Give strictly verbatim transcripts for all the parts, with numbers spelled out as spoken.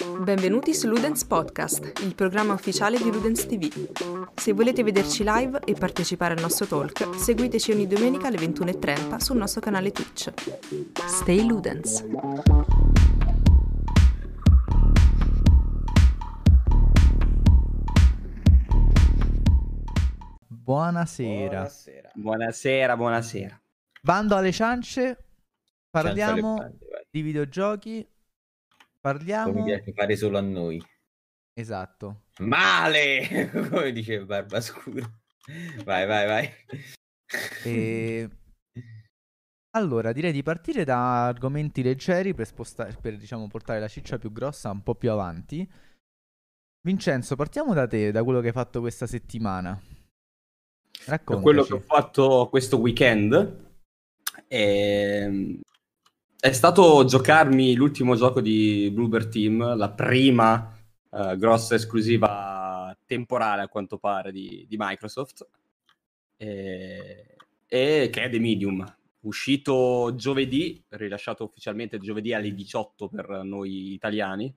Benvenuti su Ludens Podcast, il programma ufficiale di Ludens ti vu. Se volete vederci live e partecipare al nostro talk, seguiteci ogni domenica alle ventuno e trenta sul nostro canale Twitch. Stay Ludens! Buonasera. Buonasera. Buonasera, buonasera. Bando alle ciance, parliamo Ciance alle bande, vai. di videogiochi, parliamo... Come piace fare solo a noi. Esatto. Male! Come dice Barbascura. Vai, vai, vai. E... Allora, direi di partire da argomenti leggeri per, spostare, per diciamo, portare la ciccia più grossa un po' più avanti. Vincenzo, partiamo da te, da quello che hai fatto questa settimana. Raccontaci. Quello che ho fatto questo weekend è, è stato giocarmi l'ultimo gioco di Bloober Team, la prima uh, grossa esclusiva temporale a quanto pare di, di Microsoft, e, e che è The Medium, uscito giovedì, rilasciato ufficialmente giovedì alle diciotto per noi italiani.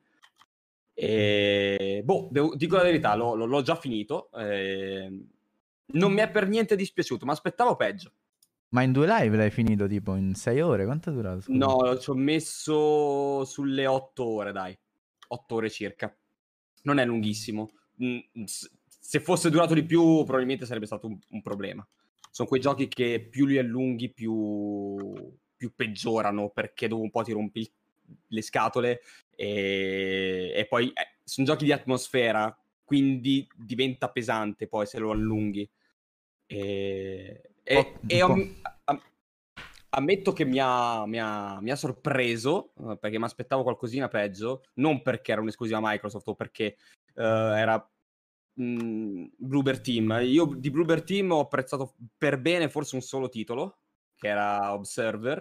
E boh, devo, dico la verità, l'ho, l'ho già finito. E non mi è per niente dispiaciuto, ma aspettavo peggio. Ma in due live l'hai finito tipo in sei ore? Quanto è durato? Scusa? No, ci ho messo sulle otto ore, dai. otto ore circa. Non è lunghissimo. Se fosse durato di più, probabilmente sarebbe stato un, un problema. Sono quei giochi che più li allunghi, più, più peggiorano, perché dopo un po' ti rompi il, le scatole. E, e poi eh, sono giochi di atmosfera, quindi diventa pesante poi se lo allunghi. E, e, e am, am, ammetto che mi ha, mi ha, mi ha sorpreso, perché mi aspettavo qualcosina peggio, non perché era un'esclusiva Microsoft o perché uh, era mh, Bloober Team. Io di Bloober Team ho apprezzato per bene forse un solo titolo, che era Observer,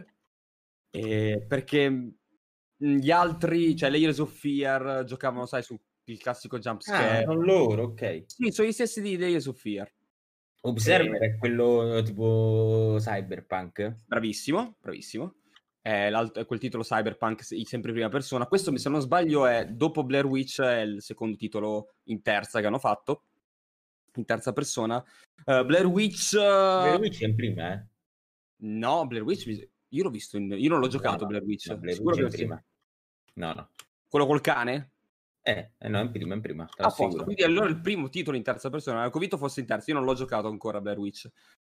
e perché gli altri, cioè Layers of Fear, giocavano, sai, sul il classico jumpscare. Ah, sono loro, ok. Sì, sono gli stessi di Layers of Fear. Observer E... è quello tipo Cyberpunk. Bravissimo, bravissimo. È, è quel titolo Cyberpunk sempre in prima persona. Questo, se non sbaglio, è dopo Blair Witch, è il secondo titolo in terza che hanno fatto, in terza persona. Uh, Blair Witch... Uh... Blair Witch è in prima, eh? No, Blair Witch... Io l'ho visto, in... io non l'ho giocato, no, Blair Witch. No, Blair Sicuro Witch che è in prima. No, no. Quello col cane? Eh, eh no, in prima, in prima. Ah, posto. Quindi allora il primo titolo in terza persona. Avevo convinto fosse in terza. Io non l'ho giocato ancora Blair Witch.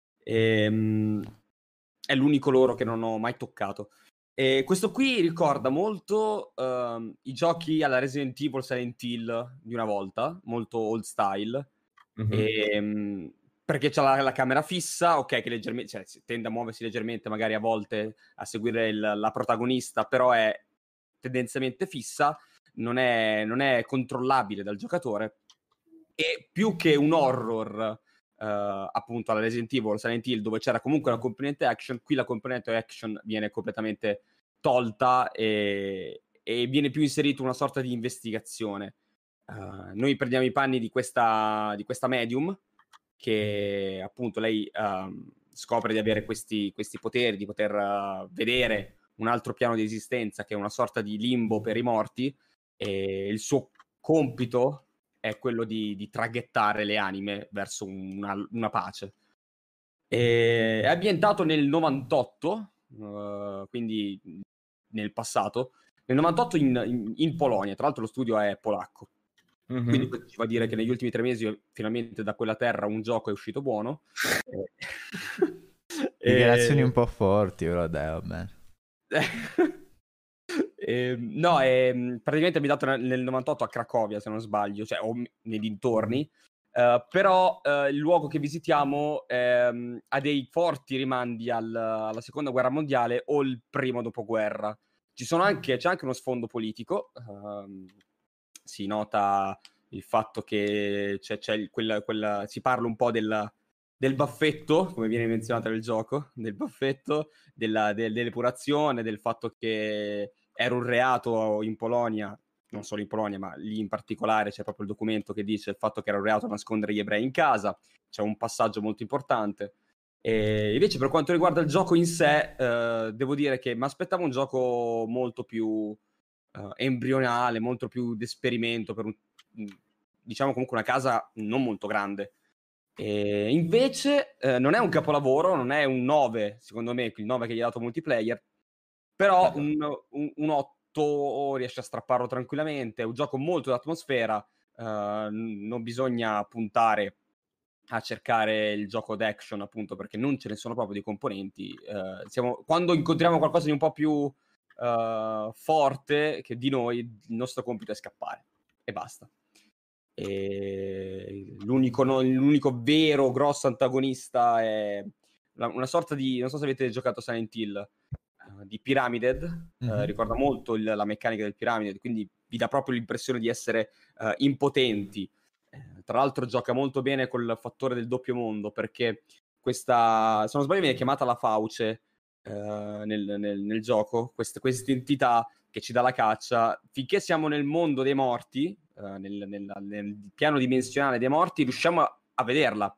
Ehm, è l'unico loro che non ho mai toccato. E questo qui ricorda molto um, i giochi alla Resident Evil Silent Hill di una volta, molto old style. Mm-hmm. E, perché c'ha la, la camera fissa, ok, che leggermente, cioè, tende a muoversi leggermente, magari a volte a seguire il, la protagonista, però è tendenzialmente fissa. Non è, non è controllabile dal giocatore, e più che un horror uh, appunto alla Resident Evil Silent Hill, dove c'era comunque una componente action, qui la componente action viene completamente tolta e, e viene più inserita una sorta di investigazione. Uh, noi prendiamo i panni di questa, di questa medium, che appunto lei um, scopre di avere questi, questi poteri, di poter uh, vedere un altro piano di esistenza, che è una sorta di limbo per i morti. E il suo compito è quello di, di traghettare le anime verso una, una pace. E è ambientato nel novantotto, uh, quindi nel passato, nel novantotto in, in, in Polonia. Tra l'altro lo studio è polacco. Mm-hmm. Quindi questo ci fa dire che negli ultimi tre mesi finalmente da quella terra un gioco è uscito buono. Dichiarazioni e... un po' forti, però dai, va bene. Eh, no, eh, praticamente è ambientato nel novantotto a Cracovia, se non sbaglio, cioè o nei dintorni, uh, però uh, il luogo che visitiamo eh, ha dei forti rimandi al, alla seconda guerra mondiale o il primo dopoguerra. Ci sono anche, c'è anche uno sfondo politico, uh, si nota il fatto che c'è, c'è quella, quella, si parla un po' del, del baffetto, come viene menzionato nel gioco, del baffetto, della, del, dell'epurazione, del fatto che era un reato in Polonia, non solo in Polonia, ma lì in particolare c'è proprio il documento che dice il fatto che era un reato nascondere gli ebrei in casa. C'è un passaggio molto importante. E invece per quanto riguarda il gioco in sé, eh, devo dire che mi aspettavo un gioco molto più uh, embrionale, molto più d'esperimento, per un, diciamo comunque una casa non molto grande. E invece eh, non è un capolavoro, non è un nove, secondo me, il nove che gli ha dato multiplayer, però un, un, un otto riesce a strapparlo tranquillamente, è un gioco molto d'atmosfera, uh, non bisogna puntare a cercare il gioco d'action, appunto, perché non ce ne sono proprio dei componenti. Uh, siamo, quando incontriamo qualcosa di un po' più uh, forte che di noi, il nostro compito è scappare, e basta. E l'unico, no, l'unico vero grosso antagonista è la, una sorta di, non so se avete giocato Silent Hill, uh, di Pyramided, mm-hmm. uh, ricorda molto il, la meccanica del Pyramided, quindi vi dà proprio l'impressione di essere uh, impotenti. Eh, tra l'altro gioca molto bene col fattore del doppio mondo, perché questa, se non sbaglio viene chiamata la fauce uh, nel, nel, nel gioco, questa entità che ci dà la caccia, finché siamo nel mondo dei morti, uh, nel, nel, nel piano dimensionale dei morti, riusciamo a, a vederla.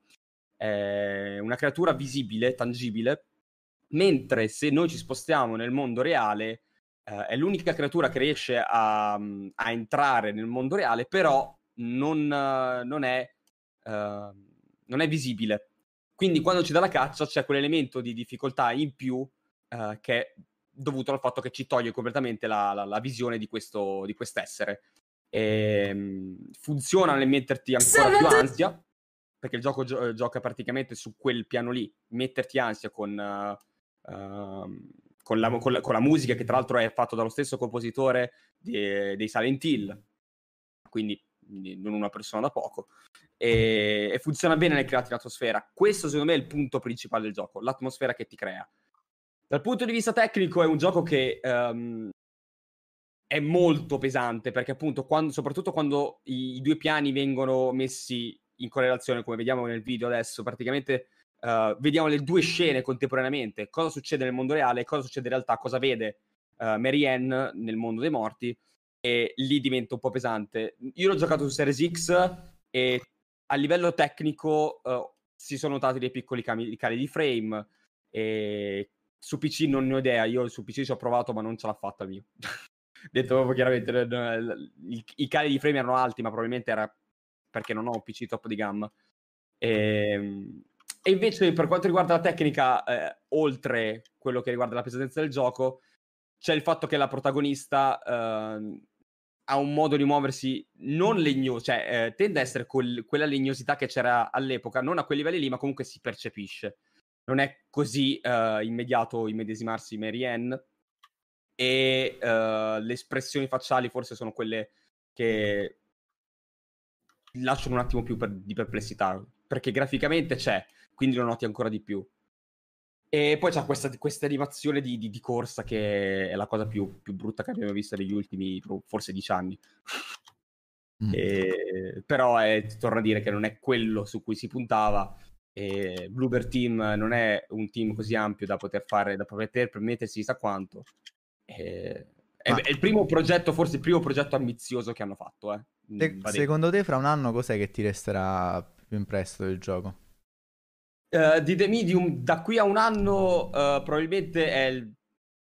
È una creatura visibile, tangibile, mentre se noi ci spostiamo nel mondo reale, uh, è l'unica creatura che riesce a, a entrare nel mondo reale, però non, uh, non, è, uh, non è visibile. Quindi quando ci dà la caccia c'è quell'elemento di difficoltà in più uh, che è dovuto al fatto che ci toglie completamente la, la, la visione di questo di quest'essere. E, um, funziona nel metterti ancora più ansia, perché il gioco gio- gioca praticamente su quel piano lì, metterti ansia con, uh, uh, con, la, con, la, con la musica, che tra l'altro è fatto dallo stesso compositore di, dei Silent Hill, quindi non una persona da poco, e, e funziona bene nel crearti l'atmosfera. Questo secondo me è il punto principale del gioco, l'atmosfera che ti crea. Dal punto di vista tecnico è un gioco che um, è molto pesante, perché appunto quando, soprattutto quando i, i due piani vengono messi in correlazione, come vediamo nel video adesso, praticamente uh, vediamo le due scene contemporaneamente, cosa succede nel mondo reale e cosa succede in realtà, cosa vede uh, Mary Ann nel mondo dei morti, e lì diventa un po' pesante. Io l'ho giocato su Series X e a livello tecnico uh, si sono notati dei piccoli cali, cali di frame, e su P C non ne ho idea, io su P C ci ho provato ma non ce l'ha fatta il mio. Detto proprio chiaramente, i, i cali di frame erano alti, ma probabilmente era perché non ho un P C top di gamma. E, e invece per quanto riguarda la tecnica, eh, oltre quello che riguarda la pesanza del gioco, c'è il fatto che la protagonista eh, ha un modo di muoversi non legnoso, cioè eh, tende a essere quel, quella legnosità che c'era all'epoca, non a quei livelli lì, ma comunque si percepisce. Non è così uh, immediato immedesimarsi Mary Ann, e uh, le espressioni facciali forse sono quelle che lasciano un attimo più per, di perplessità, perché graficamente c'è, quindi lo noti ancora di più. E poi c'ha questa, questa animazione di, di, di corsa che è la cosa più, più brutta che abbiamo visto negli ultimi forse dieci anni. Mm. E, però è, torno a dire che non è quello su cui si puntava. E Bloober Team non è un team così ampio da poter fare, da poter permettersi sa quanto. E, Ma... è, è il primo progetto, forse il primo progetto ambizioso che hanno fatto. Eh. Se, secondo te fra un anno cos'è che ti resterà più impresso del gioco? Uh, di The Medium da qui a un anno uh, probabilmente è il...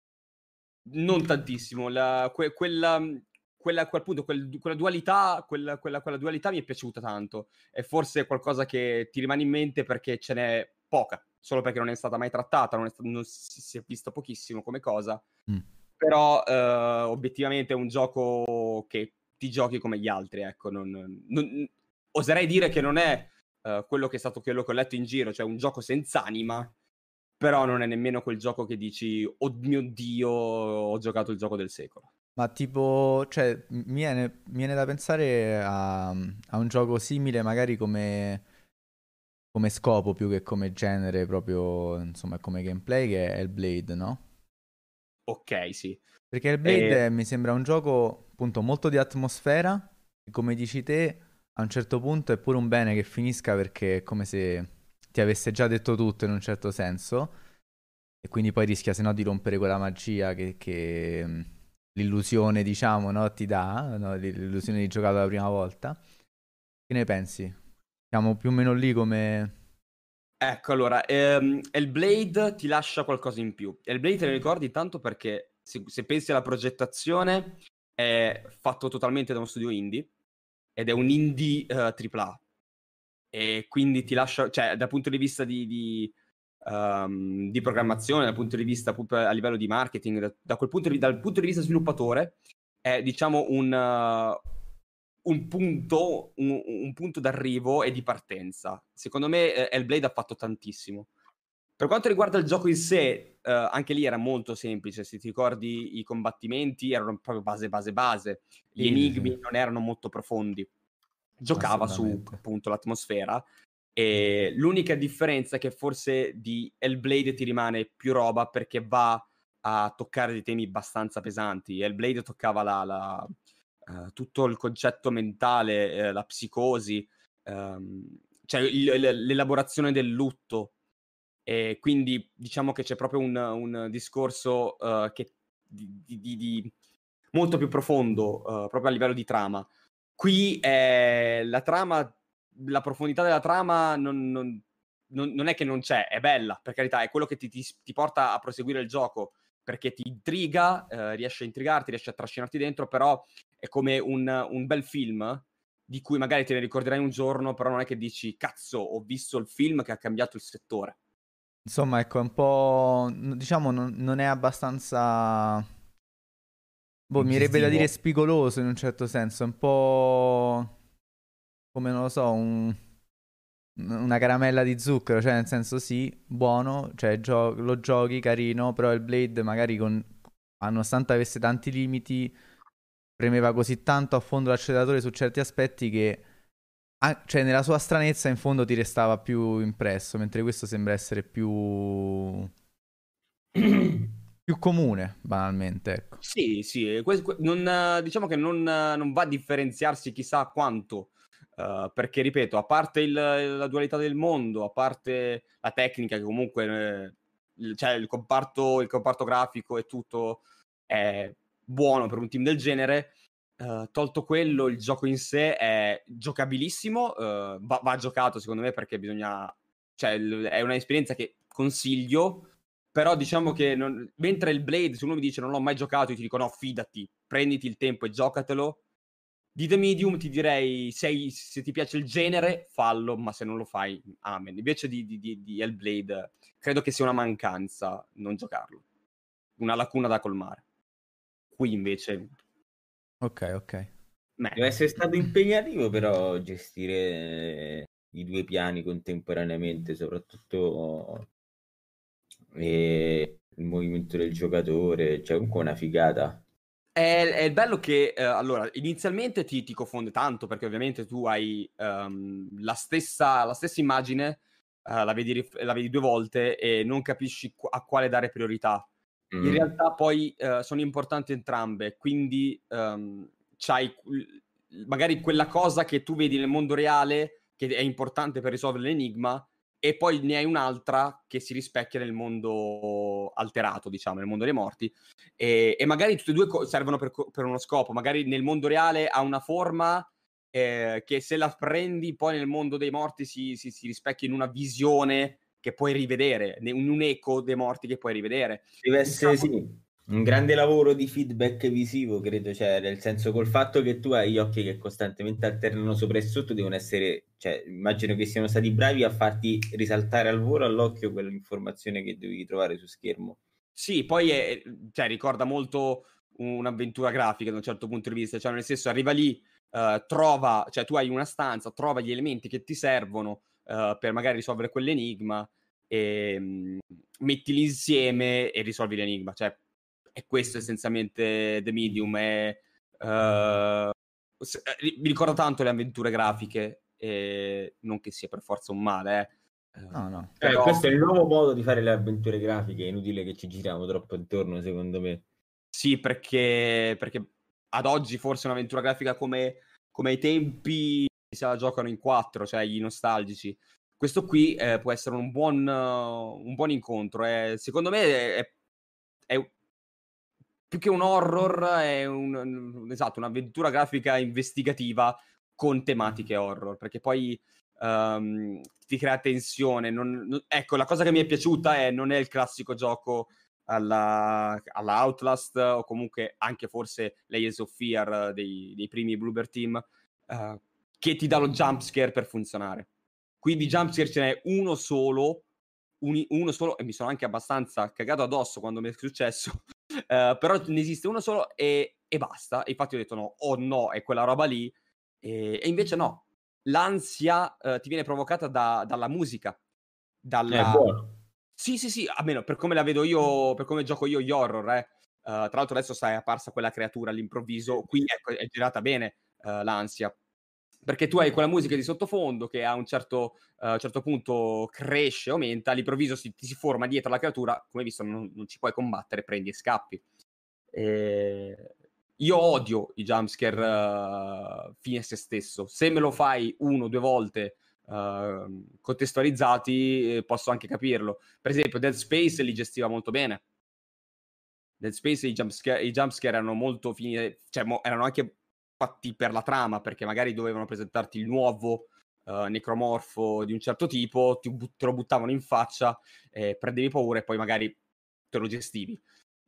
non tantissimo. La, que, quella... Quella, quel punto, quel, quella dualità quella, quella, quella dualità mi è piaciuta tanto, è forse qualcosa che ti rimane in mente perché ce n'è poca, solo perché non è stata mai trattata, non, è stato, non si, si è visto pochissimo come cosa, mm. però eh, obiettivamente è un gioco che ti giochi come gli altri, ecco, non, non, oserei dire che non è uh, quello che è stato quello che ho letto in giro, cioè un gioco senza anima, però non è nemmeno quel gioco che dici oh mio Dio, ho giocato il gioco del secolo. Ma tipo, cioè, mi viene, mi viene da pensare a, a un gioco simile magari come, come scopo più che come genere, proprio, insomma, come gameplay, che è Hellblade, no? Ok, sì. Perché Hellblade e... mi sembra un gioco, appunto, molto di atmosfera, e come dici te, a un certo punto è pure un bene che finisca perché è come se ti avesse già detto tutto in un certo senso, e quindi poi rischia se no di rompere quella magia che... che l'illusione, diciamo, no, ti dà, no? L'illusione di giocare la prima volta. Che ne pensi? Siamo più o meno lì come... Ecco, allora, ehm, Hellblade ti lascia qualcosa in più. Hellblade te ne ricordi tanto perché se, se pensi alla progettazione è fatto totalmente da uno studio indie ed è un indie uh, tripla A, e quindi ti lascia, cioè dal punto di vista di, di, um, di programmazione, dal punto di vista a livello di marketing, da, da quel punto di, dal punto di vista sviluppatore è diciamo un, uh, un punto un, un punto d'arrivo e di partenza. Secondo me eh, Hellblade ha fatto tantissimo. Per quanto riguarda il gioco in sé, eh, anche lì era molto semplice. Se ti ricordi, i combattimenti erano proprio base, base, base. Gli Sì, enigmi sì. non erano molto profondi. Giocava su Assolutamente. appunto l'atmosfera. E l'unica differenza è che forse di Hellblade ti rimane più roba perché va a toccare dei temi abbastanza pesanti. Hellblade toccava la, la, uh, tutto il concetto mentale, uh, la psicosi, um, cioè il, l'elaborazione del lutto. E quindi diciamo che c'è proprio un, un discorso uh, che di, di, di molto più profondo, uh, proprio a livello di trama. Qui è la trama, la profondità della trama non, non, non, non è che non c'è, è bella, per carità, è quello che ti, ti, ti porta a proseguire il gioco, perché ti intriga, uh, riesce a intrigarti, riesce a trascinarti dentro, però è come un, un bel film di cui magari te ne ricorderai un giorno, però non è che dici, cazzo, ho visto il film che ha cambiato il settore. Insomma, ecco, è un po', diciamo, non, non è abbastanza, boh, mi viene da dire spigoloso in un certo senso, è un po' come, non lo so, un, una caramella di zucchero, cioè nel senso sì, buono, cioè gio- lo giochi, carino, però il Blade magari con, nonostante avesse tanti limiti, premeva così tanto a fondo l'acceleratore su certi aspetti che... Ah, cioè nella sua stranezza in fondo ti restava più impresso, mentre questo sembra essere più più comune, banalmente, ecco. Sì, sì, que- que- non, diciamo che non, non va a differenziarsi chissà quanto, uh, perché ripeto, a parte il, la dualità del mondo, a parte la tecnica che comunque, eh, il, cioè il comparto, il comparto grafico e tutto è buono per un team del genere. Uh, tolto quello, il gioco in sé è giocabilissimo, uh, va, va giocato secondo me perché bisogna, cioè l- è un'esperienza che consiglio, però diciamo che non, mentre il Blade, se uno mi dice non l'ho mai giocato, io ti dico no, fidati, prenditi il tempo e giocatelo. Di The Medium ti direi, sei, se ti piace il genere, fallo, ma se non lo fai, amen. Invece di, di, di, di Hellblade, credo che sia una mancanza non giocarlo, una lacuna da colmare. Qui invece... Ok, ok. Meh. Deve essere stato impegnativo però gestire i due piani contemporaneamente, soprattutto e il movimento del giocatore, cioè comunque una figata. È, è il bello che, eh, allora, inizialmente ti, ti confonde tanto, perché ovviamente tu hai um, la, stessa, la stessa immagine, uh, la, vedi, la vedi due volte e non capisci qu- a quale dare priorità. Mm. In realtà poi uh, sono importanti entrambe, quindi um, c'hai magari quella cosa che tu vedi nel mondo reale, che è importante per risolvere l'enigma, e poi ne hai un'altra che si rispecchia nel mondo alterato, diciamo, nel mondo dei morti, e, e magari tutte e due co- servono per, per uno scopo. Magari nel mondo reale ha una forma eh, che se la prendi poi nel mondo dei morti si, si, si rispecchia in una visione che puoi rivedere, in un eco dei morti che puoi rivedere. Deve essere, sì, un grande lavoro di feedback visivo, credo, cioè, nel senso, col fatto che tu hai gli occhi che costantemente alternano sopra e sotto, devono essere, cioè, immagino che siano stati bravi a farti risaltare al volo all'occhio quell'informazione che devi trovare su schermo. Sì, poi è, cioè, ricorda molto un'avventura grafica da un certo punto di vista, cioè nel senso arriva lì, uh, trova, cioè tu hai una stanza, trova gli elementi che ti servono uh, per magari risolvere quell'enigma e um, mettili insieme e risolvi l'enigma, cioè è questo essenzialmente The Medium, è, uh, mi ricorda tanto le avventure grafiche, e non che sia per forza un male, eh. No, no. Però... Eh, questo è il nuovo modo di fare le avventure grafiche, è inutile che ci giriamo troppo intorno, secondo me. Sì, perché, perché ad oggi forse un'avventura grafica come, come ai tempi se la giocano in quattro, cioè gli nostalgici. Questo qui eh, può essere un buon, uh, un buon incontro. Eh. Secondo me è, è più che un horror, è un, esatto, un'avventura grafica investigativa con tematiche horror, perché poi um, ti crea tensione. Non, non, ecco, la cosa che mi è piaciuta è non è il classico gioco alla, alla Outlast, o comunque anche forse Layers of Fear dei, dei primi Bluebird Team, uh, che ti dà lo jumpscare per funzionare. Quindi jumpscare ce n'è uno solo, un, uno solo, e mi sono anche abbastanza cagato addosso quando mi è successo, uh, però ne esiste uno solo e, e basta. E infatti ho detto no, oh no, è quella roba lì, e, e invece no. L'ansia uh, ti viene provocata da, dalla musica, dalla... È buono. Sì, sì, sì, almeno per come la vedo io, per come gioco io gli horror, eh. Uh, tra l'altro adesso sai, è apparsa quella creatura all'improvviso, qui ecco, è girata bene uh, l'ansia, perché tu hai quella musica di sottofondo che a un certo, uh, certo punto cresce, aumenta, all'improvviso si, ti si forma dietro la creatura, come hai visto non, non ci puoi combattere, prendi e scappi. E... Io odio i jumpscare uh, fine a se stesso. Se me lo fai uno o due volte uh, contestualizzati, eh, posso anche capirlo. Per esempio Dead Space li gestiva molto bene. Dead Space i jumpscare, i jumpscare erano molto fini, cioè mo, erano anche fatti per la trama, perché magari dovevano presentarti il nuovo uh, necromorfo di un certo tipo, ti, te lo buttavano in faccia, eh, prendevi paura e poi magari te lo gestivi.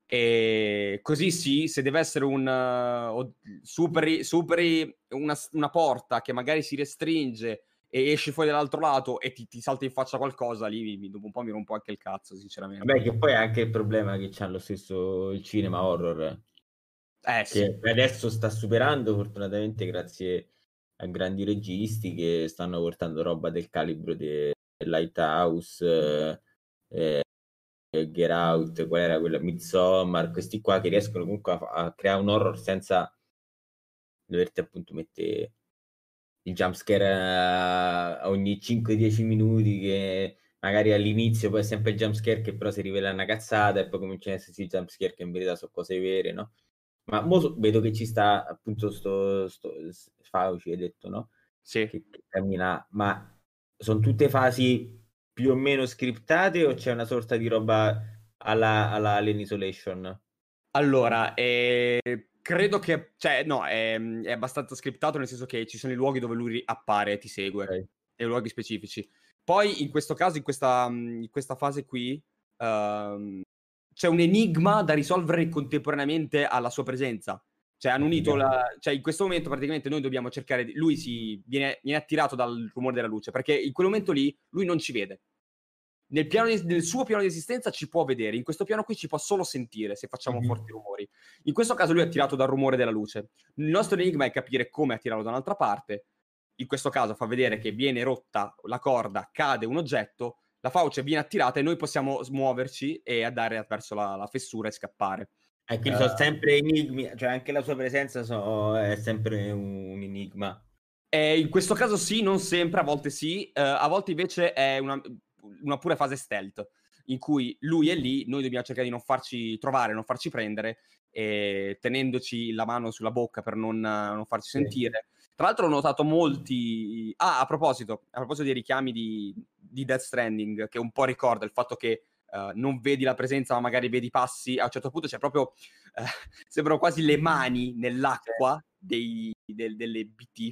E così sì, se deve essere un uh, superi, superi una, una porta che magari si restringe e esci fuori dall'altro lato e ti, ti salta in faccia qualcosa, lì mi, dopo un po' mi rompo anche il cazzo, sinceramente. Vabbè, che poi è anche il problema che c'ha lo stesso il cinema horror, eh, che sì. adesso sta superando fortunatamente grazie a grandi registi che stanno portando roba del calibro di Lighthouse, eh, Get Out, qual era quella, Midsommar, questi qua che riescono comunque a, a creare un horror senza doverti appunto mettere il jumpscare uh, ogni cinque dieci minuti, che magari all'inizio poi è sempre il jumpscare che però si rivela una cazzata e poi cominciano ad esserci jumpscare che in verità sono cose vere, no? Ma mo vedo che ci sta appunto sto, sto Fauci, hai detto, no? Sì. Che, che cammina, ma sono tutte fasi più o meno scriptate o c'è una sorta di roba alla, alla Alien Isolation? Allora, eh, credo che, cioè, no, è, è abbastanza scriptato, nel senso che ci sono i luoghi dove lui appare e ti segue, Okay. e luoghi specifici. Poi, in questo caso, in questa, in questa fase qui, um, c'è un enigma da risolvere contemporaneamente alla sua presenza. Cioè, hanno unito la... Cioè, in questo momento, praticamente, noi dobbiamo cercare... Di... Lui si viene, viene attirato dal rumore della luce, perché in quel momento lì, lui non ci vede. Nel, piano di, nel suo piano di esistenza ci può vedere, in questo piano qui ci può solo sentire se facciamo mm-hmm. forti rumori. In questo caso lui è attirato dal rumore della luce. Il nostro enigma è capire come attirarlo da un'altra parte. In questo caso fa vedere che viene rotta la corda, cade un oggetto, la fauce viene attirata e noi possiamo smuoverci e andare verso la, la fessura e scappare. E quindi uh, sono sempre enigmi, cioè anche la sua presenza so, è sempre un, un enigma. Eh, in questo caso sì, non sempre, a volte sì, uh, a volte invece è una... una pura fase stealth in cui lui è lì, noi dobbiamo cercare di non farci trovare, non farci prendere, e tenendoci la mano sulla bocca per non, non farci sentire. Tra l'altro ho notato molti... Ah, a proposito, a proposito dei richiami di, di Death Stranding, che un po' ricorda il fatto che uh, non vedi la presenza, ma magari vedi passi, a un certo punto c'è proprio... Uh, sembrano quasi le mani nell'acqua dei, del, delle B T.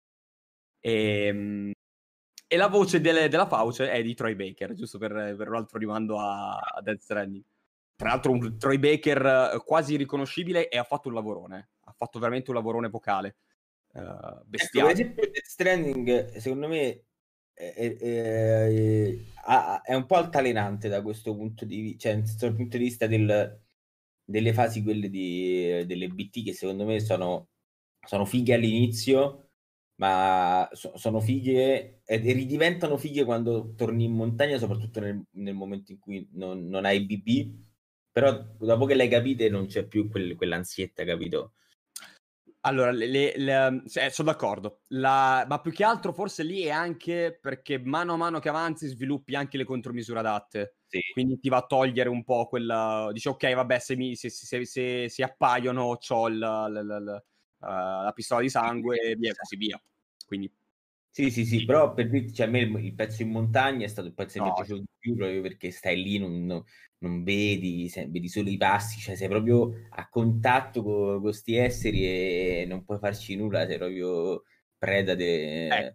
E... E la voce delle, della Fauce è di Troy Baker, giusto per, per un altro rimando a, a Death Stranding. Tra l'altro un Troy Baker quasi riconoscibile e ha fatto un lavorone. Ha fatto veramente un lavorone vocale. Uh, bestiale. Ecco, per esempio Death Stranding, secondo me, è, è, è, è un po' altalenante da questo punto di vista, cioè dal punto di vista del, delle fasi quelle di, delle B T, che secondo me sono, sono fighe all'inizio, ma so, sono fighe e ridiventano fighe quando torni in montagna, soprattutto nel, nel momento in cui non, non hai B B, però dopo che l'hai capite non c'è più quel, quell'ansietta, capito? Allora, le, le, le, eh, sono d'accordo, la, ma più che altro forse lì è anche perché mano a mano che avanzi sviluppi anche le contromisure adatte, sì. Quindi ti va a togliere un po' quella, dici ok vabbè se, mi, se, se, se si appaiono c'ho il, la, la, la, Uh, la pistola di sangue e via così via. Quindi sì sì sì, però per dirti, cioè, a me il, il pezzo in montagna è stato il pezzo che no, mi è piaciuto di più, proprio perché stai lì, non, non, non vedi, se, vedi solo i passi, cioè sei proprio a contatto con questi esseri e non puoi farci nulla, sei proprio preda de... Ecco,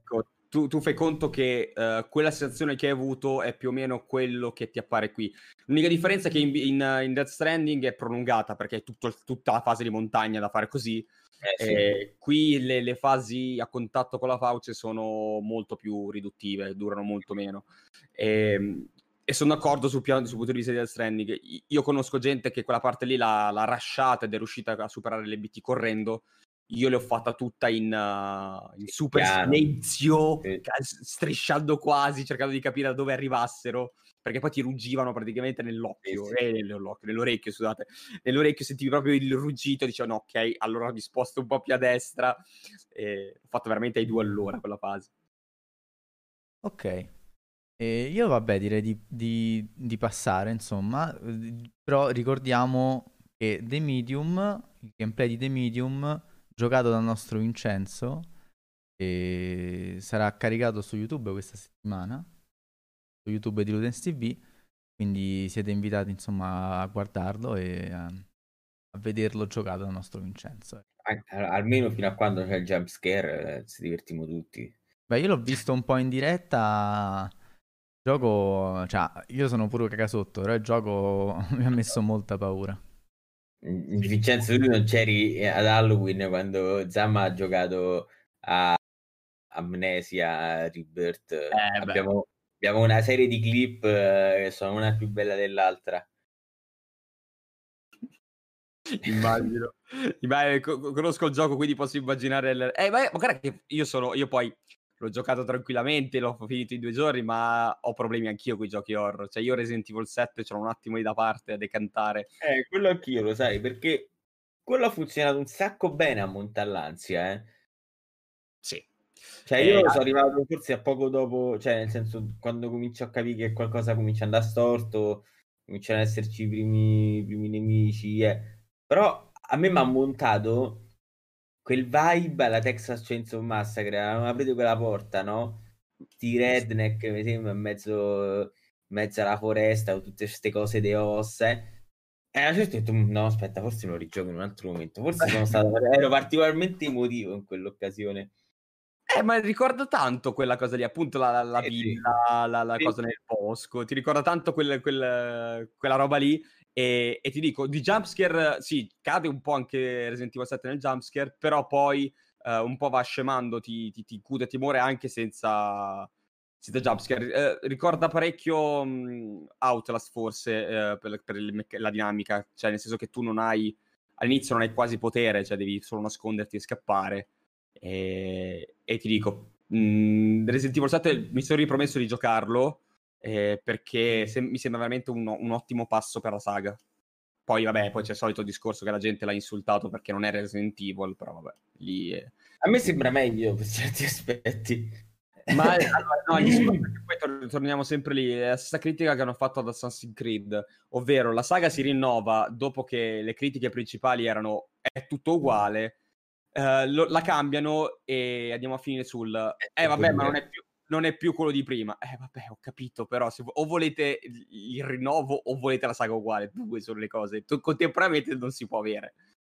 tu, tu fai conto che uh, quella sensazione che hai avuto è più o meno quello che ti appare qui. L'unica differenza è che in, in, in Death Stranding è prolungata, perché è tutto, tutta la fase di montagna da fare così. Eh, sì. Eh, qui le, le fasi a contatto con la fauce sono molto più riduttive, durano molto meno. E, e sono d'accordo sul, piano, sul punto di vista di Death Stranding. Io conosco gente che quella parte lì l'ha, l'ha rushata ed è riuscita a superare le B T correndo. Io l'ho fatta tutta in, uh, in super Piano. silenzio, Sì. strisciando quasi, cercando di capire da dove arrivassero, perché poi ti ruggivano praticamente nell'occhio, Sì, sì. eh, nell'occhio, nell'orecchio, scusate, nell'orecchio sentivi proprio il ruggito, dicevano ok, allora mi sposto un po' più a destra, e ho fatto veramente ai due all'ora quella fase. Ok. E io vabbè direi di, di, di passare, insomma, però ricordiamo che The Medium, il gameplay di The Medium, giocato dal nostro Vincenzo, e sarà caricato su YouTube questa settimana, su YouTube di Ludens T V, quindi siete invitati insomma a guardarlo e a, a vederlo giocato dal nostro Vincenzo. Al- almeno fino a quando c'è il jump scare, eh, ci divertiamo tutti. Beh, io l'ho visto un po' in diretta, gioco, cioè, io sono pure cagasotto, però il gioco mi ha messo molta paura. Vincenzo, tu non c'eri ad Halloween quando Zamma ha giocato a Amnesia Rebirth. Eh, abbiamo, abbiamo una serie di clip eh, che sono una più bella dell'altra. Immagino. Immagino, co- conosco il gioco, quindi posso immaginare il... Eh, ma, ma guarda che io sono, io poi l'ho giocato tranquillamente, l'ho finito in due giorni, ma ho problemi anch'io con i giochi horror. Cioè io Resident Evil sette ce l'ho un attimo lì da parte a decantare. Eh, quello anch'io, lo sai, perché quello ha funzionato un sacco bene a montall'ansia, eh. Sì. Cioè, Eh, io sono arrivato forse a poco dopo, cioè, nel senso, quando comincio a capire che qualcosa comincia ad andare storto, cominciano ad esserci i primi, i primi nemici, eh. Però a me mi ha montato quel vibe alla Texas Chainsaw Massacre, non aprite quella porta, no? Sti redneck, mi sembra, in mezzo, in mezzo alla foresta, con tutte queste cose de ossa, eh. E a un certo punto ho detto, no, aspetta, forse me lo rigioco in un altro momento. Forse sono stato, ero particolarmente emotivo in quell'occasione. Eh, ma ricorda tanto quella cosa lì, appunto la, la, la Sì, sì. villa, la, la Sì. cosa nel bosco, ti ricorda tanto quel, quel, quella roba lì e, e ti dico, di jumpscare, sì, cade un po' anche Resident Evil sette nel jumpscare, però poi uh, un po' va scemando, ti, ti, ti incute timore anche senza, senza jumpscare. Eh, ricorda parecchio um, Outlast forse uh, per, per il, la dinamica, cioè nel senso che tu non hai, all'inizio non hai quasi potere, cioè devi solo nasconderti e scappare. E, e ti dico, mh, Resident Evil sette mi sono ripromesso di giocarlo eh, perché se, mi sembra veramente un, un ottimo passo per la saga. Poi vabbè, poi c'è il solito discorso che la gente l'ha insultato perché non è Resident Evil, però vabbè, lì è... A me sembra meglio per certi aspetti. Ma allora, no, il discorso è che poi tor- torniamo sempre lì, è la stessa critica che hanno fatto ad Assassin's Creed, ovvero la saga si rinnova dopo che le critiche principali erano è tutto uguale. Uh, lo, la cambiano e andiamo a finire sul eh vabbè ma non è più, non è più quello di prima. Eh vabbè, ho capito, però se, o volete il, il rinnovo o volete la saga uguale, due sono le cose, tu, contemporaneamente non si può avere.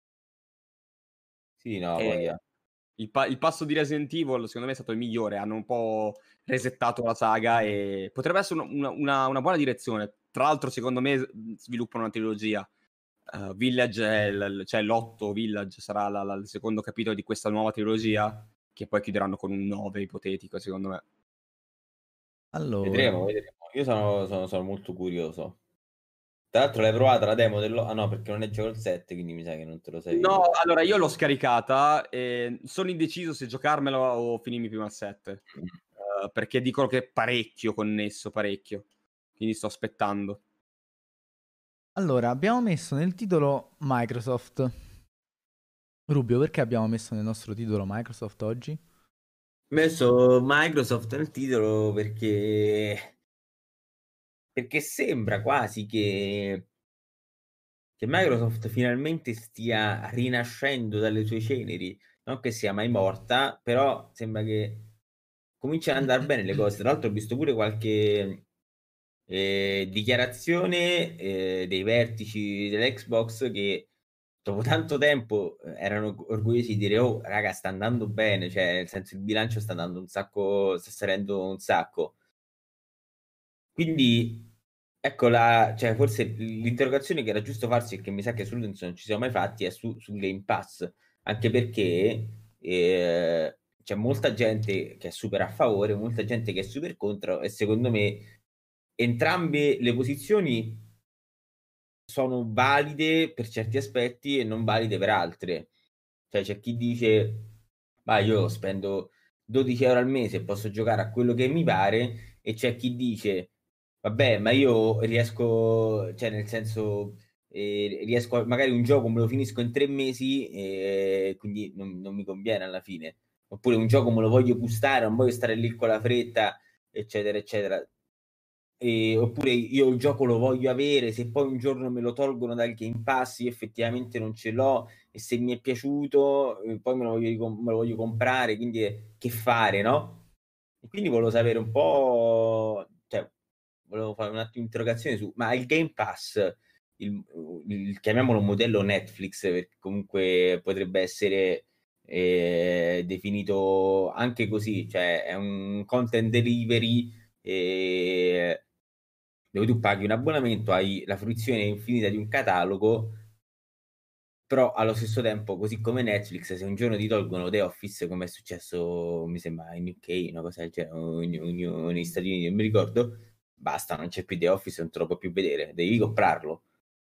Sì, no, E voglia. il, pa- il passo di Resident Evil secondo me è stato il migliore, hanno un po' resettato la saga e potrebbe essere una, una, una buona direzione. Tra l'altro secondo me sviluppano una trilogia. Uh, Village è l- cioè l'otto Village sarà la, la, il secondo capitolo di questa nuova trilogia che poi chiuderanno con un nove ipotetico secondo me. Allora, Vedremo, vedremo. Io sono, sono, sono molto curioso. Tra l'altro l'hai provata la demo dello... Ah no, perché non è gioco il sette, quindi mi sa che non te lo sei... No, allora io l'ho scaricata e sono indeciso se giocarmela o finirmi prima il sette uh, perché dicono che è parecchio connesso, parecchio, quindi sto aspettando. allora, abbiamo messo nel titolo Microsoft. Rubio, perché abbiamo messo nel nostro titolo Microsoft oggi? Ho messo Microsoft nel titolo perché... Perché sembra quasi che... che Microsoft finalmente stia rinascendo dalle sue ceneri. Non che sia mai morta, però sembra che cominciano ad andare bene le cose. Tra l'altro ho visto pure qualche eh, dichiarazione eh, dei vertici dell'Xbox che dopo tanto tempo erano orgogliosi di dire oh raga sta andando bene, cioè nel senso il bilancio sta andando un sacco, sta salendo un sacco. Quindi ecco la, cioè forse l'interrogazione che era giusto farsi e che mi sa che su Ludens non ci siamo mai fatti è su, sul Game Pass, anche perché eh, c'è molta gente che è super a favore, molta gente che è super contro, e secondo me entrambe le posizioni sono valide per certi aspetti e non valide per altre. Cioè c'è chi dice ma io spendo dodici euro al mese e posso giocare a quello che mi pare, e c'è chi dice vabbè ma io riesco, cioè nel senso eh, riesco a- magari un gioco me lo finisco in tre mesi e quindi non, non mi conviene alla fine, oppure un gioco me lo voglio gustare, non voglio stare lì con la fretta, eccetera eccetera. E, oppure io il gioco lo voglio avere, se poi un giorno me lo tolgono dal Game Pass, io effettivamente non ce l'ho, e se mi è piaciuto eh, poi me lo voglio, ricom- me lo voglio comprare, quindi eh, che fare, no? E quindi volevo sapere un po', cioè, volevo fare un attimo di interrogazione su, ma il Game Pass, il, il- chiamiamolo modello Netflix, perché comunque potrebbe essere eh, definito anche così, cioè è un content delivery eh, dove tu paghi un abbonamento, hai la fruizione infinita di un catalogo, però allo stesso tempo, così come Netflix, se un giorno ti tolgono The Office, come è successo, mi sembra, in U K, una cosa del genere, o in- in- in- negli Stati Uniti, non mi ricordo, basta, non c'è più The Office, non te lo puoi più vedere, devi comprarlo.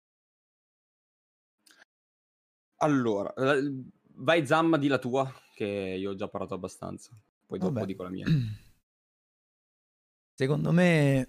Allora, eh, vai Zamma, di la tua, che io ho già parlato abbastanza. Poi dopo Vabbè. dico la mia. Secondo me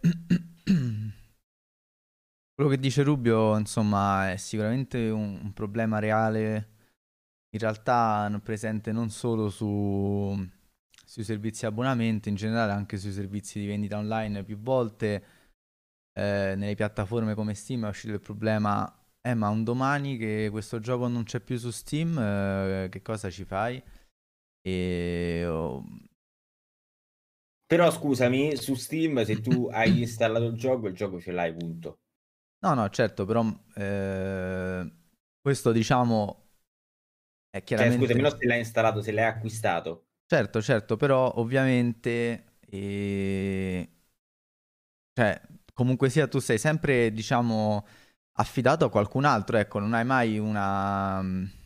quello che dice Rubio, insomma, è sicuramente un, un problema reale, in realtà non presente non solo su, sui servizi di abbonamento, in generale anche sui servizi di vendita online più volte, eh, nelle piattaforme come Steam è uscito il problema, eh ma un domani che questo gioco non c'è più su Steam, eh, che cosa ci fai? E... oh, Però scusami, su Steam, se tu hai installato il gioco, il gioco ce l'hai, punto. no, no, certo, però eh, questo diciamo è Cioè, scusami, non chiaramente... se l'hai installato, se l'hai acquistato. Certo, certo, però ovviamente, eh, cioè, comunque sia, tu sei sempre, diciamo, affidato a qualcun altro, ecco, non hai mai una...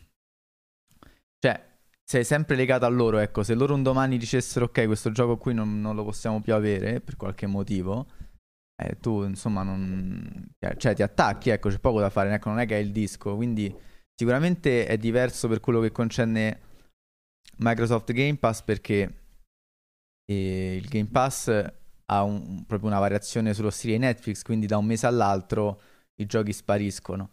Cioè, sei sempre legato a loro, ecco, se loro un domani dicessero, ok, questo gioco qui non, non lo possiamo più avere per qualche motivo, eh, tu, insomma, non... Cioè, ti attacchi, ecco, c'è poco da fare, ecco, non è che hai il disco, quindi sicuramente è diverso per quello che concerne Microsoft Game Pass perché... E il Game Pass ha un- proprio una variazione sullo stile di Netflix, quindi da un mese all'altro i giochi spariscono.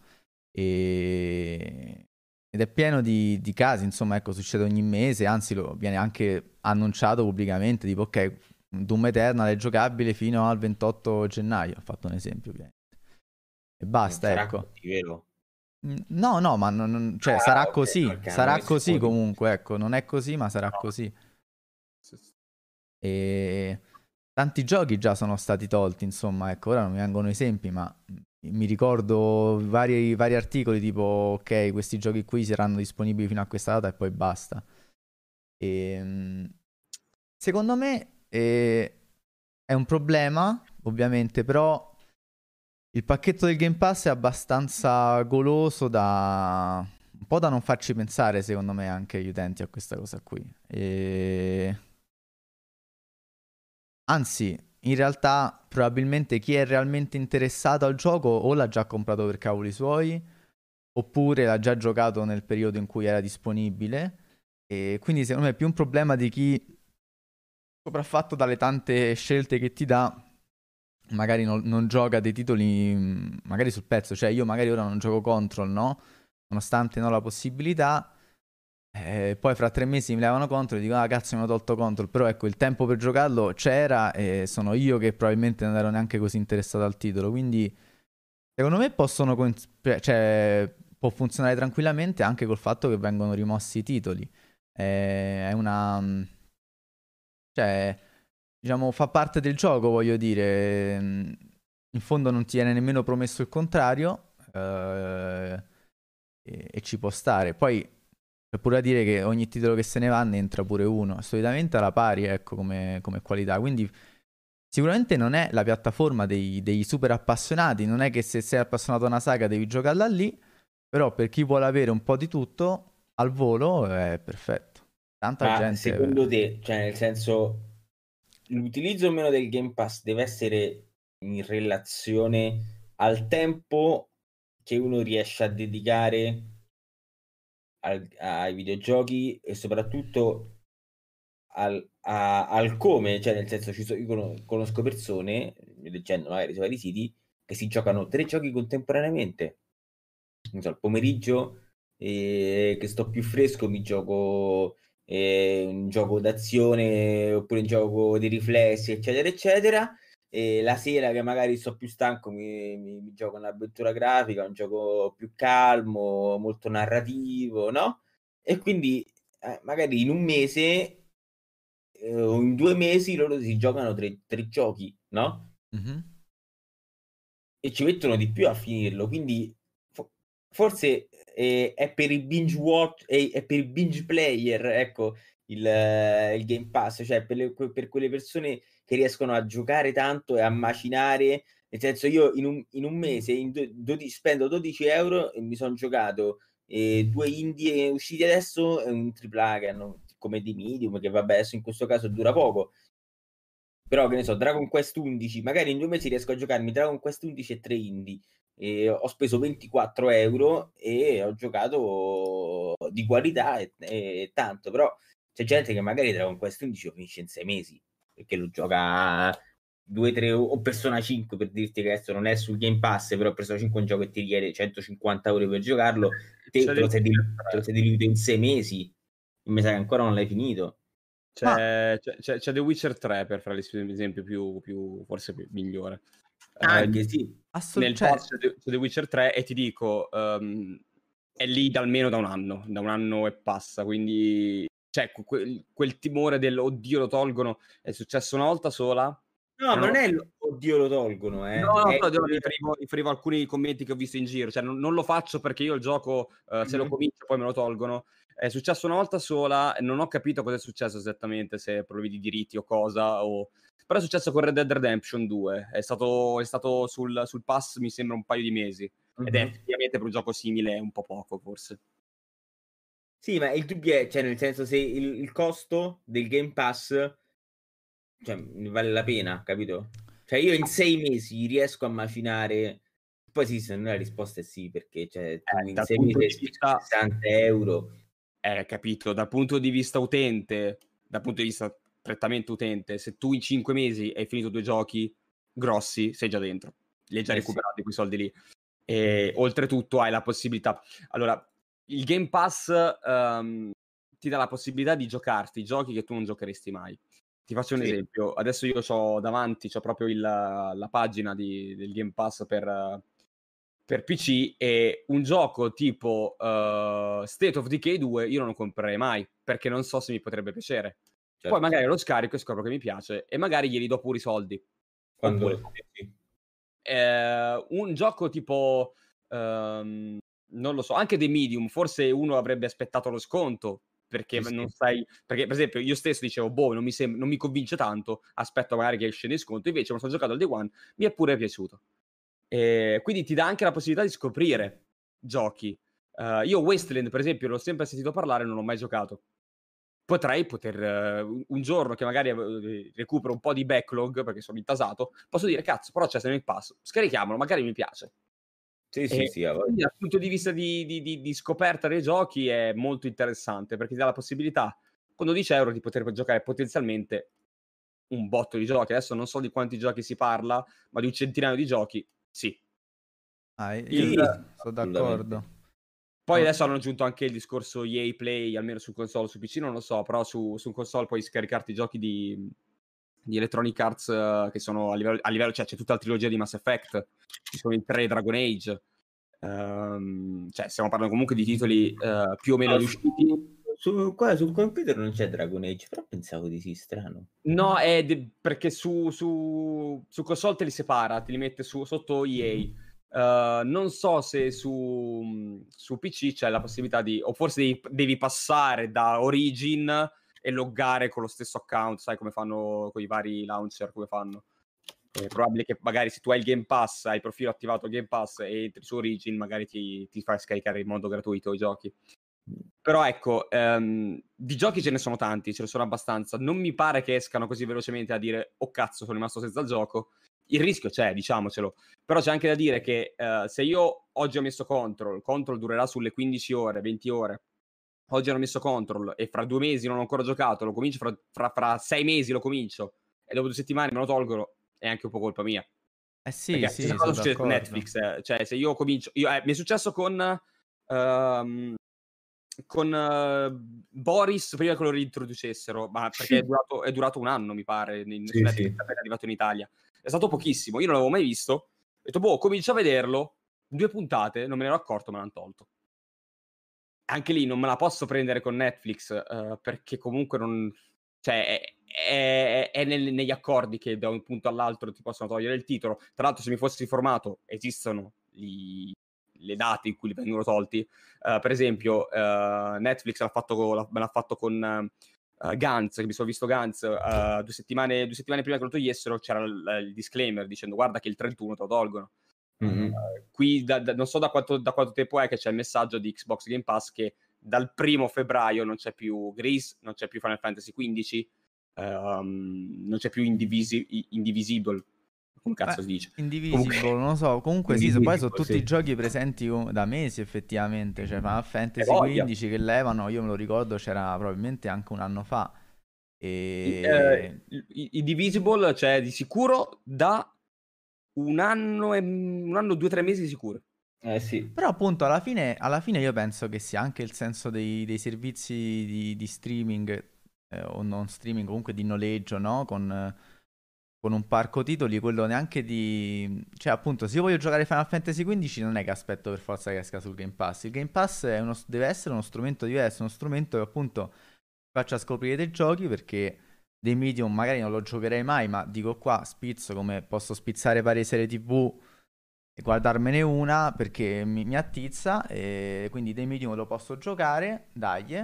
E... Ed è pieno di, di casi, insomma, ecco, succede ogni mese, anzi lo viene anche annunciato pubblicamente, tipo, ok, Doom Eternal è giocabile fino al ventotto gennaio, ho fatto un esempio, ovviamente. E Non basta, sarà ecco. così, vero? Mm, No, no, ma non, non- cioè, Ah, sarà ok, così, perché hanno sarà messo il così motivo. comunque, ecco, non è così, ma sarà No. così. Sì, sì. E tanti giochi già sono stati tolti, insomma, ecco, ora non mi vengono esempi, ma mi ricordo vari, vari articoli tipo, ok, questi giochi qui saranno disponibili fino a questa data e poi basta. E, secondo me eh, è un problema, ovviamente, però il pacchetto del Game Pass è abbastanza goloso da... un po' da non farci pensare, secondo me, anche agli utenti a questa cosa qui. E... Anzi, in realtà, probabilmente chi è realmente interessato al gioco o l'ha già comprato per cavoli suoi, oppure l'ha già giocato nel periodo in cui era disponibile. E quindi, secondo me, è più un problema di chi, sopraffatto dalle tante scelte che ti dà, magari non, non gioca dei titoli, mh, magari sul pezzo. Cioè, io magari ora non gioco Control, no? Nonostante non ho la possibilità. Eh, poi fra tre mesi mi levano contro e dico, ah cazzo mi hanno tolto control, però ecco il tempo per giocarlo c'era e sono io che probabilmente non ero neanche così interessato al titolo, quindi secondo me possono, con- cioè può funzionare tranquillamente anche col fatto che vengono rimossi i titoli. Eh, è una, cioè, diciamo, fa parte del gioco, voglio dire, in fondo non ti viene nemmeno promesso il contrario. eh, e, e ci può stare. Poi c'è pure da dire che ogni titolo che se ne va ne entra pure uno, solitamente alla pari, ecco, come, come qualità, quindi sicuramente non è la piattaforma dei, dei super appassionati, non è che se sei appassionato a una saga devi giocarla lì, però per chi vuole avere un po' di tutto al volo è perfetto. Tanta Ma gente... secondo te, cioè nel senso, l'utilizzo o meno del Game Pass deve essere in relazione al tempo che uno riesce a dedicare al- ai videogiochi e soprattutto al, a- al come, cioè nel senso, ci so- io cono- conosco persone, leggendo magari su vari siti, che si giocano tre giochi contemporaneamente. Non so, il pomeriggio eh, che sto più fresco mi gioco eh, un gioco d'azione oppure un gioco di riflessi, eccetera, eccetera. E la sera che magari sto più stanco mi, mi, mi gioco un'avventura grafica, un gioco più calmo, molto narrativo, no? E quindi eh, magari in un mese eh, o in due mesi loro si giocano tre, tre giochi, no? Mhm. E ci mettono di più a finirlo, quindi fo- forse eh, è per i binge watch, è, è per i binge player, ecco, il, eh, il Game Pass, cioè per, le- que- per quelle persone che riescono a giocare tanto e a macinare, nel senso io in un, in un mese in do- dodici spendo dodici euro e mi sono giocato eh, due indie usciti adesso e un tripla A che hanno come di Medium, che vabbè adesso in questo caso dura poco. Però che ne so, Dragon Quest undici, magari in due mesi riesco a giocarmi Dragon Quest undici e tre indie. E ho speso ventiquattro euro e ho giocato di qualità e, e tanto. Però c'è gente che magari Dragon Quest undici lo finisce in sei mesi perché lo gioca due tre o Persona cinque, per dirti che adesso non è sul Game Pass, però Persona cinque è un gioco che ti richiede centocinquanta euro per giocarlo. Te C'è te lo The sei, Witcher di- te lo tre. sei diluito in sei mesi. Mi sa che ancora non l'hai finito. Ma C'è, c'è- c'è- c'è The Witcher tre per fare l'esempio più, più forse più migliore. Eh, Anche sì. assolut- nel cioè, pass c'è The, c'è The Witcher tre e ti dico, ehm, è lì da almeno da un anno, da un anno e passa, quindi c'è que- quel, quel timore del oddio lo tolgono, è successo una volta sola. No, e ma non non ho- è il- oddio lo tolgono, No, eh. no, È no, no, il- mi riferivo, mi riferivo a alcuni commenti che ho visto in giro, cioè non, non lo faccio perché io il gioco, eh, se lo Mhm. comincio poi me lo tolgono. È successo una volta sola e non ho capito cosa è successo esattamente, se problemi di diritti o cosa, o... però è successo con Red Dead Redemption due, è stato, è stato sul, sul pass mi sembra un paio di mesi, ed è Mhm. effettivamente per un gioco simile un po' poco forse. Sì, ma il dubbio è, cioè, nel senso, se il, il costo del Game Pass, cioè, ne vale la pena, capito? Cioè, io in sei mesi riesco a macinare. Poi sì, se no la risposta è sì, perché cioè, tu Eh, in dal sei punto mesi hai di speso vista... sessanta euro. Eh, capito, dal punto di vista utente, dal punto di vista prettamente utente, se tu in cinque mesi hai finito due giochi grossi, sei già dentro, li hai già Eh sì. recuperati quei soldi lì. E oltretutto hai la possibilità... Allora, il Game Pass ehm, ti dà la possibilità di giocarti giochi che tu non giocheresti mai. Ti faccio un Sì. esempio, adesso io ho davanti, ho proprio il, la pagina di, del Game Pass per... per P C, e un gioco tipo uh, State of Decay due io non lo comprerei mai perché non so se mi potrebbe piacere. Certo. Poi magari lo scarico e scopro che mi piace e magari gli ridò pure i soldi. Quando... Oppure sì. eh, un gioco tipo um, non lo so, anche dei Medium, forse uno avrebbe aspettato lo sconto perché Sì, non sì. sai, perché per esempio io stesso dicevo boh, non mi, sem- non mi convince tanto, aspetto magari che esce in sconto, invece quando sono giocato al Day One mi è pure piaciuto. E quindi ti dà anche la possibilità di scoprire giochi. Uh, io Wasteland, per esempio, l'ho sempre sentito parlare e non l'ho mai giocato. Potrei poter, uh, un giorno che magari uh, recupero un po' di backlog, perché sono intasato, posso dire, cazzo, però c'è nel pass, scarichiamolo, magari mi piace. Sì, sì, E sì, a voglia. quindi dal punto di vista di, di, di, di scoperta dei giochi è molto interessante, perché ti dà la possibilità, con dodici euro, di poter giocare potenzialmente un botto di giochi. Adesso non so di quanti giochi si parla, ma di un centinaio di giochi, sì. ah, io Sì, sono assolutamente. d'accordo. Poi No. adesso hanno aggiunto anche il discorso E A Play, almeno su console, su P C non lo so, però su, su console puoi scaricarti i giochi di, di Electronic Arts uh, che sono a livello, a livello, cioè c'è tutta la trilogia di Mass Effect, ci sono i tre Dragon Age, um, cioè stiamo parlando comunque di titoli uh, più o meno No, riusciti. su, su, qua sul computer non c'è Dragon Age, però pensavo di sì, strano. No, è de- perché su, su, su console te li separa, te li mette su, sotto E A. Uh, non so se su, su P C c'è la possibilità di, o forse devi, devi passare da Origin e loggare con lo stesso account, sai come fanno con i vari launcher, come fanno. È probabile che magari se tu hai il Game Pass, hai il profilo attivato il Game Pass e entri su Origin, magari ti, ti fai scaricare in modo gratuito i giochi. Però ecco, um, di giochi ce ne sono tanti, ce ne sono abbastanza. Non mi pare che escano così velocemente a dire oh cazzo, sono rimasto senza il gioco. Il rischio c'è, diciamocelo. Però c'è anche da dire che uh, se io oggi ho messo Control, Control durerà sulle quindici ore, venti ore. Oggi hanno messo Control e fra due mesi non ho ancora giocato, lo comincio fra, fra, fra sei mesi lo comincio e dopo due settimane me lo tolgono, è anche un po' colpa mia. Eh sì, perché sì, questa cosa sono succede con d'accordo. Netflix, eh. Cioè se io comincio io, eh, mi è successo con uh, con uh, Boris prima che lo reintroducessero, ma perché è durato, è durato un anno mi pare in, sì, Netflix, sì. è arrivato in Italia, è stato pochissimo, io non l'avevo mai visto, ho detto boh, comincio a vederlo, due puntate, non me ne ero accorto, me l'hanno tolto. Anche lì non me la posso prendere con Netflix, uh, perché comunque non, cioè è, è, è nel, negli accordi che da un punto all'altro ti possono togliere il titolo. Tra l'altro se mi fossi informato esistono gli, le date in cui li vengono tolti. Uh, per esempio uh, Netflix l'ha fatto, me l'ha fatto con uh, Gantz, che mi sono visto Gantz uh, due settimane due settimane prima che lo togliessero c'era il, il disclaimer dicendo guarda che il trentuno te lo tolgono. Mm-hmm. Uh, qui da, da, non so da quanto, da quanto tempo è che c'è il messaggio di Xbox Game Pass che dal primo febbraio non c'è più Gris, non c'è più Final Fantasy quindici, um, non c'è più Indivisi- Indivisible, come cazzo Beh, si dice? Indivisible, Comunque, non lo so, comunque sì, so, poi sono tutti sì. i giochi presenti da mesi effettivamente, cioè Final Fantasy voglia. quindici che levano, io me lo ricordo, c'era probabilmente anche un anno fa. E... Eh, Indivisible c'è cioè, di sicuro da un anno e un anno, due, tre mesi di sicuro. Eh sì. Però appunto alla fine, alla fine io penso che sia anche il senso dei, dei servizi di, di streaming eh, o non streaming, comunque di noleggio, no? Con, eh, con un parco titoli, quello neanche di... Cioè appunto se io voglio giocare Final Fantasy quindici non è che aspetto per forza che esca sul Game Pass. Il Game Pass è uno, deve essere uno strumento diverso, uno strumento che appunto faccia scoprire dei giochi perché dei medium magari non lo giocherei mai, ma dico qua spizzo come posso spizzare varie serie tv e guardarmene una perché mi, mi attizza e quindi dei medium lo posso giocare, dai,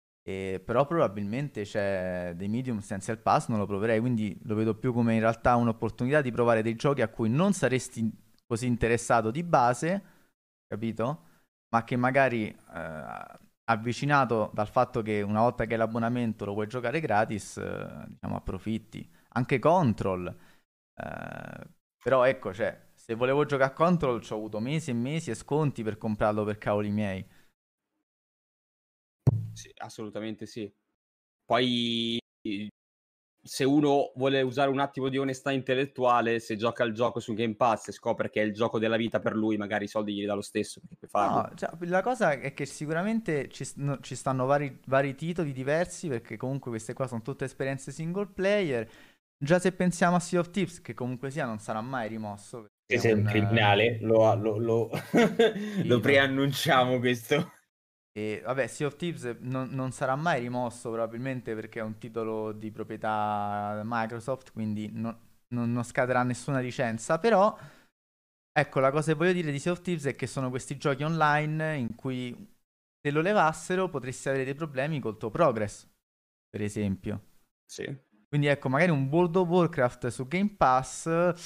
e però probabilmente c'è dei medium senza il pass non lo proverei, quindi lo vedo più come in realtà un'opportunità di provare dei giochi a cui non saresti così interessato di base, capito? Ma che magari eh, avvicinato dal fatto che una volta che hai l'abbonamento lo puoi giocare gratis, eh, diciamo approfitti. Anche Control, eh, però ecco, cioè se volevo giocare a Control ci ho avuto mesi e mesi e sconti per comprarlo per cavoli miei. Sì, assolutamente sì. Poi se uno vuole usare un attimo di onestà intellettuale, se gioca il gioco su Game Pass e scopre che è il gioco della vita per lui, magari i soldi gli dà lo stesso perché puoi farlo. No, cioè, la cosa è che sicuramente ci, no, ci stanno vari, vari titoli diversi perché comunque queste qua sono tutte esperienze single player. Già se pensiamo a Sea of Thieves, che comunque sia non sarà mai rimosso. Se sei un, un criminale, lo, lo, lo, sì, lo preannunciamo questo. E vabbè, Sea of Thieves non, non sarà mai rimosso probabilmente perché è un titolo di proprietà Microsoft, quindi non, non, non scadrà nessuna licenza, però ecco, la cosa che voglio dire di Sea of Thieves è che sono questi giochi online in cui se lo levassero potresti avere dei problemi col tuo progress, per esempio. Sì. Quindi ecco, magari un World of Warcraft su Game Pass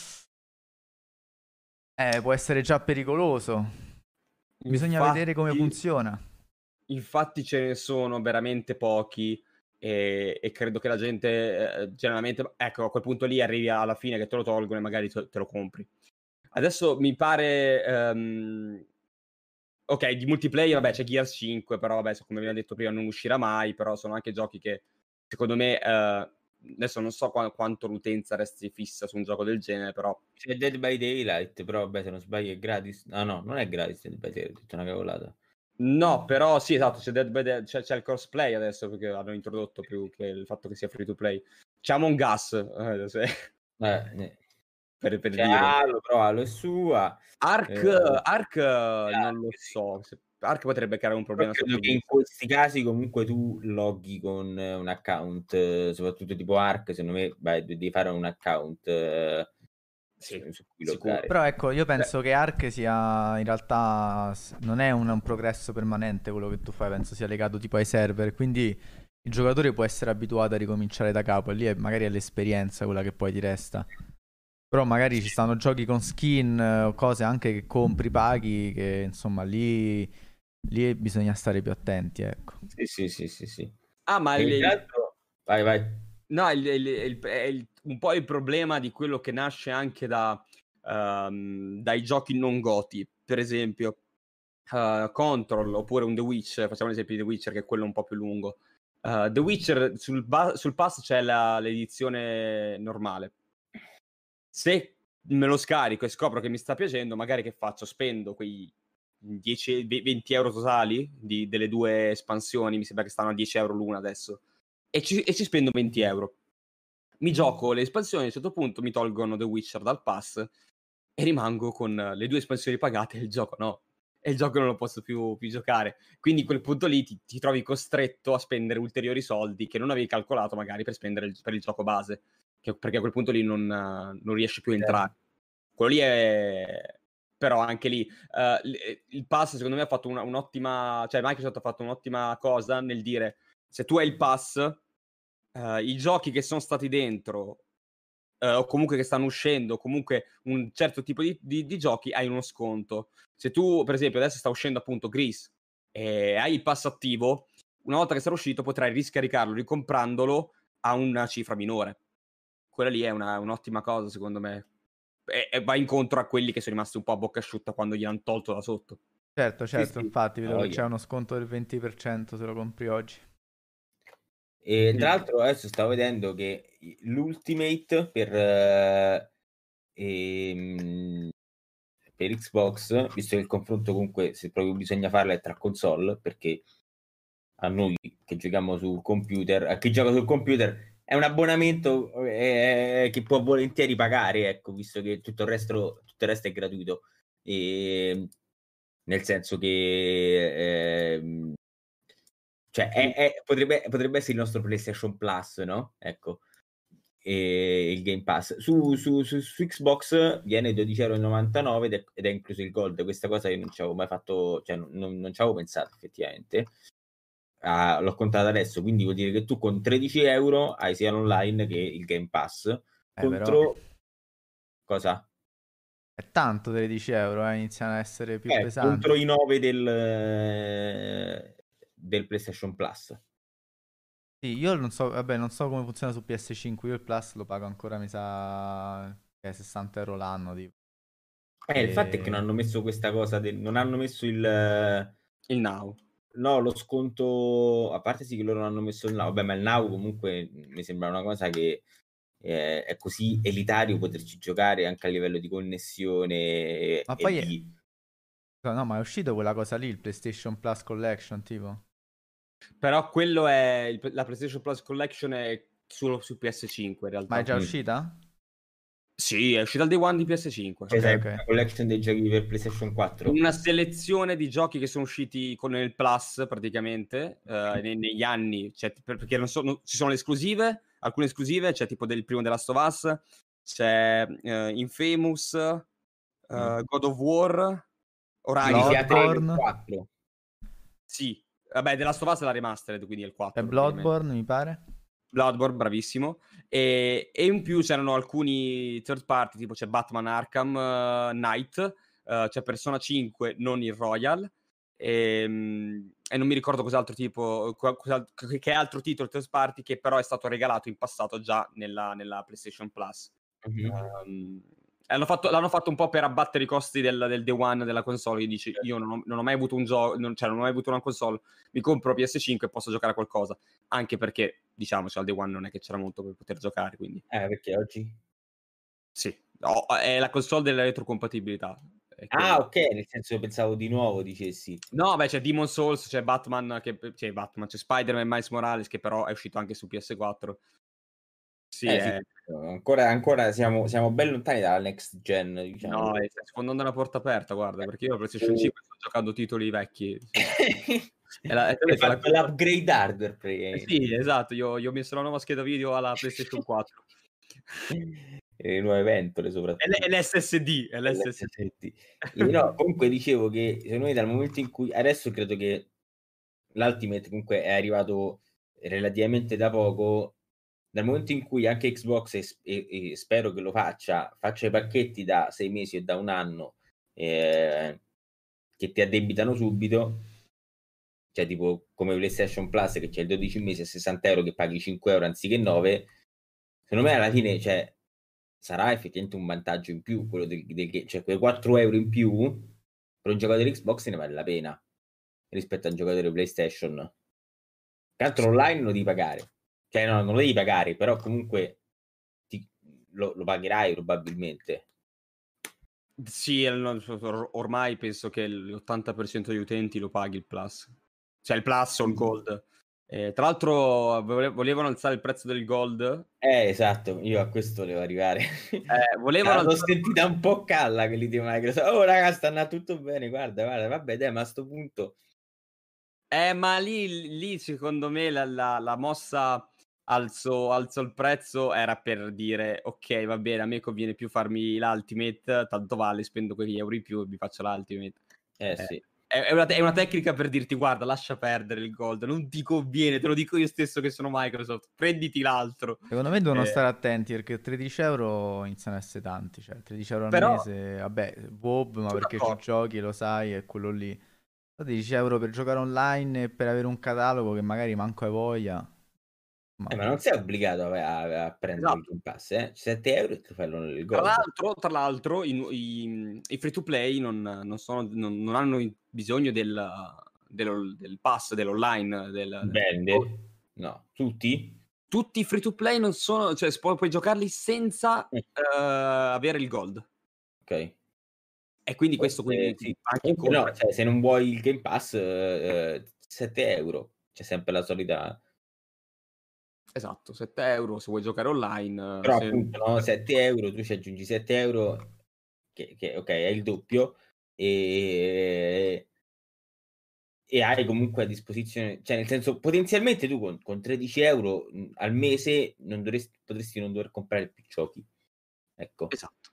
eh, può essere già pericoloso. Bisogna infatti, vedere come funziona. Infatti ce ne sono veramente pochi e, e credo che la gente eh, generalmente, ecco, a quel punto lì arrivi alla fine che te lo tolgono e magari te, te lo compri. Adesso mi pare... Um... Ok, di multiplayer, vabbè, c'è Gears cinque, però vabbè, come abbiamo detto prima non uscirà mai, però sono anche giochi che secondo me... Uh, adesso non so qu- quanto l'utenza resti fissa su un gioco del genere, però... C'è Dead by Daylight, però vabbè, se non sbaglio è gratis. No, no, non è gratis Dead by Daylight, è tutta una cavolata. No, però sì, esatto, c'è, Dead by Dead, c'è, c'è il crossplay adesso perché hanno introdotto più che il fatto che sia free to play. C'è Among Us, eh, se... eh, per, per c'è dire. Halo, però Halo è sua. Ark, eh, Ark non lo so, se... Ark potrebbe creare un problema. Credo che in questi casi comunque tu loghi con un account, soprattutto tipo Ark, secondo me beh, devi fare un account. Eh, Sì, su cui lottare. Però ecco, io penso Beh. che Ark sia in realtà non è un, un progresso permanente quello che tu fai, penso sia legato tipo ai server, quindi il giocatore può essere abituato a ricominciare da capo e lì è, magari è l'esperienza quella che poi ti resta. Però magari ci stanno giochi con skin o cose anche che compri, paghi, che insomma lì, lì bisogna stare più attenti, ecco. Sì, sì, sì, sì, sì. Ah, ma il, il... vai, vai. No, il, il, il, il, un po' il problema di quello che nasce anche da, um, dai giochi non goti, per esempio uh, Control oppure un The Witcher, facciamo l'esempio di The Witcher che è quello un po' più lungo. Uh, The Witcher sul, ba- sul pass c'è la, l'edizione normale. Se me lo scarico e scopro che mi sta piacendo, magari che faccio? Spendo quei dieci venti euro totali di, delle due espansioni, mi sembra che stanno a dieci euro l'una adesso, e ci, e ci spendo venti euro. Mi gioco le espansioni, a un certo punto mi tolgono The Witcher dal pass e rimango con le due espansioni pagate e il gioco no. E il gioco non lo posso più, più giocare. Quindi a quel punto lì ti, ti trovi costretto a spendere ulteriori soldi che non avevi calcolato magari per spendere il, per il gioco base. Che, perché a quel punto lì non, non riesci più a entrare. Quello lì è... Però anche lì uh, il pass secondo me ha fatto una, un'ottima... Cioè Microsoft ha fatto un'ottima cosa nel dire se tu hai il pass, uh, i giochi che sono stati dentro uh, o comunque che stanno uscendo, comunque un certo tipo di, di, di giochi hai uno sconto. Se tu per esempio adesso sta uscendo appunto Gris e hai il pass attivo, una volta che sarà uscito potrai riscaricarlo ricomprandolo a una cifra minore. Quella lì è una, un'ottima cosa secondo me e, e va incontro a quelli che sono rimasti un po' a bocca asciutta quando gli hanno tolto da sotto. Certo, certo, sì, sì. Infatti vedo oh, che yeah. c'è uno sconto del venti per cento se lo compri oggi. E tra l'altro adesso stavo vedendo che l'Ultimate per, eh, ehm, per Xbox, visto che il confronto comunque se proprio bisogna farlo è tra console, perché a noi che giochiamo sul computer, a chi gioca sul computer è un abbonamento eh, che può volentieri pagare, ecco, visto che tutto il resto, tutto il resto è gratuito. E, nel senso che eh, cioè è, è, potrebbe, potrebbe essere il nostro PlayStation Plus, no? Ecco, e il Game Pass. Su, su, su, su Xbox viene dodici virgola novantanove euro ed è, ed è incluso il Gold. Questa cosa io non ci avevo mai fatto, cioè non, non ci avevo pensato effettivamente. Ah, l'ho contata adesso, quindi vuol dire che tu con tredici euro hai sia l'online che il Game Pass eh, contro però... cosa? È tanto tredici euro, eh, iniziano a essere più Eh, pesanti. contro i nove del, del PlayStation Plus. Sì, io non so, vabbè, non so come funziona su P S cinque, io il Plus lo pago ancora, mi sa, che è sessanta euro l'anno, tipo. Eh, e... il fatto è che non hanno messo questa cosa, del, non hanno messo il... Il Now. No, lo sconto, a parte sì che loro non hanno messo il Now, vabbè, ma il Now comunque mi sembra una cosa che eh, è così elitario poterci giocare anche a livello di connessione Ma e poi di... È... No, ma è uscito quella cosa lì, il PlayStation Plus Collection, tipo. Però quello è... Il, la PlayStation Plus Collection è solo su P S cinque in realtà. Ma è già Mm. uscita? Sì, è uscita al day one di P S cinque. Cioè, Ok, sai, ok. una collection dei giochi per PlayStation quattro. Una selezione di giochi che sono usciti con il Plus praticamente eh, nei, negli anni, cioè, perché non so, non, ci sono le esclusive, alcune esclusive, c'è tipo del primo The Last of Us, c'è eh, Infamous, eh, Mm. God of War, Quindi sia Horizon. tre che Bloodborne. quattro. Sì, vabbè, The Last of Us è la remastered, quindi è il quattro. È Bloodborne, mi pare. Bloodborne, bravissimo. E, e in più c'erano alcuni third party, tipo c'è Batman Arkham uh, Knight, uh, c'è Persona cinque, non il Royal, e, e non mi ricordo cos'altro tipo, cos'altro, che altro titolo third party che però è stato regalato in passato già nella, nella PlayStation Plus. Mm-hmm. Um, L'hanno fatto, l'hanno fatto un po' per abbattere i costi del, del day one della console. Io dici, io non ho, non ho mai avuto un gioco, cioè non ho mai avuto una console, mi compro P S cinque e posso giocare a qualcosa. Anche perché, diciamoci, al day one non è che c'era molto per poter giocare, quindi... Eh, perché oggi? Sì, oh, è la console della retrocompatibilità. Ah, ok, nel senso pensavo di nuovo dicessi. No, beh, c'è Demon's Souls, c'è Batman, che, c'è Batman, c'è Spider-Man e Miles Morales, che però è uscito anche su P S quattro. Sì, eh, è... sì. Ancora, ancora siamo, siamo ben lontani dalla next gen, diciamo. No, stai sfondando una porta aperta, guarda, perché io a PlayStation cinque sto giocando titoli vecchi. Sì. È la, è Hai fatto la... l'upgrade hardware, eh sì, esatto, io, io ho messo la nuova scheda video alla PlayStation quattro. le nuove ventole soprattutto. È l'S S D, è l'S S D. No, comunque dicevo che secondo me dal momento in cui adesso credo che l'Ultimate comunque è arrivato relativamente da poco, dal momento in cui anche Xbox e, e, e spero che lo faccia faccia i pacchetti da sei mesi e da un anno eh, che ti addebitano subito, cioè tipo come PlayStation Plus che c'è il dodici mesi a sessanta euro che paghi cinque euro anziché nove, secondo me alla fine cioè, sarà effettivamente un vantaggio in più quello del, del, cioè quei quattro euro in più per un giocatore Xbox ne vale la pena rispetto a un giocatore PlayStation. Tra l'altro online lo devi pagare, cioè no, non lo devi pagare, però comunque ti, lo, lo pagherai probabilmente. Sì, ormai penso che l'ottanta per cento degli utenti lo paghi il Plus, cioè il Plus o il Gold. Eh, tra l'altro volevano alzare il prezzo del Gold. Eh, esatto, io a questo devo arrivare. Eh, volevano l'ho sentita un po' calla quelli di Microsoft. Oh raga, sta andando tutto bene, guarda, guarda, vabbè dai, ma a sto punto... Eh, ma lì, lì secondo me la, la, la mossa alzo, alzo il prezzo era per dire ok, va bene, a me conviene più farmi l'Ultimate, tanto vale, spendo quegli euro in più e mi faccio l'Ultimate. Eh, eh sì. È una, è una tecnica per dirti guarda, lascia perdere il Gold, non ti conviene, te lo dico io stesso che sono Microsoft, prenditi l'altro. Secondo me devono eh. stare attenti perché tredici euro iniziano a essere tanti, cioè tredici euro al Però, mese, vabbè, Bob, ma perché ci giochi, lo sai, è quello lì. tredici euro per giocare online e per avere un catalogo che magari manco hai voglia. Ma, eh, ma non sei obbligato a, a, a prendere esatto. il Game Pass, eh? sette euro e ti fai il Gold. Tra l'altro, tra l'altro i, i, i free to play non, non, sono, non, non hanno bisogno del, del, del pass, dell'online. Del, Bende? No, tutti? Tutti i free to play non sono, cioè puoi, puoi giocarli senza mm. uh, avere il Gold. Ok. E quindi questo quindi, sì. anche con... no, cioè, se non vuoi il Game Pass, eh, sette euro. C'è sempre la solita... Esatto, sette euro se vuoi giocare online. Però se... appunto, no, sette euro, tu ci aggiungi sette euro, che, che ok, è il doppio, e... e hai comunque a disposizione, cioè nel senso, potenzialmente tu con, con tredici euro al mese non dovresti, potresti non dover comprare più giochi. Ecco. Esatto.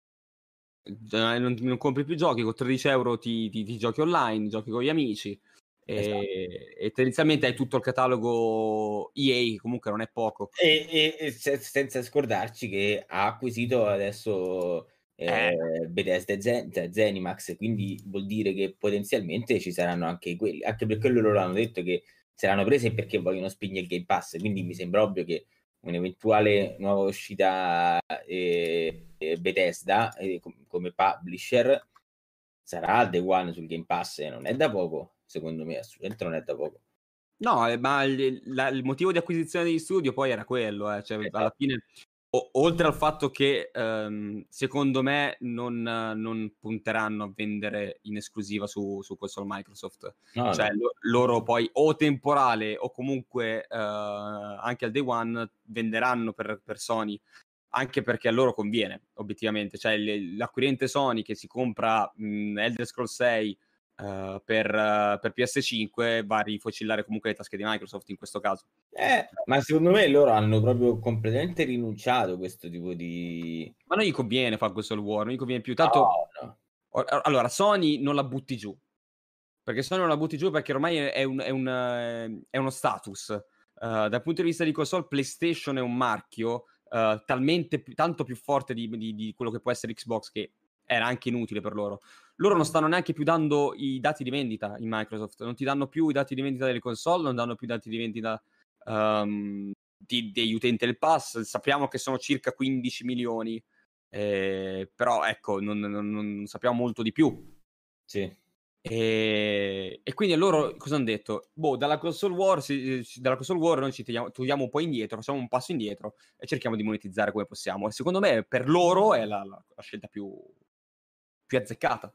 Non, non compri più giochi, con tredici euro ti, ti, ti giochi online, giochi con gli amici. Esatto. E, e tendenzialmente hai tutto il catalogo E A, comunque non è poco. E, e, e se, senza scordarci che ha acquisito adesso eh, eh. Bethesda e Zen, Zenimax, quindi vuol dire che potenzialmente ci saranno anche quelli, anche per quello loro hanno detto che saranno prese perché vogliono spingere il Game Pass, quindi mi sembra ovvio che un'eventuale nuova uscita eh, Bethesda eh, come publisher sarà Day One sul Game Pass, e non è da poco, secondo me assolutamente non è da poco. No, ma il, la, il motivo di acquisizione di studio poi era quello, eh. Cioè, esatto. Alla fine, o, oltre al fatto che um, secondo me non, non punteranno a vendere in esclusiva su, su console Microsoft, no, cioè no. Lo, loro poi o temporale o comunque uh, anche al day one venderanno per, per Sony, anche perché a loro conviene, obiettivamente, cioè l'acquirente Sony che si compra mh, Elder Scrolls sei Uh, per, uh, per P S cinque va a rifocillare comunque le tasche di Microsoft in questo caso. Eh, ma secondo me loro hanno proprio completamente rinunciato a questo tipo di... Ma non gli conviene fare questo war, non gli conviene più. Tanto, no, no. Allora, Sony non la butti giù, perché Sony non la butti giù perché ormai è, un, è, un, è uno status. Uh, dal punto di vista di console, PlayStation è un marchio uh, talmente più, tanto più forte di, di, di quello che può essere Xbox, che era anche inutile per loro. Loro non stanno neanche più dando i dati di vendita in Microsoft, non ti danno più i dati di vendita delle console, non danno più i dati di vendita um, di, degli utenti del pass. Sappiamo che sono circa quindici milioni, eh, però ecco, non, non, non sappiamo molto di più. Sì. E, e quindi loro cosa hanno detto? Boh, dalla console war, si, dalla console war noi ci togliamo, togliamo un po' indietro, facciamo un passo indietro e cerchiamo di monetizzare come possiamo. E secondo me per loro è la, la, la scelta più, più azzeccata.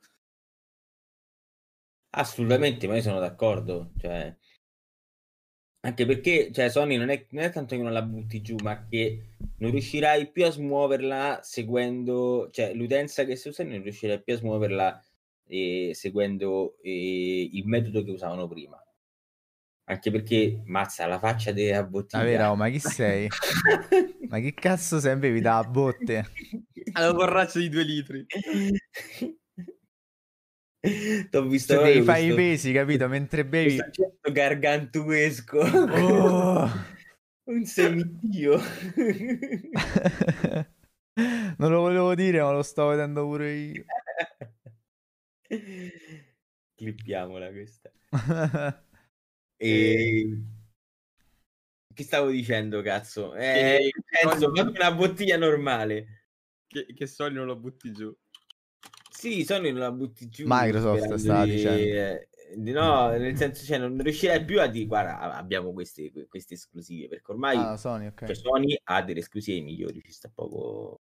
Assolutamente, ma io sono d'accordo. Cioè, anche perché cioè, Sony non è, non è tanto che non la butti giù, ma che non riuscirai più a smuoverla seguendo, cioè l'utenza che si usa non riuscirai più a smuoverla eh, seguendo eh, il metodo che usavano prima. Anche perché, mazza, la faccia della bottiglia. Ah, vera, oh, ma chi sei? Ma che cazzo sempre vi dà a botte? Alla borraccia di due litri. T'ho visto Cioè, devi fare questo, i pesi, capito? Mentre bevi... questo accento gargantuesco. Oh! Un semidio. Non lo volevo dire, ma lo sto vedendo pure io. Clippiamola questa. E... Che stavo dicendo, cazzo? Eh, penso proprio una bottiglia normale. Che, che Sony non lo butti giù. Sì, Sony non la butti giù. Microsoft stava di... dicendo. No, nel senso, cioè, non riuscirei più a dire, guarda, abbiamo queste, queste esclusive, perché ormai Ah, Sony, ok. cioè, Sony ha delle esclusive migliori, ci sta poco...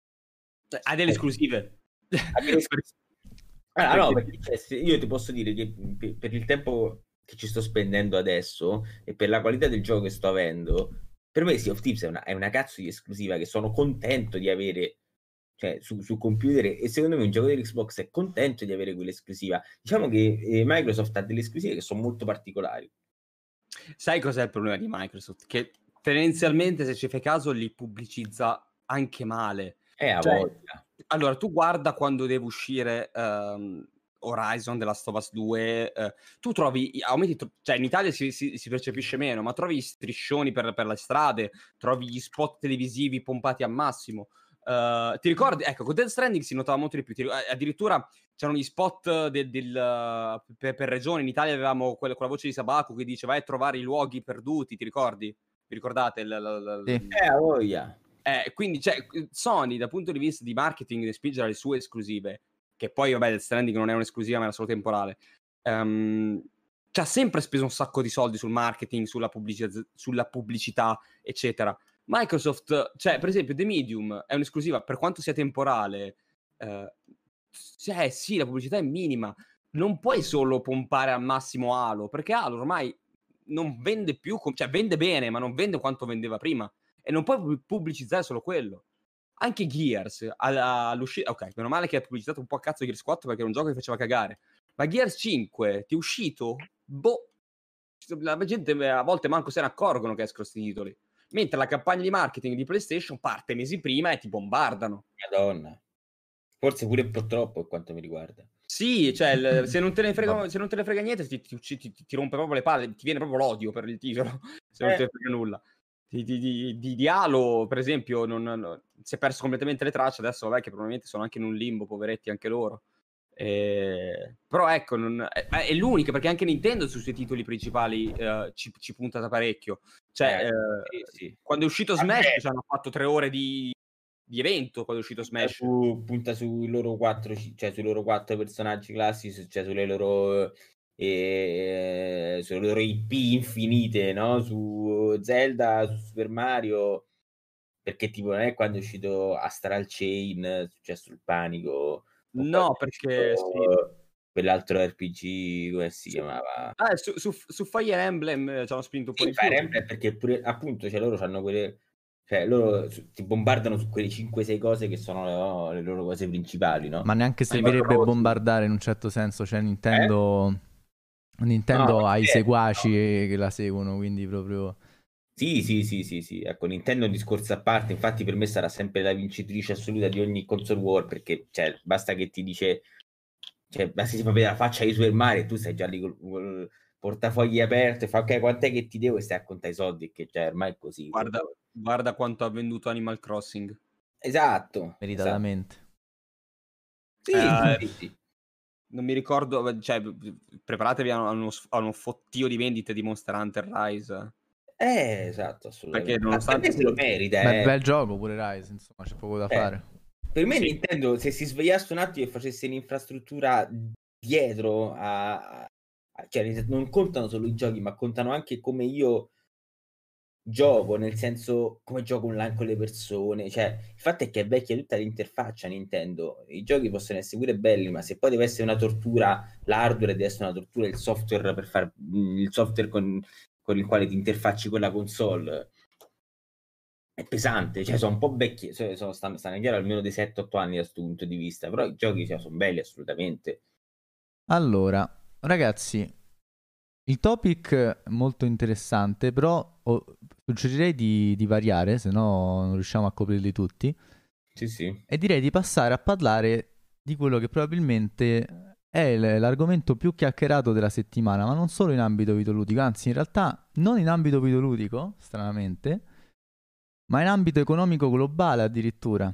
Ha delle esclusive. Ha delle esclusive. Ah, no, perché cioè, io ti posso dire che per il tempo che ci sto spendendo adesso e per la qualità del gioco che sto avendo, per me Sea of Thieves è una, è una cazzo di esclusiva che sono contento di avere, cioè, su, su computer, e secondo me un giocatore di Xbox è contento di avere quell'esclusiva. Diciamo che eh, Microsoft ha delle esclusive che sono molto particolari. Sai cos'è il problema di Microsoft? Che tendenzialmente, se ci fai caso, li pubblicizza anche male. È a Cioè, voglia. allora, tu guarda quando deve uscire um, Horizon, The Last of Us due, uh, tu trovi, aumenti, cioè in Italia si, si, si percepisce meno, ma trovi striscioni per, per le strade, trovi gli spot televisivi pompati al massimo. Uh, ti ricordi? Ecco, con Death Stranding si notava molto di più. Ti, addirittura c'erano gli spot del, del, uh, per, per regione. In Italia avevamo quella, quella voce di Sabaku che dice vai a trovare i luoghi perduti. Ti ricordi? Vi ricordate? L, l, l, sì. È a voglia. Eh, quindi, cioè, Sony, dal punto di vista di marketing, di spingere le sue esclusive, che poi, vabbè, Death Stranding non è un'esclusiva, ma era solo temporale, um, ci ha sempre speso un sacco di soldi sul marketing, sulla, pubblici- sulla pubblicità, eccetera. Microsoft, cioè, per esempio, The Medium è un'esclusiva, per quanto sia temporale, eh, cioè, sì, la pubblicità è minima. Non puoi solo pompare al massimo Halo, perché Halo ormai non vende più, com- cioè, vende bene, ma non vende quanto vendeva prima. E non puoi pubblicizzare solo quello. Anche Gears all'uscita, ok, meno male che hai pubblicizzato un po' a cazzo Gears quattro perché era un gioco che faceva cagare, ma Gears cinque ti è uscito? Boh, la gente a volte manco se ne accorgono che escono questi titoli, mentre la campagna di marketing di PlayStation parte mesi prima e ti bombardano. Madonna, forse pure un po' troppo per quanto mi riguarda. Sì, cioè, il, se, non te ne frega, se non te ne frega niente ti, ti, ti, ti, ti rompe proprio le palle, ti viene proprio l'odio per il titolo, se non Eh. te ne frega nulla. Di, di, di, di, di Halo, per esempio, non, non, si è perso completamente le tracce. Adesso, vabbè, che probabilmente sono anche in un limbo, poveretti anche loro. Eh, però, ecco, non, è, è l'unica, perché anche Nintendo sui suoi titoli principali eh, ci, ci punta da parecchio. Cioè, eh, eh, sì, sì. quando è uscito Smash, ci hanno fatto tre ore di, di evento. Quando è uscito Smash, Su, punta sui loro quattro, cioè sui loro quattro personaggi classici, cioè sulle loro. E sulle loro I P infinite, no? Su Zelda, su Super Mario, perché tipo non è quando è uscito Astral Chain, è successo il panico, no, perché sì. quell'altro R P G, come si chiamava? Ah, su, su, su Fire Emblem ci hanno spinto un po' Sì, di Fire più. Emblem, perché pure appunto, cioè loro hanno quelle, cioè loro ti bombardano su quelle cinque sei cose che sono no, le loro cose principali, no? Ma neanche servirebbe bombardare in un certo senso, cioè Nintendo eh? Nintendo no, ha i certo, seguaci no. che la seguono, quindi proprio Sì, sì, sì, sì, sì, ecco, Nintendo è un discorso a parte, infatti per me sarà sempre la vincitrice assoluta di ogni console war, perché cioè, basta che ti dice, cioè, basta che ti fa vedere la faccia di Super Mario e tu stai già lì col, col portafogli aperto e fa ok, quant'è che ti devo e stai a contare i soldi, che cioè, ormai è così. Guarda, proprio. guarda quanto ha venduto Animal Crossing. Esatto. meritatamente. Esatto. Sì, Eh, sì, sì, sì. Non mi ricordo, cioè, preparatevi a uno, a uno fottio di vendite di Monster Hunter Rise. Eh, esatto, assolutamente. Perché nonostante Ma se lo merita, Beh, eh. bel gioco pure Rise, insomma, c'è poco da eh. fare. Per me sì. Nintendo, se si svegliasse un attimo e facesse un'infrastruttura dietro a... a cioè, non contano solo i giochi, ma contano anche come io gioco, nel senso come gioco online con le persone. Cioè, il fatto è che è vecchia tutta l'interfaccia Nintendo. I giochi possono essere pure belli, ma se poi deve essere una tortura, l'hardware deve essere una tortura, il software per far il software con, con il quale ti interfacci con la console è pesante, cioè sono un po' vecchi, sono, sono, stanno, stanno indietro almeno dei sette otto anni da questo punto di vista, però i giochi cioè, sono belli assolutamente. Allora, ragazzi, il topic è molto interessante, però oh, suggerirei di, di variare, se no non riusciamo a coprirli tutti. Sì, sì. E direi di passare a parlare di quello che probabilmente è l- l'argomento più chiacchierato della settimana, ma non solo in ambito videoludico, anzi in realtà non in ambito videoludico, stranamente, ma in ambito economico globale addirittura.